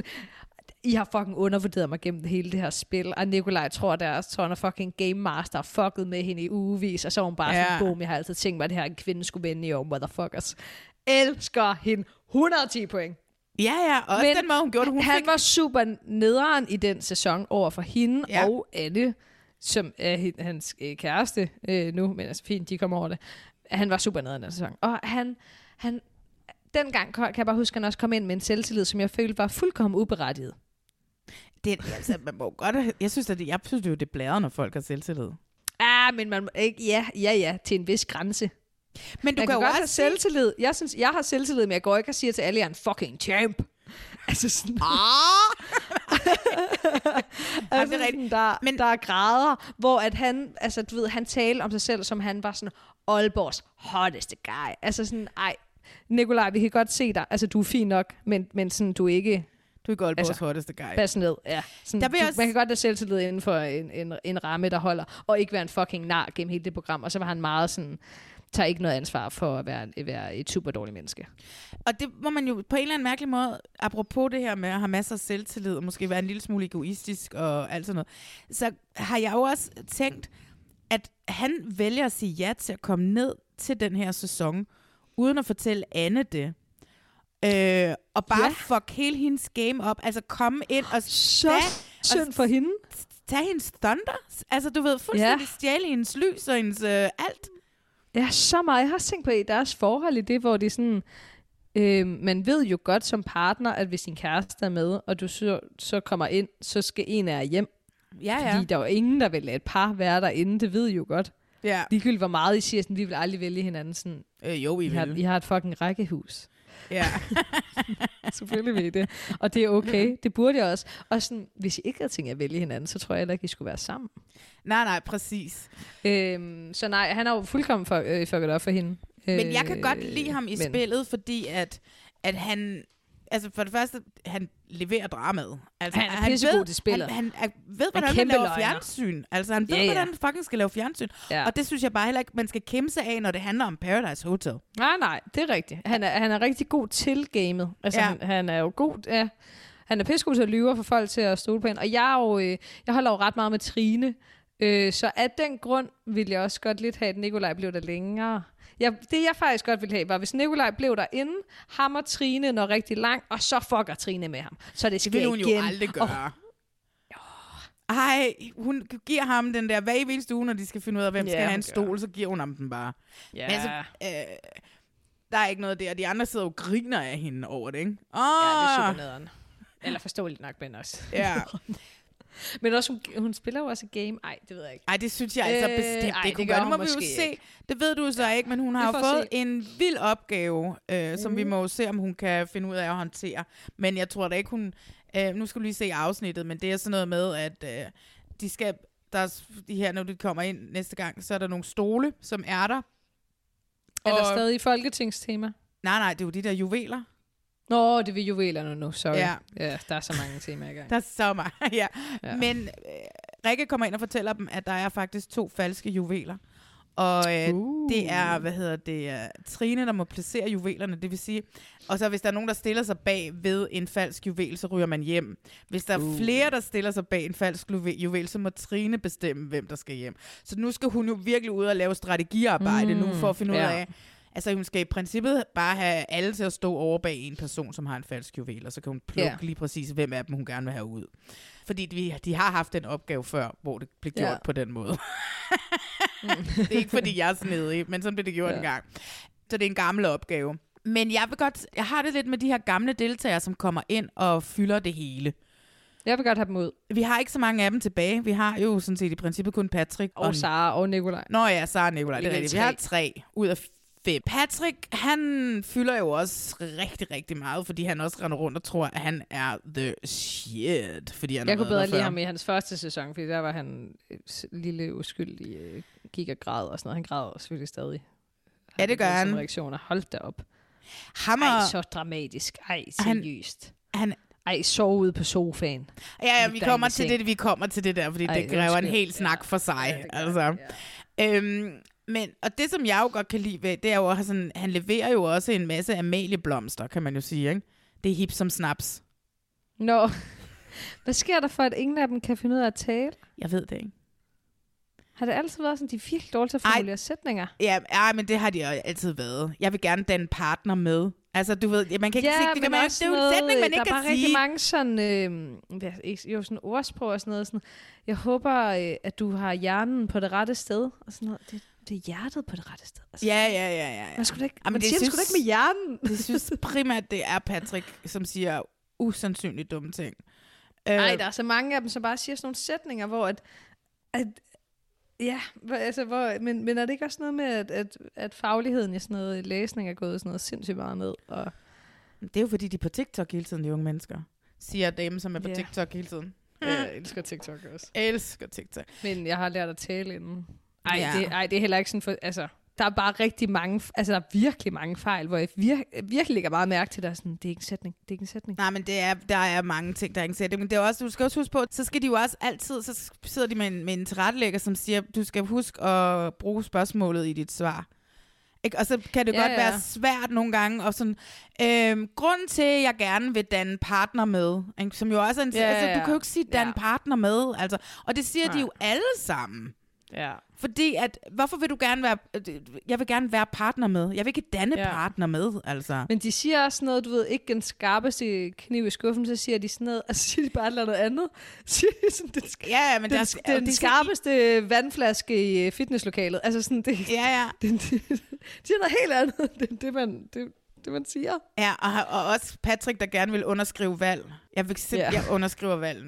I har fucking undervurderet mig gennem hele det her spil, og Nikolaj tror, der tror, han er fucking game master, fucket med hende i ugevis, og så er hun bare ja. sådan, boom, jeg har altid tænkt mig, at det her en kvinde skulle vende i år, motherfuckers. Elsker hende. hundrede og ti point. Ja, ja, også men den måde, hun gjorde det. Hun han fik... var super nederen i den sæson over for hende ja. og Anne, som er hans øh, kæreste øh, nu, men altså fint, de kommer over det. Han var super nederen i den sæson. Og han, han dengang kan jeg bare huske, at han også kom ind med en selvtillid, som jeg følte var fuldkommen uberettiget. Det, altså, man må godt, jeg synes, at det, jeg synes, det er jo det blæder, når folk har selvtillid. Ah, men man ikke, ja, ja, ja, til en vis grænse. Men du man kan, kan jo godt også have selvtillid. Jeg synes, jeg har selvtillid, men jeg går ikke og siger til alle, at jeg er en fucking champ. Altså sådan... Ah! altså sådan, der, men der er grader, hvor at han, altså du ved, han talte om sig selv, som han var sådan Aalborgs hotteste guy. Altså sådan, ej, Nikolaj, vi kan godt se dig. Altså, du er fin nok, men, men sådan, du er ikke... Du er Aalborgs altså, hotteste guy. Pas ned, ja. Sådan, der du, også... Man kan godt have selvtillid inden for en, en, en ramme, der holder, og ikke være en fucking nar gennem hele det program. Og så var han meget sådan, tager ikke noget ansvar for at være, at være et super dårligt menneske. Og det må man jo på en eller anden mærkelig måde, apropos det her med at have masser af selvtillid, og måske være en lille smule egoistisk og alt sådan noget, så har jeg jo også tænkt, at han vælger at sige ja til at komme ned til den her sæson, uden at fortælle Anne det. Øh, og bare ja. fuck hele hendes game op. Altså komme ind og så synd for hende. Tag hendes thunder. Altså du ved, fuldstændig ja. stjæle hendes lys og hendes øh, alt. Ja, så meget. Jeg har også tænkt på i deres forhold i det, hvor de sådan... Øh, man ved jo godt som partner, at hvis din kæreste er med, og du så, så kommer ind, så skal en af jer hjem. Ja, ja. Fordi der er jo ingen, der vil lade et par være derinde. Det ved I jo godt. Ja. Ligegyldigt hvor meget I siger, sådan, vi vil aldrig vælge hinanden. Sådan, øh, jo, I, I vil. Har, I har et fucking rækkehus. Ja. Selvfølgelig ved I det. Og det er okay. Det burde jeg også. Og sådan, hvis I ikke havde tænkt at vælge hinanden, så tror jeg heller ikke, I skulle være sammen. Nej, nej, præcis. Øhm, så nej, han har jo fuldkommen for, øh, fucket op for hende. Men jeg kan godt lide ham i men. spillet, fordi at, at han... Altså for det første, han leverer dramaet. Altså, han er pissegod til spillet. Han, han, han ved, hvordan man laver fjernsyn. Altså han ved, ja, ja. hvordan man fucking skal lave fjernsyn. Ja. Og det synes jeg bare heller ikke, man skal kæmpe sig af, når det handler om Paradise Hotel. Nej, nej, det er rigtigt. Han er, han er rigtig god til gamet. Altså ja. han, han er jo god... Ja. Han er pissegod til at lyve og få folk til at stole på hende. Og jeg, er jo, øh, jeg holder jo ret meget med Trine. Øh, så af den grund vil jeg også godt lidt have, at Nikolaj blev der længere. Ja, det jeg faktisk godt ville have, var, hvis Nikolaj blev derinde, hammer Trine når rigtig langt, og så fucker Trine med ham. Så det skal det vil hun igen. jo aldrig gøre. Oh. Ej, ej, hun giver ham den der, hver evig stue, når de skal finde ud af, hvem Ja, skal have hun en gør. stol, så giver hun ham den bare. Ja. Men altså, øh, der er ikke noget der. De andre sidder jo og griner af hende over det, ikke? Oh. Ja, det er super nederen. Eller forståeligt nok, men også. Ja. Men også, hun, hun spiller jo også game. Ej, det ved jeg ikke. Ej, det synes jeg altså bestemt. Øh, ej, det det kunne gør godt, hun må vi jo måske se. ikke. Det ved du så ikke, men hun har Vi jo får fået se. en vild opgave, øh, som Mm. vi må jo se, om hun kan finde ud af at håndtere. Men jeg tror da ikke, hun... Øh, nu skal du lige se afsnittet, men det er sådan noget med, at øh, de skal... Der er de her, når de kommer ind næste gang, så er der nogle stole, som er der. Er der Og- stadig folketingstema? Nej, nej, det er jo de der juveler. Nå, det er ved juvelerne nu, sorry. Ja. ja, der er så mange temaer i gang. Der er så meget, ja. Ja. ja. Men øh, Rikke kommer ind og fortæller dem, at der er faktisk to falske juveler. Og øh, uh. det er, hvad hedder det, uh, Trine, der må placere juvelerne, det vil sige, og så hvis der er nogen, der stiller sig bag ved en falsk juvel, så ryger man hjem. Hvis der er Uh. flere, der stiller sig bag en falsk juvel, juvel, så må Trine bestemme, hvem der skal hjem. Så nu skal hun jo virkelig ud og lave strategiarbejde Mm. nu, for at finde Ja. ud af, altså hun skal i princippet bare have alle til at stå over bag en person, som har en falsk juvel, og så kan hun plukke Ja. lige præcis, hvem af dem hun gerne vil have ud. Fordi de, de har haft en opgave før, hvor det blev gjort Ja. på den måde. Det er ikke, fordi jeg er snedig, men sådan blev det gjort Ja. en gang. Så det er en gammel opgave. Men jeg vil godt, jeg har det lidt med de her gamle deltagere, som kommer ind og fylder det hele. Jeg vil godt have dem ud. Vi har ikke så mange af dem tilbage. Vi har jo sådan set i princippet kun Patrick. Og Sara og Nikolaj. Nå ja, Sara og Nikolaj, det er Alligevel rigtigt. Vi har tre. tre ud af fem. Patrick, han fylder jo også rigtig, rigtig meget, fordi han også render rundt og tror, at han er the shit. Fordi han Jeg har kunne været bedre der lide før. ham i hans første sæson, fordi der var han et lille uskyldig, øh, gik og græd og sådan noget. Han græd selvfølgelig stadig. Ja, det gør voldsomme han. Reaktioner. Hold da op. Ham Ej, og- så dramatisk. Ej, Han- seriøst. Han, Ej, sov ude på sofaen. Ja, ja, vi Ligger kommer inde i til seng. det, vi kommer til det der, fordi Ej, det kræver en undskyld. hel snak for sig. Ja, altså. Ja. Øhm, men, og det, som jeg jo godt kan lide ved, det er jo, at sådan, han leverer jo også en masse amalieblomster, kan man jo sige, ikke? Det er hip som snaps. Nå, hvad sker der for, at ingen af dem kan finde ud af at tale? Jeg ved det ikke. Har det altid været sådan, de er virkelig dårlige til at formulere sætninger? Ja, ja, men det har de jo altid været. Jeg vil gerne danne partner med. Altså, du ved, man kan ikke Ja, sige, det, kan men man, også det er jo en noget, sætning, man der ikke er bare kan rigtig sige. mange sådan, øh, hvad- ikke- jo sådan ordsprog og sådan noget. Sådan, jeg håber, øh, at du har hjernen på det rette sted. Og sådan noget. Det, det er hjertet på det rette sted. Altså, Ja, ja, ja, ja. ja. Man, skulle da ikke, Jamen, man det siger det synes- sgu da ikke med hjernen. Jeg synes primært, det er Patrick, som siger usandsynligt dumme ting. Nej, Øh, der er så mange af dem, som bare siger sådan nogle sætninger, hvor at, at ja, hvor, altså, hvor, men, men er det ikke også noget med, at, at, at fagligheden i sådan noget læsning er gået sådan noget sindssygt meget ned? Og Det er jo fordi, de er på TikTok hele tiden, de unge mennesker. Siger damen, som er på Ja. TikTok hele tiden. jeg elsker TikTok også. Jeg elsker TikTok. Men jeg har lært at tale inden. Ej, Ja. det, ej det er heller ikke sådan for, altså, der er bare rigtig mange, altså der er virkelig mange fejl, hvor jeg vir- virkelig lægger meget mærke til, der er sådan, det er ikke en sætning, det er ikke en sætning. Nej, men det er, der er mange ting, der er ikke sætning. Men det er også, du skal også huske på, så skal de jo også altid, så sidder de med en, med en tilrettelægger, som siger, du skal huske at bruge spørgsmålet i dit svar. Ikke? Og så kan det Ja, godt ja. være svært nogle gange, og sådan, øhm, grunden til, at jeg gerne vil danne partner med, ikke? Som jo også er en, Ja, altså, ja, du kan jo ikke sige danne ja. partner med, altså, og det siger Nej. de jo alle sammen. Ja. Fordi at, hvorfor vil du gerne være, jeg vil gerne være partner med, jeg vil ikke danne Ja. partner med, altså. Men de siger også noget, du ved, ikke den skarpeste kniv i skuffen, så siger de sådan noget, altså siger de bare noget andet. Siger de sådan, den, sk- Ja, ja, men den, der sk- er- den det- skarpeste vandflaske i øh, fitnesslokalet. Altså sådan, det, Ja, ja. det, det, de siger noget helt andet, det, det, man, det, det man siger. Ja, og, og også Patrick, der gerne vil underskrive valg. Jeg vil simpelthen, Ja. jeg underskriver valg nu.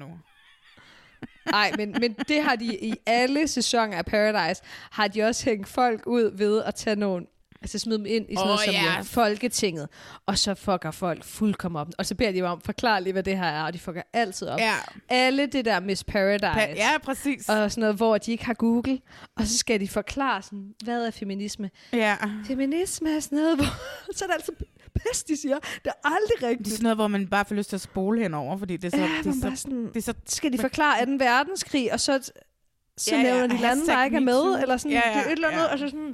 Nej, men, men det har de i alle sæsoner af Paradise, har de også hængt folk ud ved at tage nogle, altså smide dem ind i sådan Åh, noget som ja. ja. Folketinget, og så fucker folk fuldkommen op. Og så beder de mig om, forklare lige, hvad det her er, og de fucker altid op. Ja. Alle det der Miss Paradise. Pa- ja, præcis. Og sådan noget, hvor de ikke har Google, og så skal de forklare sådan, hvad er feminisme? Ja. Feminisme er sådan noget, hvor så er det altså bedst, de siger. Det er aldrig rigtigt. Det er sådan noget, hvor man bare får lyst til at spole henover, fordi det er så... Ja, det er man så, bare sådan, det er så skal de forklare anden verdenskrig, og så, så Ja, ja, ja, nævner de lande, der hashtag ikke er MeToo. med, eller sådan, Ja, ja, det er et eller andet, ja. altså sådan,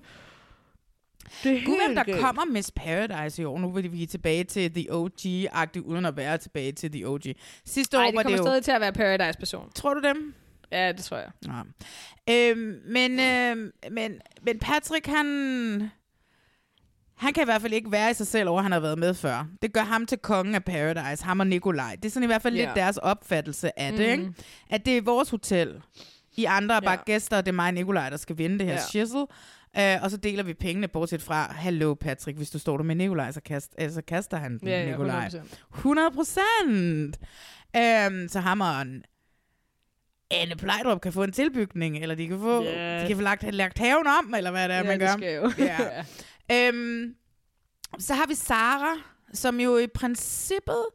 det er Gud, hvem helt der galt. kommer Miss Paradise i år. Nu vil vi tilbage til The O G-agtigt, uden at være tilbage til The O G. Sidste Ej, år det var kommer det jo... stadig til at være Paradise-person. Tror du dem? Ja, det tror jeg. Ja. Øhm, men, øhm, men, men Patrick, han... Han kan i hvert fald ikke være i sig selv over, at han har været med før. Det gør ham til kongen af Paradise, ham og Nikolaj. Det er sådan i hvert fald yeah. lidt deres opfattelse af det, mm. ikke? At det er vores hotel. I andre er bare yeah. gæster, og det er mig og Nikolaj, der skal vinde det her yeah. shizzle. Uh, og så deler vi pengene, bortset fra, hallo Patrick, hvis du står der med Nikolaj, så, kast, altså, kaster han den, yeah, Nikolaj. hundrede procent. Um, så ham og Anne Plejdrup kan få en tilbygning, eller de kan få, yeah. de kan få lagt, lagt haven om, eller hvad det er, ja, man gør. Det skal jo. Ja. Øhm, så har vi Sara, som jo i princippet,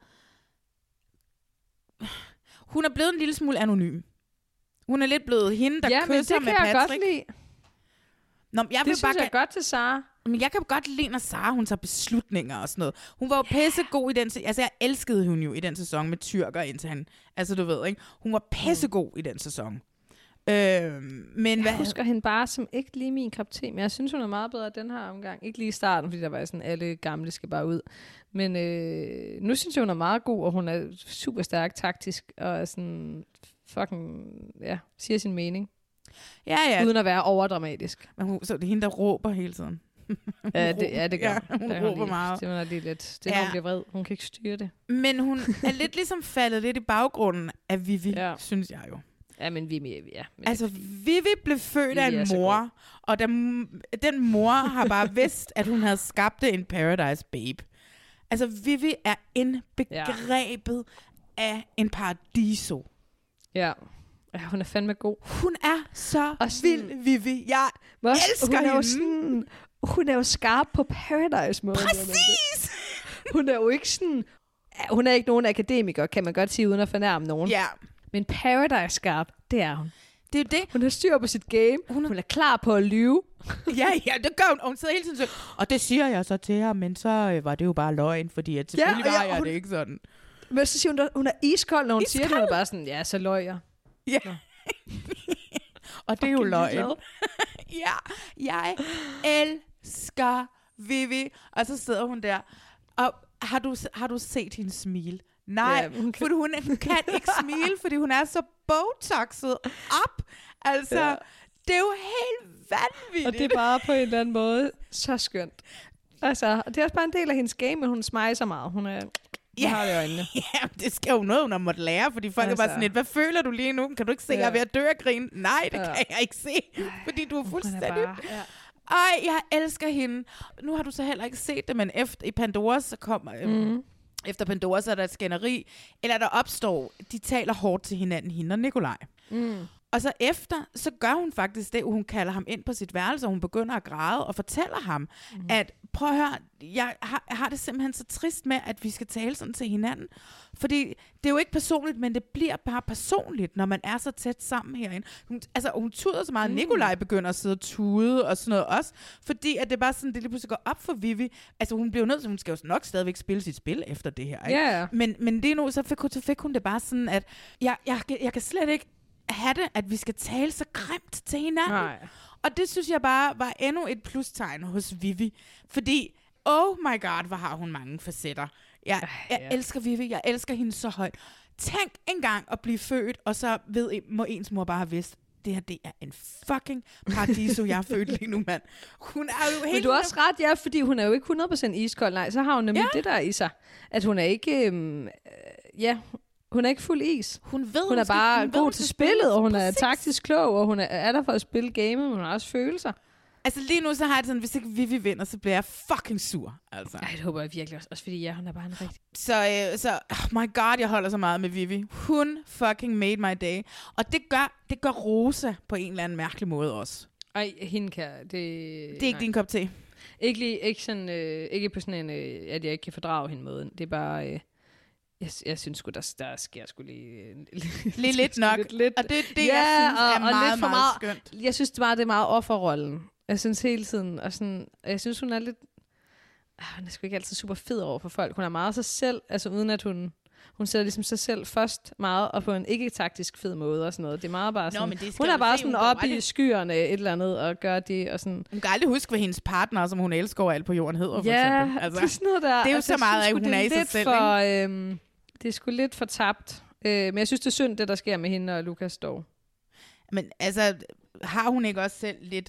hun er blevet en lille smule anonym. Hun er lidt blevet hende, der ja, kysser med Patrick. Ja, men det kan jeg godt lide. Nå, jeg det vil synes bare jeg godt til Sara. Men jeg kan godt lide, når Sara, hun tager beslutninger og sådan noget. Hun var jo pissegod i den sæson. Altså, jeg elskede hun jo i den sæson med tyrker indtil han. Altså, du ved, ikke? Hun var pissegod mm. i den sæson. Øh, men jeg hvad... husker hende bare som ikke lige min kop te, men jeg synes, hun er meget bedre den her omgang. Ikke lige i starten, fordi der var sådan, alle gamle skal bare ud. Men øh, nu synes jeg, hun er meget god, og hun er super stærk taktisk, og er sådan fucking, ja, siger sin mening. Ja, ja. Uden at være overdramatisk. Men hun, så det er hende, der råber hele tiden. ja, det, ja, det gør ja, hun. Hun råber meget. Det er lige lidt. Det er, ja. Hun bliver vred. Hun kan ikke styre det. Men hun er lidt ligesom faldet lidt i baggrunden af Vivi, ja. synes jeg jo. Ja, men Vivi, ja. Men altså, Vivi blev født Vivi af en mor, og den, den mor har bare vidst, at hun havde skabt en Paradise Babe. Altså, Vivi er indbegrebet ja. af en paradiso. Ja. Ja, hun er fandme god. Hun er så vild, Vivi. Jeg Most, elsker hun er hende. Sådan, hun er jo skarp på Paradise-måden. Præcis! Hun er jo ikke sådan... Hun er ikke nogen akademiker, kan man godt sige, uden at fornærme nogen. Ja. Men Paradise-skarp, det er hun. Det er jo det. Hun har styr på sit game. Hun er, hun er klar på at lyve. ja, ja, det gør hun. Og hun sidder hele tiden så, og det siger jeg så til ham, men så øh, var det jo bare løgn, fordi at selvfølgelig ja, ja, var jeg hun, det ikke sådan. Men så siger hun, at hun er iskold, når hun iskold. siger det. Hun er bare sådan, ja, så løg jeg. Ja. og det er jo løgn. ja, jeg elsker Vivi. Og så sidder hun der. Og har du, har du set hendes smil? Nej, ja, hun kan... for hun, hun kan ikke smile, fordi hun er så botoxet op. Altså, ja. det er jo helt vanvittigt. Og det er bare på en eller anden måde så skønt. Altså, det er også bare en del af hendes game, men hun smiler så meget. Hun er... Ja, har det i øjnene. ja, det skal jo noget, hun har måttet lære, fordi folk altså. er bare sådan lidt, hvad føler du lige nu? Kan du ikke se, at ja. jeg er ved at dø af grin? Nej, det ja. kan jeg ikke se, fordi du er fuldstændig... Er bare, ja. Ej, jeg elsker hende. Nu har du så heller ikke set det, men efter i Pandora, så kommer... Mm. Efter Pandora, så er der et skænderi, eller der opstår, de taler hårdt til hinanden, hende og Nikolaj. Mm. Og så efter, så gør hun faktisk det, hun kalder ham ind på sit værelse, og hun begynder at græde og fortæller ham, mm. at prøv at høre, jeg har, jeg har det simpelthen så trist med, at vi skal tale sådan til hinanden. Fordi det er jo ikke personligt, men det bliver bare personligt, når man er så tæt sammen herinde. Hun, altså, hun tuder så meget, mm. Nikolaj begynder at sidde og tude og sådan noget også, fordi at det bare sådan, det lige pludselig går op for Vivi. Altså, hun bliver nødt til, hun skal jo nok stadigvæk spille sit spil efter det her. Ikke? Yeah. Men, men det nu, så fik, hun, så fik hun det bare sådan, at jeg, jeg, jeg kan slet ikke have det, at vi skal tale så grimt til hinanden. Nej. Og det synes jeg bare var endnu et plustegn hos Vivi. Fordi, oh my god, hvor har hun mange facetter. Jeg, jeg ja. elsker Vivi, jeg elsker hende så højt. Tænk engang at blive født, og så ved, må ens mor bare have vidst, det her, det er en fucking paradiso, jeg er født lige nu, mand. Hun er jo helt... Men du har også ret, ja, fordi hun er jo ikke hundrede procent iskold. Nej, så har hun nemlig ja. det der i sig. At hun er ikke... Øhm, ja... Hun er ikke fuld is. Hun ved, hun er skal, bare hun god ved, til spillet, og hun præcis. er taktisk klog, og hun er, er der for at spille gamet, men hun har også følelser. Altså lige nu, så har jeg det sådan, hvis ikke Vivi vinder, så bliver jeg fucking sur. Altså. Ej, det håber jeg virkelig også, også fordi ja, hun er bare en rigtig... Så, øh, så oh my god, jeg holder så meget med Vivi. Hun fucking made my day. Og det gør, det gør Rosa på en eller anden mærkelig måde også. Ej, hende kan... Det, det er ikke nej. din kop te? Ikke, lige, ikke, sådan, øh, ikke på sådan en, øh, at jeg ikke kan fordrage hende måde. Det er bare... Øh, Jeg, jeg synes sgu, der, der sker sgu lige... lige lidt nok. Lidt, lidt. Og det er det, ja, jeg synes og, er og meget, lidt for meget, meget skønt. Jeg synes bare, det er meget offerrollen. Jeg synes hele tiden... Og sådan, jeg synes, hun er lidt... Øh, hun er sgu ikke altid super fed over for folk. Hun er meget sig selv, altså uden at hun... Hun sætter ligesom sig selv først meget, og på en ikke-taktisk fed måde og sådan noget. Det er meget bare sådan... Nå, hun er bare se, sådan op i skyerne et eller andet, og gør det og sådan... Hun kan aldrig huske, hvad hendes partner, som hun elsker over alt på jorden, hedder, for ja, eksempel. Altså, det er sådan noget der... Det er jo altså, så meget, at hun er i sig selv, for, øhm, det er sgu lidt for tabt. Øh, men jeg synes, det er synd, det der sker med hende og Lukas dog. Men altså, har hun ikke også selv lidt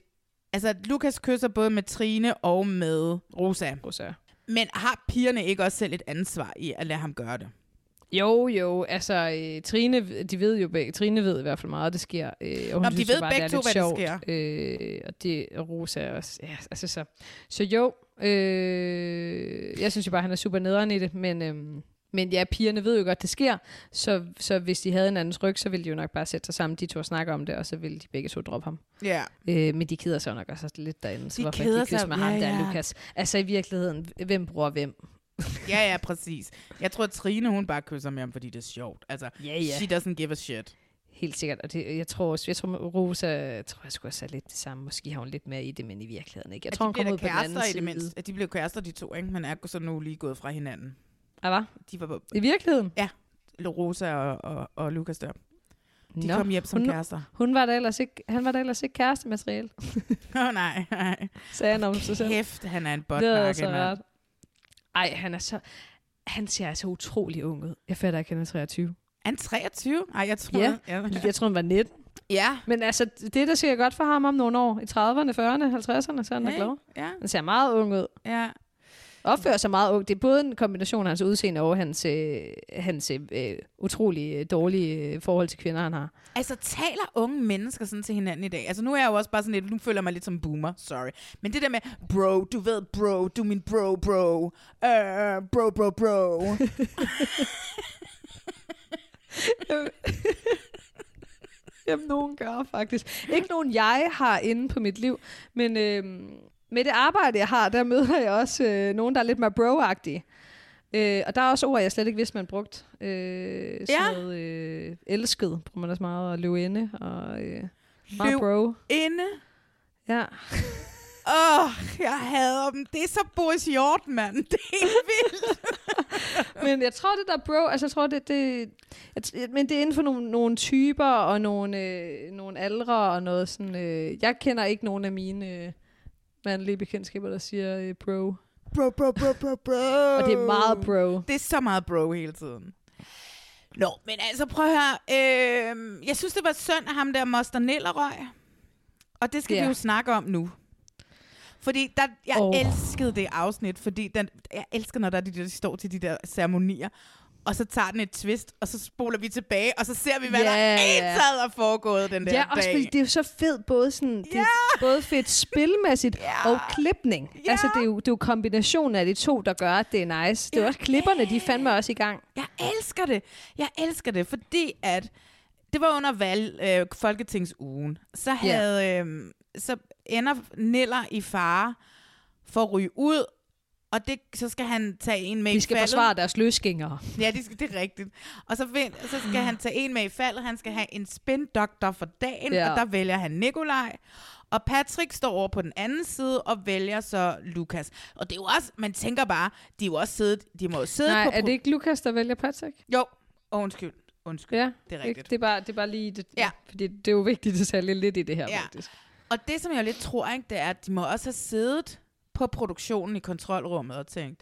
Altså, Lukas kysser både med Trine og med Rosa. Rosa. Men har pigerne ikke også selv et ansvar i at lade ham gøre det? Jo, jo. Altså, øh, Trine, de ved jo begge. Trine ved i hvert fald meget, det sker. Øh, og hun Nå, synes, de ved bare, begge det to, hvad sjovt. der sker. Øh, og det og Rosa er også. Ja, altså, så, så jo, øh, jeg synes jo bare, han er super nederen i det, men... Øh, Men ja, pigerne ved jo godt, det sker, så, så hvis de havde en andens ryg, så ville de jo nok bare sætte sig sammen, de to og snakke om det, og så ville de begge to droppe ham. Ja. Øh, men de keder sig jo nok også lidt derinde, så De hvorfor keder de kysser sig, med ja, ham der, ja. Lukas? Altså i virkeligheden, hvem bruger hvem? Ja, ja, præcis. Jeg tror, at Trine, hun bare kysser med ham, fordi det er sjovt. Altså, Ja, ja. she doesn't give a shit. Helt sikkert, og det, jeg tror også, jeg tror Rosa, jeg tror jeg skulle også er lidt det samme, måske har hun lidt mere i det, men i virkeligheden ikke. Jeg At tror, de hun kommer ud bliver på den anden kærester i det side. mindste. At de blev kærester, de to, ikke? Men er så nu lige gået fra hinanden. Ah, hvad? De var på, I virkeligheden? Ja, Rosa og, og, og Lukas der. De Nå, kom hjem som hun, kærester. Hun var der ellers ikke, han var der ellers ikke kærestemateriale. Åh oh, nej, nej. Sagde han om sig selv. Kæft, han er en Det er botnakke, så mand. rart. Ej, han er så... Han ser altså utrolig ung ud. Jeg fatter ikke, han er treogtyve. Han er treogtyve? Ej, jeg tror... Ja, ja. jeg tror, han var nitten. Ja. Men altså, det der ser godt for ham om nogle år. I trediverne, fyrrerne, halvtredserne, så er han da Hey, glad. ja. Han ser meget ung ud. Ja. Opfører sig meget ung. Det er både en kombination af hans udseende og hans, øh, hans øh, utrolig øh, dårlige øh, forhold til kvinder, han har. Altså, taler unge mennesker sådan til hinanden i dag? Altså, nu er jeg jo også bare sådan lidt, nu føler jeg mig lidt som boomer, sorry. Men det der med, bro, du ved, bro, du er min bro, bro, uh, bro, bro, bro. Jamen, nogen gør faktisk. Ikke nogen, jeg har inde på mit liv, men øh, med det arbejde, jeg har, der møder jeg også øh, nogen, der er lidt mere bro-agtige. Øh, og der er også ord, jeg slet ikke vidste, man brugt. Øh, sådan Ja. noget øh, elsket, bruger man også meget, og løvinde, og øh, meget Løv bro. inde. Ja. Åh, oh, jeg hader dem. Det er så Boris Hjort, mand. Det er helt vildt. Men jeg tror, det der bro, altså jeg tror, det, det jeg, men det er inden for nogle, nogle typer, og nogle, øh, nogle aldre, og noget sådan, øh, jeg kender ikke nogen af mine øh, mandlige bekendtskaber, der siger øh, bro. Bro, bro, bro, bro, bro. Og det er meget bro. Det er så meget bro hele tiden. Nå, men altså prøv at høre. Øh, jeg synes, det var synd af ham der Moster Nillerøg. Og det skal Ja. vi jo snakke om nu. Fordi der, jeg Åh. oh. elskede det afsnit, fordi den, jeg elsker, når der er de, der de står til de der ceremonier, og så tager den et twist, og så spoler vi tilbage, og så ser vi, hvad Ja, der ja. ensad er foregået den der Ja, også dag. fordi det er jo så fedt, både, sådan, det er både fedt spilmæssigt Ja. og klipning. Ja. Altså, det er, jo, det er jo kombinationen af de to, der gør, at det er nice. Det er Ja. også klipperne, de er fandme også i gang. Jeg elsker det. Jeg elsker det, fordi at det var under valg, øh, Folketingsugen. Så havde øh, så ender Niller i fare for at ryge ud, og det, så skal han tage en med De i skal faldet. forsvare deres løsgængere. Ja, det, skal, det er rigtigt. Og så, find, så skal han tage en med i faldet. Han skal have en spindoktor for dagen, Ja. og der vælger han Nikolaj. Og Patrick står over på den anden side og vælger så Lukas. Og det er jo også, man tænker bare, de er jo også siddet, de må jo sidde Nej, på... er det ikke Lukas, der vælger Patrick? Jo, oh, undskyld. Undskyld, Ja, det er ikke? rigtigt. Det er bare, det er bare lige det, Ja. fordi det er jo vigtigt at sælge lidt i det her, Ja. faktisk. Og det, som jeg lidt tror, ikke, det er, at de må også have siddet på produktionen i kontrolrummet og tænkt,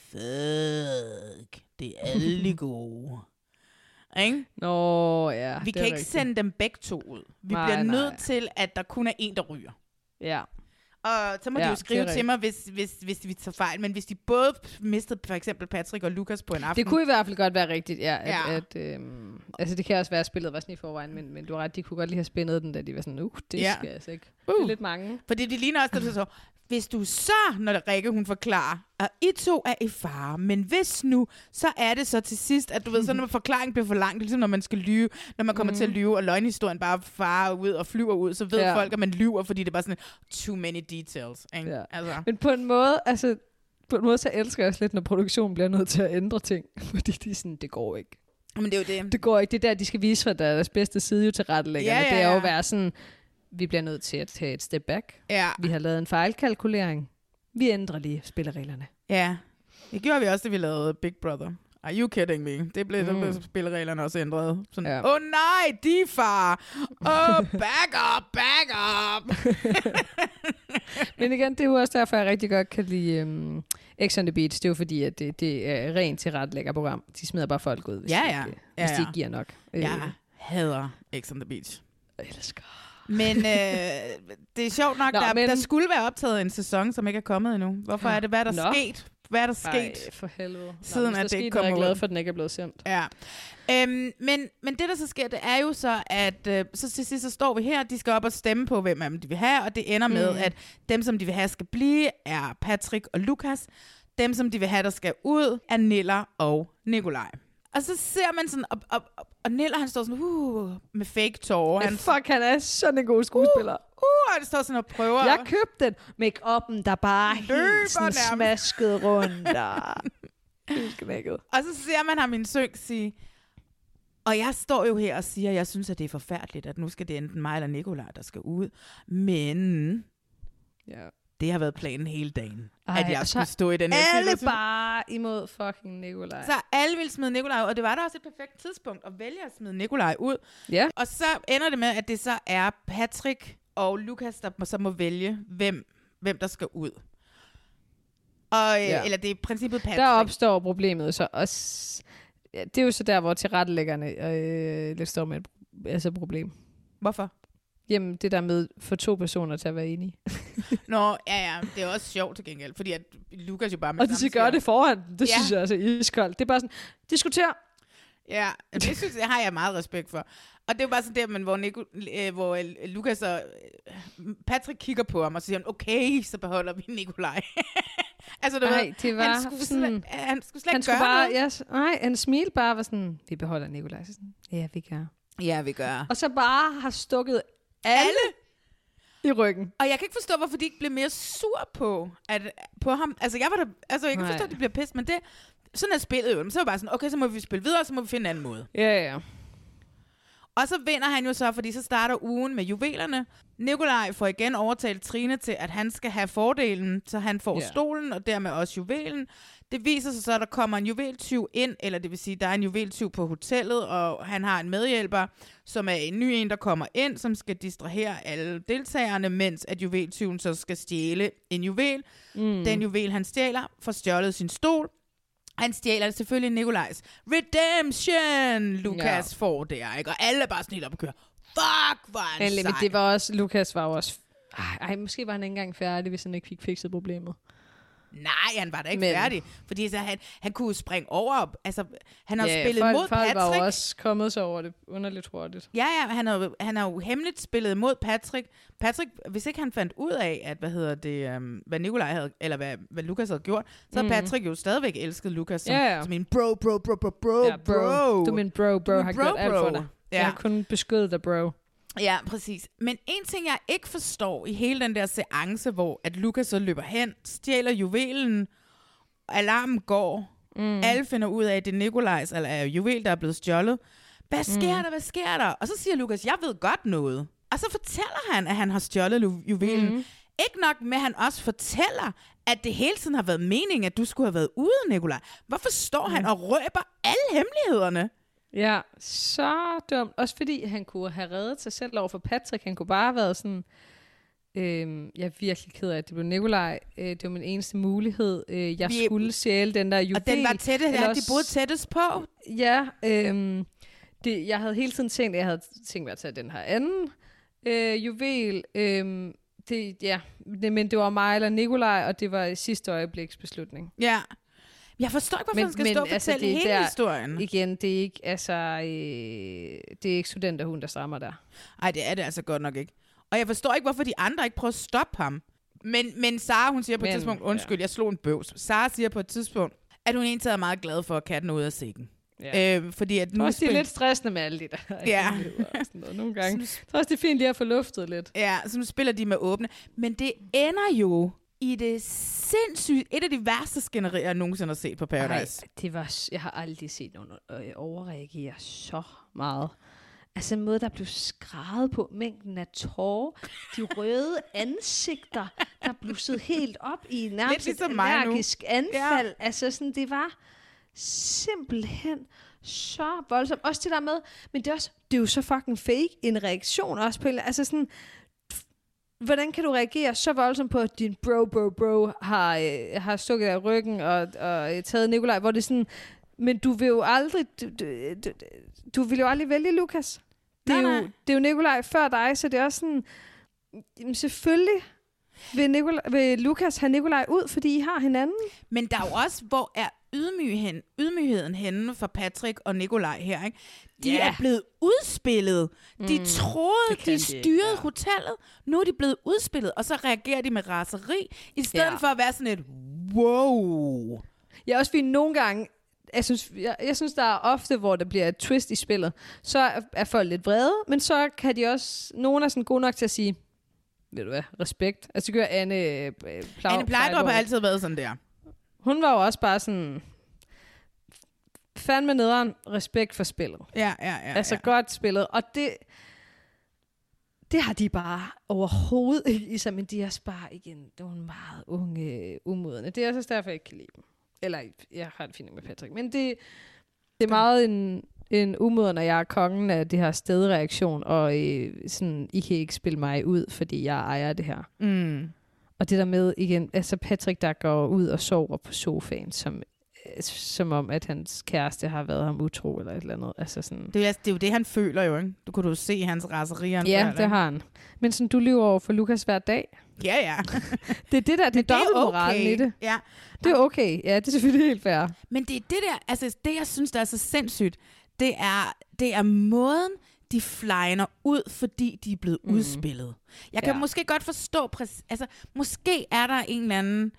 fuck, det er alle gode. Ikke? Nå, ja. Vi det kan er ikke rigtigt. sende dem begge to ud. Vi Nej, bliver nej. nødt til, at der kun er en, der ryger. Ja. Og så må Ja, de jo det skrive er til rigtigt. mig, hvis, hvis, hvis vi tager fejl. Men hvis de både mistede for eksempel Patrick og Lukas på en aften. Det kunne i hvert fald godt være rigtigt, ja. At, Ja. At, øhm, altså, det kan også være, at spillet var sådan i forvejen, men, men du har ret, de kunne godt lige have spændet den, da de var sådan, uh, det Ja. skal jeg altså ikke. Uh. Det er lidt mange. Fordi det ligner også, der så, hvis du så, når Rikke hun forklarer, at I to er i fare, men hvis nu, så er det så til sidst, at du ved, så når forklaringen bliver for lang, det er ligesom når man skal lyve, når man kommer mm. til at lyve, og løgnhistorien bare farer ud og flyver ud, så ved Ja. folk, at man lyver, fordi det er bare sådan, too many details. Ikke? Ja. Altså. Men på en måde, altså, på en måde, så elsker jeg også lidt, når produktionen bliver nødt til at ændre ting. Fordi de er sådan, det går ikke. Men det er jo det. Det går ikke. Det er der, de skal vise fra deres bedste side jo til rettelæggerne. Ja, ja, Det er jo ja. at være sådan, vi bliver nødt til at tage et step back. Ja. Vi har lavet en fejlkalkulering. Vi ændrer lige spillereglerne. Ja, det gjorde vi også, da vi lavede Big Brother. Are you kidding me? Det blev, Mm. mm. blev spillereglerne også ændret. Sådan, Ja. åh oh, nej, de far! Åh, oh, back up, back up! Men igen, det er jo også derfor, jeg rigtig godt kan lide um, X on the Beach. Det er jo fordi, at det, det er rent til rettelæggerprogram. De smider bare folk ud, hvis, Ja, de, ja. ikke, Ja, hvis de ja. ikke giver nok. Øh, Jeg hader X on the Beach. Jeg elsker. Men øh, det er sjovt nok, Nå, der, men... der skulle være optaget en sæson, som ikke er kommet endnu. Hvorfor er det? Hvad er der Nå. sket? Hvad er der sket? Ej, for helvede. Siden Nå, at det ikke kommer ud. Jeg er glad for, at den ikke er blevet sendt. Ja. Øhm, men, men det, der så sker, det er jo så, at øh, så til sidst så står vi her, de skal op og stemme på, hvem af dem de vil have, og det ender med, Mm. at dem, som de vil have, skal blive, er Patrick og Lukas. Dem, som de vil have, der skal ud, er Niller og Nikolaj. Og så ser man sådan, og, og, og, og Niller, han står sådan, uh, med fake tårer. Han, fuck, han er sådan en god skuespiller. Uh, uh, han står sådan og prøver. Jeg købte den. Make-up'en, der bare helt sådan nærmest. smasket rundt. Og... og så ser man ham i en synk sige, og jeg står jo her og siger, at jeg synes, at det er forfærdeligt, at nu skal det enten mig eller Nikolaj, der skal ud. Men ja. det har været planen hele dagen, Ej, at jeg så skulle stå i den her alle situation. bare imod fucking Nikolaj. Så alle ville smide Nikolaj ud, og det var da også et perfekt tidspunkt at vælge at smide Nikolaj ud. Ja. Og så ender det med, at det så er Patrick og Lukas, der må, så må vælge, hvem, hvem der skal ud. Og, Ja. Eller det er i princippet Patrick. Der opstår problemet så også. Ja, det er jo så der, hvor tilrettelæggerne øh, lidt står med et altså problem. Hvorfor? Jamen, det der med for to personer til at være enige. Nå, ja, ja. Det er også sjovt til gengæld, fordi at Lukas jo bare med Og de skal gøre det foran. Det Ja. synes jeg altså er iskoldt. Det er bare sådan, diskuter. Ja, det synes jeg, har jeg meget respekt for. Og det er jo bare sådan der, men hvor, Nico, øh, hvor øh, Lukas og øh, Patrick kigger på ham og siger, okay, så beholder vi Nikolaj. altså, det Nej, var, det var han skulle sådan... Slet, han skulle slet han ikke skulle gøre bare, noget. yes, nej, han smilte bare var sådan, vi beholder Nikolaj. Så sådan, ja, vi gør. Ja, vi gør. Og så bare har stukket alle, alle i ryggen. Og jeg kan ikke forstå, hvorfor de ikke blev mere sur på, at, på ham. Altså, jeg var der, altså, jeg kan Nej. forstå, at de bliver pissed, men det, sådan er spillet jo. Så var bare sådan, okay, så må vi spille videre, så må vi finde en anden måde. Ja, ja. Og så vinder han jo så, fordi så starter ugen med juvelerne. Nikolaj får igen overtalt Trine til, at han skal have fordelen, så han får Ja. stolen, og dermed også juvelen. Det viser sig så, at der kommer en juveltyv ind, eller det vil sige, der er en juveltyv på hotellet, og han har en medhjælper, som er en ny en, der kommer ind, som skal distrahere alle deltagerne, mens at juveltyven så skal stjæle en juvel. Mm. Den juvel, han stjæler, får stjålet sin stol. Han stjæler selvfølgelig Nikolajs redemption, Lukas Ja. får der, ikke? Og alle er bare sådan helt op og kører. Fuck, hvor er han Endelig, men sej. det var også, Lukas var jo også, ej, ej, måske var han ikke engang færdig, hvis han ikke fik fikset problemet. Nej, han var da ikke Men- færdig. Fordi så han, han kunne jo springe over. Altså, han har Ja, spillet folk, mod folk Patrick. var jo også kommet sig over det underligt hurtigt. Ja, ja, han har, jo- han har jo hemmeligt spillet mod Patrick. Patrick, hvis ikke han fandt ud af, at, hvad hedder det, um, hvad Nikolaj havde, eller hvad, hvad Lukas havde gjort, så har Mhm. Patrick jo stadigvæk elsket Lukas som, Ja, ja. som en bro, bro, bro, bro, bro, Ja, bro. bro. Du er min bro, bro, Du er har bro, gjort alt for bro. dig. Ja. Jeg har kun beskyttet dig, bro. Ja, præcis. Men en ting, jeg ikke forstår i hele den der seance, hvor at Lukas så løber hen, stjæler juvelen, alarmen går, mm. alle finder ud af, at det er Nikolajs eller er juvel, der er blevet stjålet. Hvad sker mm. der? Hvad sker der? Og så siger Lukas, jeg ved godt noget. Og så fortæller han, at han har stjålet lu- juvelen. Mm. Ikke nok med, at han også fortæller, at det hele tiden har været meningen, at du skulle have været ude, Nikolaj. Hvorfor står mm. han og røber alle hemmelighederne? Ja, så dumt. Også fordi han kunne have reddet sig selv over for Patrick. Han kunne bare have været sådan, øhm, jeg er virkelig ked af, at det blev Nikolaj. Øh, det var min eneste mulighed. Øh, jeg Vi- skulle stjæle den der juvel. Og den var tætte, Eller at de også- boede tættest på. Ja, øhm, det, jeg havde hele tiden tænkt, at jeg havde tænkt mig at tage den her anden øh, juvel. Øhm, det, ja, det, men det var mig eller Nikolaj, og det var sidste øjebliks beslutning. Ja. Jeg forstår ikke, hvorfor han skal stå og fortælle det er hele der, historien. Igen, det er ikke, altså, øh, det er ikke studenterhund, der strammer der. Nej, det er det altså godt nok ikke. Og jeg forstår ikke, hvorfor de andre ikke prøver at stoppe ham. Men, men Sara, hun siger på et Men, tidspunkt, undskyld, ja. jeg slog en bøvs. Sara siger på et tidspunkt, at hun egentlig er meget glad for at katten er ude af sækken. Ja. Øh, fordi at Nu nu også, det er spil- lidt stressende med alle de der. Ja. og sådan noget, nogle gange. Så er også det er fint lige at få luftet lidt. Ja, så nu spiller de med åbne. Men det ender jo i det sindssygt, et af de værste skænderier, jeg nogensinde har set på Paradise. Ej, det var, jeg har aldrig set nogen øh, overreagere så meget. Altså en måde, der blev skrevet på, mængden af tårer, de røde ansigter, der blussede helt op i nærmest et ligesom mig nu. allergisk anfald. Ja. Altså sådan, det var simpelthen så voldsomt. Også det der med, men det er, også, det er jo så fucking fake, en reaktion også på, altså sådan, hvordan kan du reagere så voldsomt på, at din bro, bro, bro har, øh, har stukket af ryggen og, og øh, taget Nikolaj, hvor det er sådan, men du vil jo aldrig, du, du, du, du vil jo aldrig vælge Lukas. Det er, Nej, jo, nej. det er jo Nikolaj før dig, så det er også sådan... Jamen selvfølgelig vil, Nikolaj, vil Lukas have Nikolaj ud, fordi I har hinanden. Men der er jo også, hvor er ydmygheden, ydmygheden henne for Patrick og Nikolaj her, ikke? De Ja. er blevet udspillet. De Mm, troede, det kan de de styrede ikke, ja. hotellet. Nu er de blevet udspillet, og så reagerer de med raseri, i stedet Ja. for at være sådan et, wow. Ja, også fordi nogle gange... Jeg synes, jeg, jeg synes, der er ofte, hvor der bliver et twist i spillet. Så er, er folk lidt vrede, men så kan de også... Nogen er sådan gode nok til at sige... Ved du hvad? Respekt. Altså, det gør Anne... Øh, Plau, Anne Plejdrup har altid været sådan der. Hun var jo også bare sådan... Fandme nederen respekt for spillet. Ja, ja, ja. Altså ja. godt spillet. Og det... Det har de bare overhovedet ikke i sig, men de er bare igen nogle meget unge, umodne. Det er også derfor, jeg ikke kan lide dem. Eller, jeg har det fint med Patrick. Men det, det er meget en, en umoden, når jeg er kongen af det her stedreaktion, og øh, sådan, I kan ikke spille mig ud, fordi jeg ejer det her. Mm. Og det der med, igen, altså Patrick, der går ud og sover på sofaen, som, øh, som om, at hans kæreste har været ham utro, eller et eller andet. Altså sådan. Det, er, det er jo det, han føler jo, ikke? Du kunne jo se hans raserier. Ja, det har han. Men sådan, du lever over for Lukas hver dag. Ja, ja. Det er det der, det er dobbeltmoralen okay. i det. Ja. Det er okay. Ja, det er selvfølgelig helt fair. Men det er det der, altså det jeg synes, der er så sindssygt, det er, det er måden, de flyner ud, fordi de er blevet mm. udspillet. Jeg kan Ja. måske godt forstå, præcis, altså måske er der en eller anden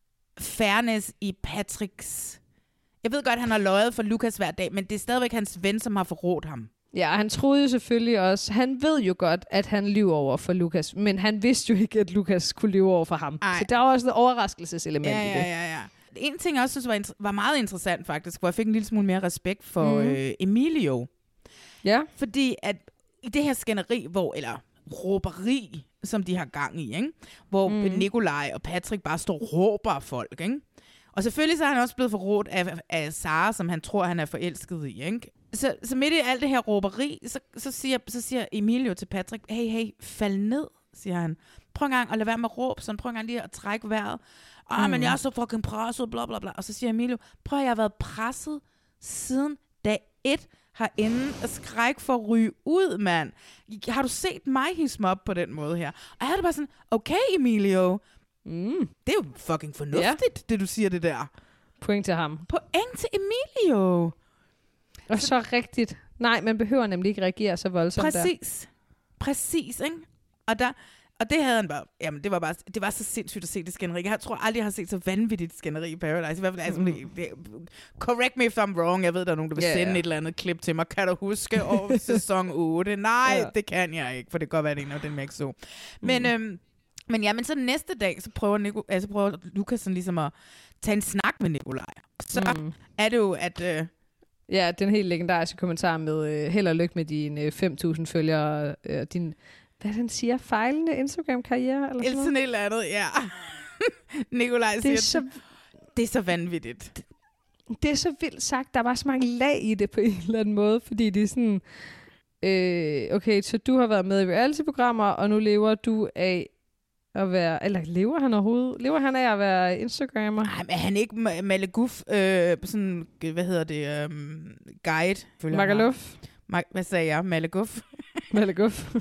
fairness i Patricks... Jeg ved godt, han har løjet for Lukas hver dag, men det er stadigvæk hans ven, som har forrådt ham. Ja, han troede jo selvfølgelig også, han ved jo godt, at han lyver over for Lukas, men han vidste jo ikke, at Lukas kunne lyve over for ham. Ej. Så der var også et overraskelseselement Ja, i det. ja, ja, ja. En ting, jeg også synes var, inter- var meget interessant faktisk, hvor jeg fik en lille smule mere respekt for Mhm. øh, Emilio. Ja. Fordi at i det her skænderi, hvor, eller råberi, som de har gang i, ikke? Hvor Mhm. mm. Nikolaj og Patrick bare står og råber af folk, ikke? Og selvfølgelig så er han også blevet forrådt af, af Sara, som han tror, han er forelsket i, ikke? Så, så midt i alt det her råberi, så, så, siger, så siger Emilio til Patrick, hey, hey, fald ned, siger han. Prøv en gang at lade være med at råbe, sådan prøv en gang lige at trække vejret. Åh, mm. men jeg er så fucking presset, bla bla bla. Og så siger Emilio, prøv at jeg har været presset siden dag et herinde og skræk for at ryge ud, mand. Har du set mig hisse mig op på den måde her? Og jeg havde det bare sådan, okay Emilio, mm. det er jo fucking fornuftigt, ja. Det du siger det der. Point til ham. Point til Emilio. Og så, så rigtigt. Nej, man behøver nemlig ikke reagere så voldsomt der. Præcis. Præcis, ikke? Og der... Og det havde han bare, jamen det var bare, det var så sindssygt at se det skænderi. Jeg tror aldrig, jeg har set så vanvittigt skænderi i Paradise. I hvert fald, altså, det, det, correct me if I'm wrong. Jeg ved, der er nogen, der vil Yeah, sende yeah. et eller andet klip til mig. Kan du huske over sæson otte? Nej, Ja. det kan jeg ikke, for det kan godt være, det er en af den, jeg ikke så. Men, mm. øhm, men ja, men så næste dag, så prøver, Nico, altså prøver Lukas sådan ligesom at tage en snak med Nikolaj. Så mm. er det jo, at... Øh, ja, den helt legendariske kommentar med øh, held og lykke med dine øh, fem tusind følgere, øh, din... Hvad den siger? Fejlende Instagram-karriere? Eller sådan, sådan et eller andet, ja. Nikolaj det siger, er så, det er så vanvittigt. Det, det er så vildt sagt. Der er bare så mange lag i det på en eller anden måde, fordi det er sådan, øh, okay, så du har været med i reality-programmer, og nu lever du af at være, eller lever han overhovedet? Lever han af at være Instagrammer? Nej, men er han ikke Ma- Maleguf, øh, sådan, hvad hedder det, um, guide? Magaluf? Ma- hvad sagde jeg? Maleguf? Maleguf.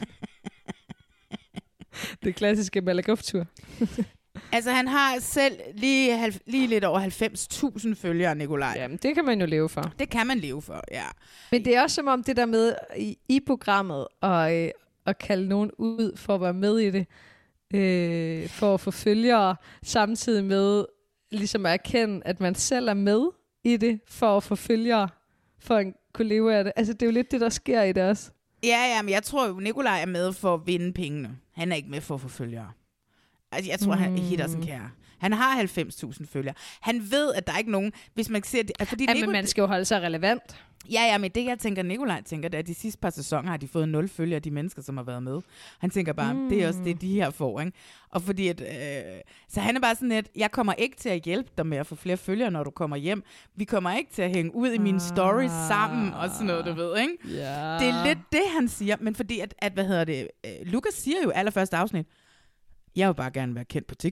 Det klassiske Maleguf-tur. Altså, han har selv lige, halv, lige lidt over halvfems tusind følgere, Nikolaj. Jamen, det kan man jo leve for. Det kan man leve for, ja. Men det er også som om det der med i, i programmet, og, øh, at kalde nogen ud for at være med i det, øh, for at få følgere, samtidig med ligesom at erkende, at man selv er med i det, for at få følgere, for at kunne leve af det. Altså, det er jo lidt det, der sker i det også. Ja, ja, men jeg tror jo, Nikolaj er med for at vinde pengene. Han er ikke med for at få følgere. Altså, jeg tror, mm. han hitter sin kære. Han har halvfems tusind følgere. Han ved, at der er ikke nogen... Hvis man ser det, fordi ja, Nikolaj, men man skal jo holde sig relevant. Ja, ja, men det jeg tænker, Nikolaj tænker, det er, at de sidste par sæsoner har de fået nul følgere, de mennesker, som har været med. Han tænker bare, mm. det er også det, de her får, ikke? Og fordi at... Øh, så han er bare sådan lidt, jeg kommer ikke til at hjælpe dig med at få flere følgere, når du kommer hjem. Vi kommer ikke til at hænge ud i mine stories sammen, og sådan noget, du ved, ikke? Ja. Det er lidt det, han siger. Men fordi, at, at hvad hedder det... Øh, Lukas siger jo allerførste afsnit, jeg vil bare gerne være kendt på TikTok.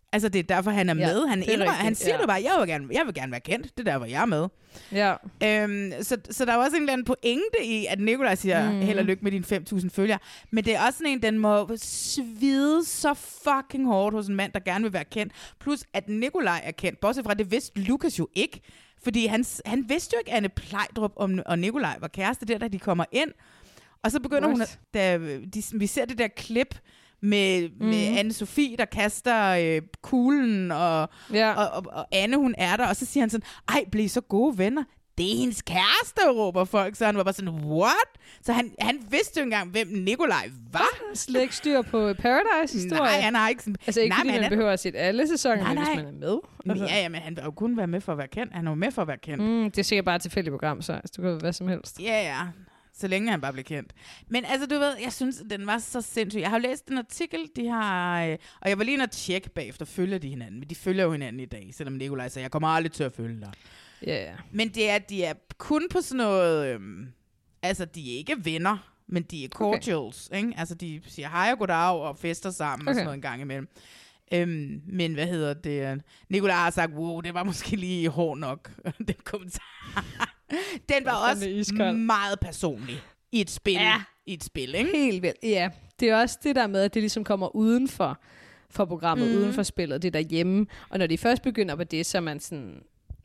Altså, det er derfor, han er Ja, med. Han, det er indrømmer, rigtigt, han siger ja. jo bare, jeg vil, gerne, jeg vil gerne være kendt. Det er derfor, jeg er med. Ja. Øhm, så, så der er også en eller anden pointe i, at Nikolaj siger, Mhm. held og lykke med dine fem tusind følgere. Men det er også sådan en, den må svide så fucking hårdt hos en mand, der gerne vil være kendt. Plus, at Nikolaj er kendt. Bortset fra, det vidste Lukas jo ikke. Fordi han, han vidste jo ikke, at Anne Plejdrup og, og Nikolaj var kæreste der, da de kommer ind. Og så begynder What? hun, at, da de, vi ser det der klip med, mm. med Anne-Sophie, der kaster øh, kuglen, og, ja. og, og, og Anne, hun er der, og så siger han sådan, ej, bliv så gode venner. Det er hendes kæreste, råber folk. Så han var bare sådan, what? Så han, han vidste jo engang, hvem Nikolaj var. Slet ikke styr på Paradise-historie. Nej, han har ikke sådan... Altså ikke nej, fordi men man han- behøver at se alle sæsoner, Nej, men hvis nej. man er med. Altså. Ja, ja, men han vil jo kun være med for at være kendt. Han er jo med for at være kendt. Mm, det er sikkert bare et tilfældigt program, så altså, du kan være hvad som helst. Ja, ja. Så længe han bare bliver kendt. Men altså, du ved, jeg synes, den var så sindssyg. Jeg har jo læst en artikel, de har... Øh, og jeg var lige inde og tjekke bagefter, følger de hinanden. Men de følger jo hinanden i dag, selvom Nikolaj sagde, jeg kommer aldrig til at følge dig. Ja, yeah. Men det er, de er kun på sådan noget... Øhm, altså, de er ikke venner, men de er cordials, okay. Ikke? Altså, de siger hej og goddag og fester sammen okay. og sådan noget en gang imellem. Øhm, men hvad hedder det? Nikolaj har sagt, wow, det var måske lige hård nok, den kommentar. Den var også meget personlig i et spil. Ja. I et spil, ikke? Helt vildt. Ja, det er også det der med, at det ligesom kommer uden for, for programmet, Mhm. mm. uden for spillet, det er derhjemme. Og når de først begynder på det, så er man sådan...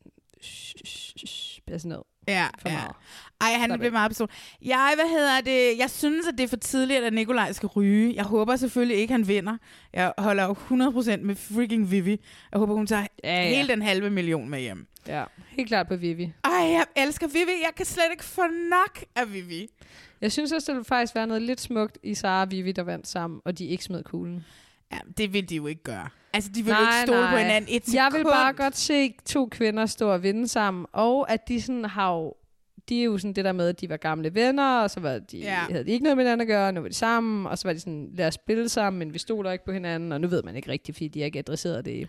Pas ned. Ja, for ja. meget. Ej, han bliver meget personlig. Jeg, hvad hedder det? Jeg synes, at det er for tidligt, at Nikolaj skal ryge. Jeg håber selvfølgelig ikke, han vinder. Jeg holder jo hundrede procent med freaking Vivi. Jeg håber, hun tager Ja, ja. hele den halve million med hjem. Ja, helt klart på Vivi. Ej, jeg elsker Vivi. Jeg kan slet ikke få nok af Vivi. Jeg synes også, det ville faktisk være noget lidt smukt i Sara og Vivi, der vandt sammen, og de ikke smed kuglen. Ja, det vil de jo ikke gøre. Altså, de vil jo ikke stole på hinanden et sekund. Jeg vil bare godt se to kvinder stå og vinde sammen, og at de sådan har jo, de er jo sådan det der med, at de var gamle venner, og så var de, Ja. havde de ikke noget med hinanden at gøre, nu var de sammen, og så var de sådan, lad os spille sammen, men vi stoler ikke på hinanden, og nu ved man ikke rigtigt, fordi de har ikke adresseret det i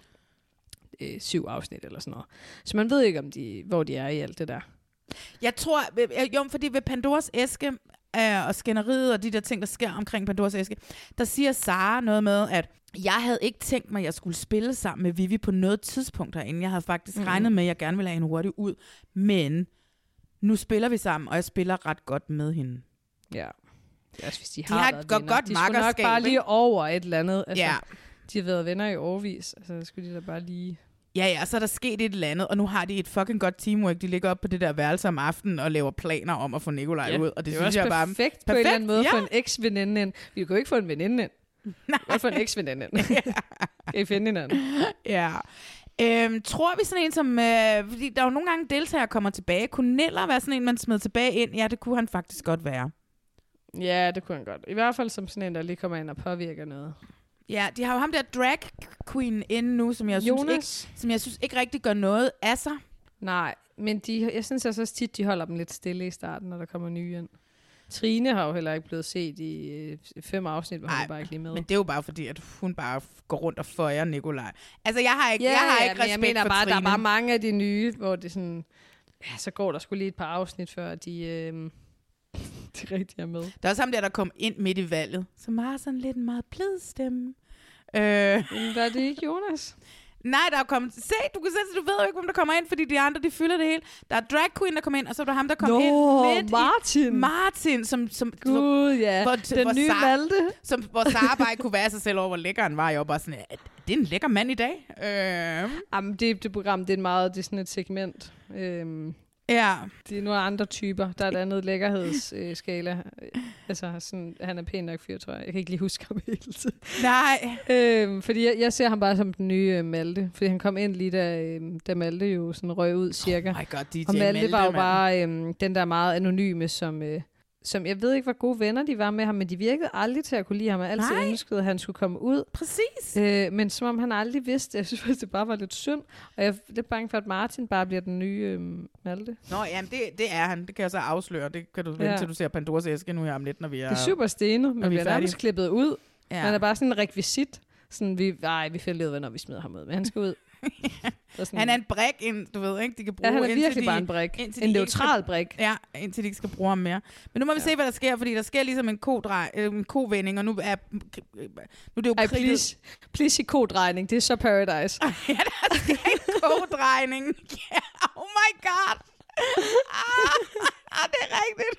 øh, syv afsnit eller sådan noget. Så man ved ikke, om de, hvor de er i alt det der. Jeg tror, øh, jo, fordi ved Pandoras æske øh, og skænderiet og de der ting, der sker omkring Pandoras æske, der siger Sara noget med, at jeg havde ikke tænkt mig, at jeg skulle spille sammen med Vivi på noget tidspunkt herinde. Jeg havde faktisk Mhm. mm. regnet med, at jeg gerne ville have hende hurtigt ud. Men nu spiller vi sammen, og jeg spiller ret godt med hende. Ja. Det er også, hvis de, De har, har været et godt- venner. godt De skulle nok makkerskab, bare lige ikke? over et eller andet. Altså, Ja. De har været venner i årevis, altså så skulle de da bare lige... Ja, ja, så er der sket et eller andet, og nu har de et fucking godt teamwork. De ligger op på det der værelse om aftenen og laver planer om at få Nikolaj Ja, ud. Og det, det er synes også jeg bare perfekt på en eller anden måde ja. for en eks-veninde ind. Vi kan jo ikke få en veninde ind. Vi kan få en eks-veninde ind. Kan I finde hinanden? Ja. Øhm, tror vi sådan en som... Øh, fordi der er jo nogle gange deltagere, der kommer tilbage. Kunne Neller være sådan en, man smed tilbage ind? Ja, det kunne han faktisk godt være. Ja, det kunne han godt. I hvert fald som sådan en, der lige kommer ind og påvirker noget. Ja, de har jo ham der drag queen inde nu, som jeg, synes Jonas. ikke, som jeg synes ikke rigtig gør noget af sig. Nej, men de, jeg synes altså også tit, de holder dem lidt stille i starten, når der kommer nye ind. Trine har jo heller ikke blevet set i øh, fem afsnit, hvor hun bare ikke lige med. Men det er jo bare fordi, at hun bare går rundt og føjer Nikolaj. Altså, jeg har ikke, Ja, jeg har ja, ikke men respekt jeg mener for bare, Trine. der er bare mange af de nye, hvor det sådan... Ja, så går der sgu lige et par afsnit, før de, øh, de rigtig er med. Der er også ham der, der kom ind midt i valget, som har sådan lidt en meget blid stemme. Øh. Men der er det ikke Jonas. Nej, der er kommet... Se, du kan se, du ved jo ikke, hvem der kommer ind, fordi de andre, de fylder det hele. Der er drag queen, der kommer ind, og så er der ham, der kommer Nå, ind midt Martin. i... Martin. Som, som, Gud, ja. Hvor, Den hvor nye Sara- Malte. Som, hvor Sara bare ikke kunne være sig selv over, hvor lækker han var. Jeg var bare sådan, er det en lækker mand i dag? Øh. Jamen, det, det program, det er meget, det er sådan et segment. Øhm, ja. Det er nogle andre typer. Der er et andet lækkerhedsskala. Øh, altså, sådan, han er pæn nok fyr, tror jeg. Jeg kan ikke lige huske ham helt. Nej. Øhm, fordi jeg, jeg ser ham bare som den nye øh, Malte. Fordi han kom ind lige da, øh, da Malte jo sådan røg ud cirka. Oh my god, D J Og Malte, Malte, var jo mand. bare øh, den der meget anonyme, som... Øh, som jeg ved ikke, hvor gode venner de var med ham, men de virkede aldrig til at kunne lide ham. Jeg altid Nej. ønskede, at han skulle komme ud. Præcis. Øh, men som om han aldrig vidste. Jeg synes faktisk, det bare var lidt synd. Og jeg er lidt bange for, at Martin bare bliver den nye øh, Malte. Nå, jamen det, det er han. Det kan jeg så afsløre. Det kan du vente, Ja. til du ser Pandoras æske nu her om lidt, når vi er... Det er super stenet, når men vi vi er er nærmest færdige. klippet ud. Ja. Man er bare sådan en rekvisit. Sådan, vi, nej, vi finder ud af, når vi smider ham ud. Men han skal ud. Sådan, han er en brik, ind, du ved, ikke? De kan bruge, ja, han er virkelig de, bare en brik. En neutral brik. Ja, indtil de ikke skal bruge ham mere. Men nu må vi ja. se, hvad der sker, fordi der sker ligesom en, kodrej, en kovending, og nu er, nu er det jo Ej, please, please i kodrejning. Det er så Paradise. Ej, ja, der sker en kodrejning. Yeah, oh my god. Ah, ah, det er rigtigt.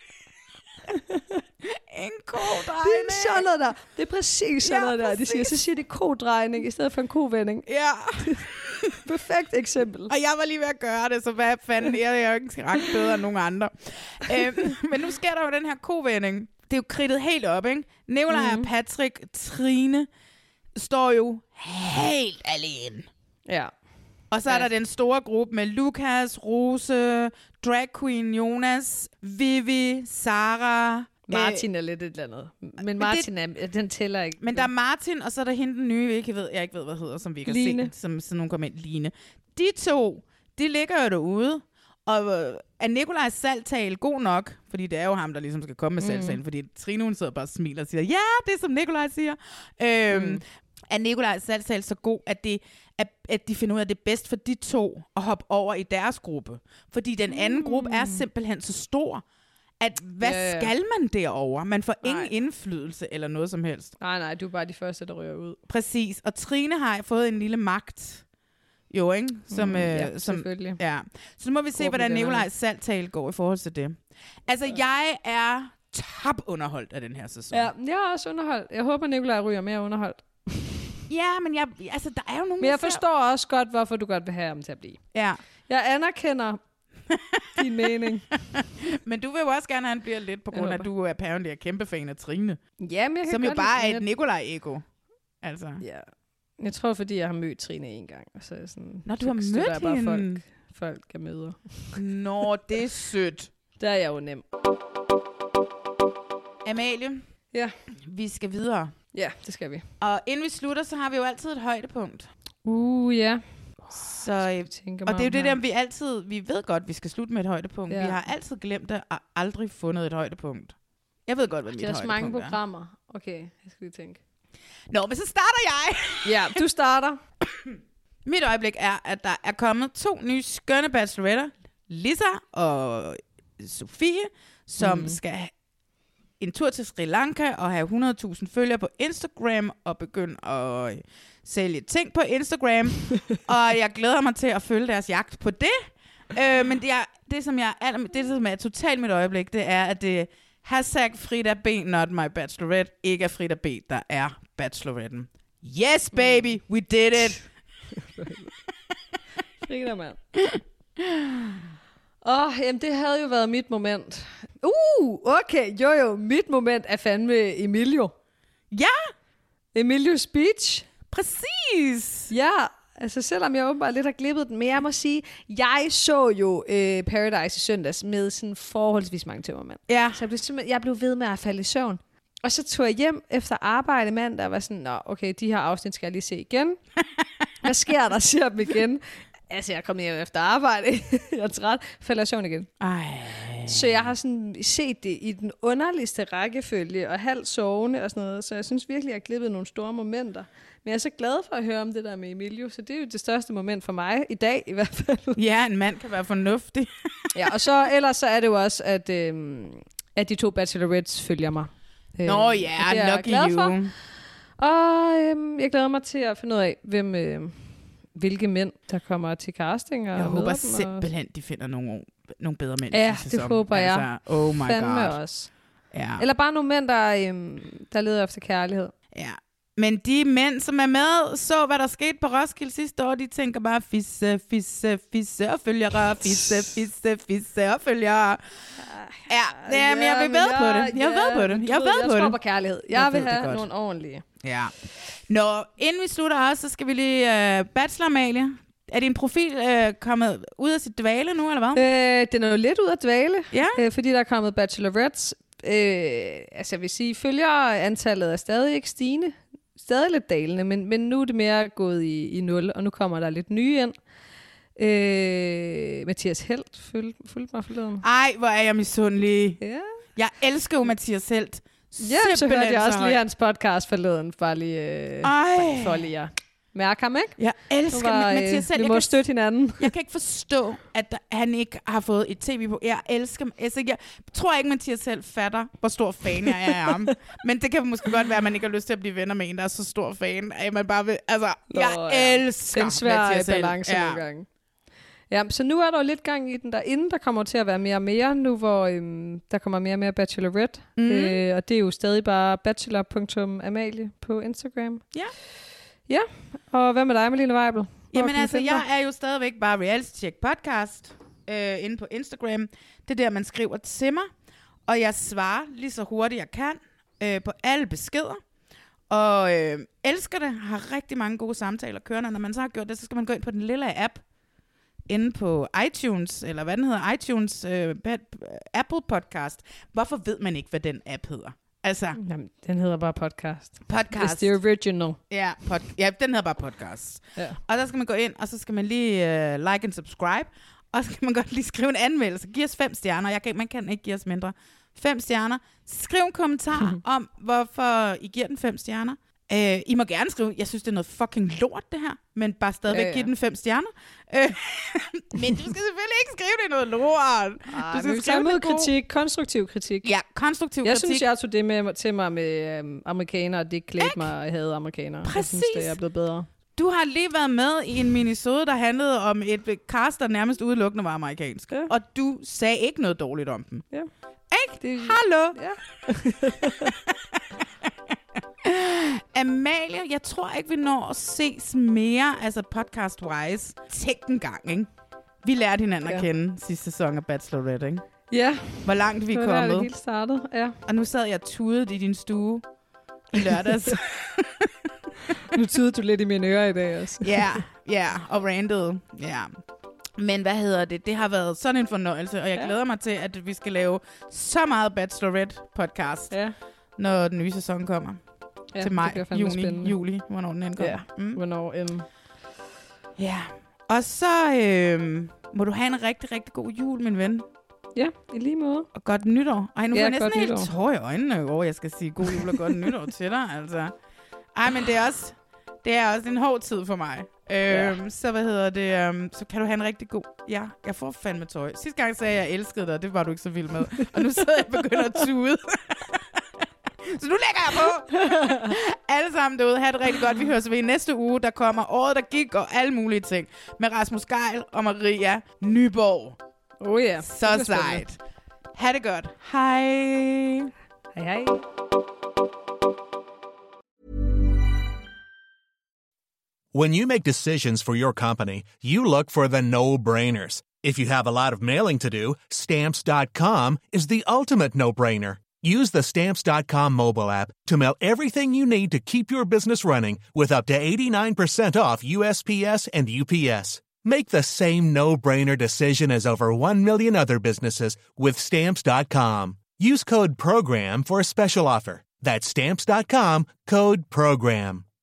En kodrejning. Det er sådan noget der. Det er præcis sådan ja, noget der. De siger, så siger det kodrejning i stedet for en kovending. Ja. Perfekt eksempel. Og jeg var lige ved at gøre det, så hvad fanden, jeg er jo ikke ret bedre end nogen andre. øhm, men nu sker der jo den her kovending. Det er jo kridtet helt op, ikke? Nikolaj mm. og Patrick, Trine, står jo helt alene. Ja. Og så er ja. der den store gruppe med Lukas, Rose, Drag Queen Jonas, Vivi, Sara. Martin er lidt et eller andet. Men Martin, det, er, den tæller ikke. Men der er Martin, og så er der hende den nye, jeg ikke ved, jeg ikke ved hvad hedder, som vi ikke har set, som sådan nogen kommer ind, Line. De to, de ligger jo derude, og er Nikolajs salgtale god nok? Fordi det er jo ham, der ligesom skal komme med mm. salgtalen, fordi Trine, hun sidder bare og smiler og siger, ja, det er som Nikolaj siger. Øhm, mm. Er Nikolajs salgtale så god, at det at, at de finder ud af, at det er bedst for de to at hoppe over i deres gruppe? Fordi den anden mm. gruppe er simpelthen så stor, at hvad ja, ja. skal man derovre? Man får nej. ingen indflydelse eller noget som helst. Nej, nej, du er bare de første, der ryger ud. Præcis. Og Trine har fået en lille magt. Jo, ikke? Som, mm, ja, øh, som, selvfølgelig. Ja. Så nu må vi se, hvordan Nikolajs salgtale går i forhold til det. Altså, ja. jeg er top underholdt af den her sæson. Ja, jeg er også underholdt. Jeg håber, Nikolaj ryger mere underholdt. Ja, men jeg, altså, der er jo nogen... Men jeg forstår også godt, hvorfor du godt vil have ham til at blive. Ja. Jeg anerkender din mening. Men du vil jo også gerne, at han bliver lidt, på grund af, at du er apparently er kæmpe fan af Trine. Ja, men jeg kan som jo bare er et Nikolaj-ego. Altså. Ja. Jeg tror, fordi jeg har mødt Trine en gang. Og så er sådan, Nå, du har mødt hende? Bare folk, folk jeg møder. Nå, det er sødt. Der er jeg jo nem. Amalie. Ja. Vi skal videre. Ja, det skal vi. Og inden vi slutter, så har vi jo altid et højdepunkt. Uh, ja. Så, og det er jo det der, vi altid, vi ved godt, vi skal slutte med et højdepunkt. Ja. Vi har altid glemt det, og aldrig fundet et højdepunkt. Jeg ved godt, hvad mit højdepunkt er. Der er så mange programmer. Okay, jeg skal lige tænke. Nå, men så starter jeg. Ja, du starter. Mit øjeblik er, at der er kommet to nye skønne bacheloretter. Lisa og Sofie, som mm. skal en tur til Sri Lanka og have hundrede tusind følgere på Instagram og begynde at sælge ting på Instagram. Og jeg glæder mig til at følge deres jagt på det. Øh, men det, er, det, som jeg, det, som er totalt mit øjeblik, det er, at det hashtag Frida B, not my bachelorette, ikke er Frida B, der er bacheloretten. Yes, baby, we did it! Frida, mand. Åh, oh, jamen det havde jo været mit moment. Uh, okay, jo jo, mit moment er fandme Emilio. Ja! Emilio speech. Præcis! Ja, altså selvom jeg åbenbart lidt har glippet den, men jeg må sige, jeg så jo øh, Paradise i søndags med sådan forholdsvis mange tømmermænd. Ja. Så jeg blev, simpelthen, jeg blev ved med at falde i søvn. Og så tog jeg hjem efter arbejde mandag og var sådan, nå okay, de her afsnit skal jeg lige se igen. Hvad sker der? Siger dem igen. Altså, jeg kom hjem efter arbejde. Jeg er træt. Falder i søvn igen. Ej. Så jeg har sådan set det i den underligste rækkefølge og halvt sovende og sådan noget. Så jeg synes virkelig, jeg har klippet nogle store momenter. Men jeg er så glad for at høre om det der med Emilio. Så det er jo det største moment for mig i dag i hvert fald. Ja, en mand kan være fornuftig. Ja, og så ellers så er det jo også, at, øhm, at de to bachelorettes følger mig. Nå øhm, ja, lucky you. For. Og øhm, jeg glæder mig til at finde ud af, hvem... Øhm, hvilke mænd, der kommer til casting. Og jeg håber dem, simpelthen, de finder nogle, nogle bedre mænd. Ja, det håber jeg. Altså, oh my Fandme god. Også. Ja. Eller bare nogle mænd, der, øhm, der leder efter kærlighed. Ja. Men de mænd, som er med, så hvad der skete på Roskilde sidste år, de tænker bare fisse, fisse, fisse og følgere, fisse, fisse, fisse og følgere. Ja, ja, men jeg vil ved på det. Jeg ved på det. Jeg ved på det. Jeg tror på kærlighed. Jeg, jeg vil have nogle ordentlige. Ja. Nå, inden vi slutter også, så skal vi lige uh, bachelor, Amalie. Er din profil uh, kommet ud af sit dvale nu, eller hvad? Øh, den er jo lidt ud af dvale, ja? øh, fordi der er kommet bachelorettes. Øh, altså jeg vil sige, følgerantallet er stadig ikke stigende. Stadig lidt dalende, men, men nu er det mere gået i, i nul, og nu kommer der lidt nye ind. Øh, Mathias Helt fulgte følg mig forleden. Ej, hvor er jeg misundelig. Ja. Jeg elsker jo Mathias Helt. Ja, så hørte jeg også lige hans podcast forleden, bare lige, øh, bare for lige ja. mærke ham, ikke? Jeg elsker var, øh, Mathias selv. Vi Jeg må kan, støtte hinanden. Jeg kan ikke forstå, at der, han ikke har fået et tv på. Jeg elsker altså, jeg tror ikke, Mathias selv fatter, hvor stor fan jeg er af ham. Men det kan måske godt være, at man ikke har lyst til at blive venner med en, der er så stor fan. At man bare vil, altså, Nå, jeg ja. elsker en svær Mathias selv. balance Ja. nogle gange. Ja, så nu er der jo lidt gang i den derinde, der kommer til at være mere og mere, nu hvor øhm, der kommer mere og mere Bachelorette. Mm. Øh, og det er jo stadig bare bachelor punktum amalie på Instagram. Ja. Ja, og hvad med dig, Malene Weibel? Jamen altså, jeg er jo stadigvæk bare Reality Check Podcast øh, inde på Instagram. Det er der, man skriver til mig, og jeg svarer lige så hurtigt jeg kan øh, på alle beskeder. Og øh, elsker det, har rigtig mange gode samtaler kørende. Når man så har gjort det, så skal man gå ind på den lille app inde på iTunes, eller hvad den hedder, iTunes øh, Apple Podcast. Hvorfor ved man ikke, hvad den app hedder? Altså, Jamen, den hedder bare podcast. Podcast. It's the original. Ja, pod- ja, den hedder bare podcast. Ja. Og der skal man gå ind, og så skal man lige uh, like and subscribe, og så kan man godt lige skrive en anmeldelse. Giv os fem stjerner. Jeg kan, man kan ikke give os mindre. Fem stjerner. Skriv en kommentar om, hvorfor I giver den fem stjerner. Uh, I må gerne skrive, jeg synes, det er noget fucking lort, det her, men bare stadigvæk Ja, ja. give den fem stjerner. Uh, men du skal selvfølgelig ikke skrive, det er noget lort. Ej, Du vi skal vil tage skrive imod det gode. kritik, konstruktiv kritik. Ja, konstruktiv jeg kritik. synes, jeg tog det med til mig med øhm, amerikanere, og det klædte mig at have amerikanere. Præcis. Jeg synes, det er blevet bedre. Du har lige været med i en minisode, der handlede om et cast, der nærmest udelukkende var amerikansk. Ja. Og du sagde ikke noget dårligt om dem. Ja. Ikke? Det... Hallo? Ja. Amalie, jeg tror ikke, vi når at ses mere, altså podcast-wise. Tænk en gang, ikke? Vi lærte hinanden ja. at kende sidste sæson af Bachelorette, ikke? Ja. Hvor langt vi er det kommet. Det helt startet, ja. Og nu sad jeg tudet i din stue i lørdags. Nu tudede du lidt i mine ører i dag også. Ja, ja, og randede, ja. Men hvad hedder det? Det har været sådan en fornøjelse, og jeg ja. glæder mig til, at vi skal lave så meget Bachelorette-podcast, ja. når den nye sæson kommer. Ja, til maj, juni, spændende. juli, hvornår den end kommer. Ja, mm. hvornår end. Ja, og så øh, må du have en rigtig, rigtig god jul, min ven. Ja, i lige måde. Og godt nytår. Ej, nu ja, får jeg næsten helt nytår. tår i øjnene over, jeg skal sige god jul og godt nytår til dig, altså. Ej, men det er også, det er også en hård tid for mig. Ja. Øhm, så hvad hedder det, øhm, så kan du have en rigtig god... Ja, jeg får fandme tøj. Sidste gang sagde jeg, at jeg elskede dig, det var du ikke så vild med. Og nu sidder jeg og begynder at tude. Så nu lægger jeg på. Alle sammen derude, have det rigtig godt. Vi høres ved i næste uge. Der kommer året, der gik, og alle mulige ting. Med Rasmus Geil og Maria Nyborg. Oh ja. Så sejt. Ha' det godt. Hej. Hej hej. When you make decisions for your company, you look for the no-brainers. If you have a lot of mailing to do, Stamps dot com is the ultimate no-brainer. Use the Stamps dot com mobile app to mail everything you need to keep your business running with up to eighty-nine percent off U S P S and U P S. Make the same no-brainer decision as over one million other businesses with Stamps dot com. Use code PROGRAM for a special offer. That's Stamps dot com, code PROGRAM.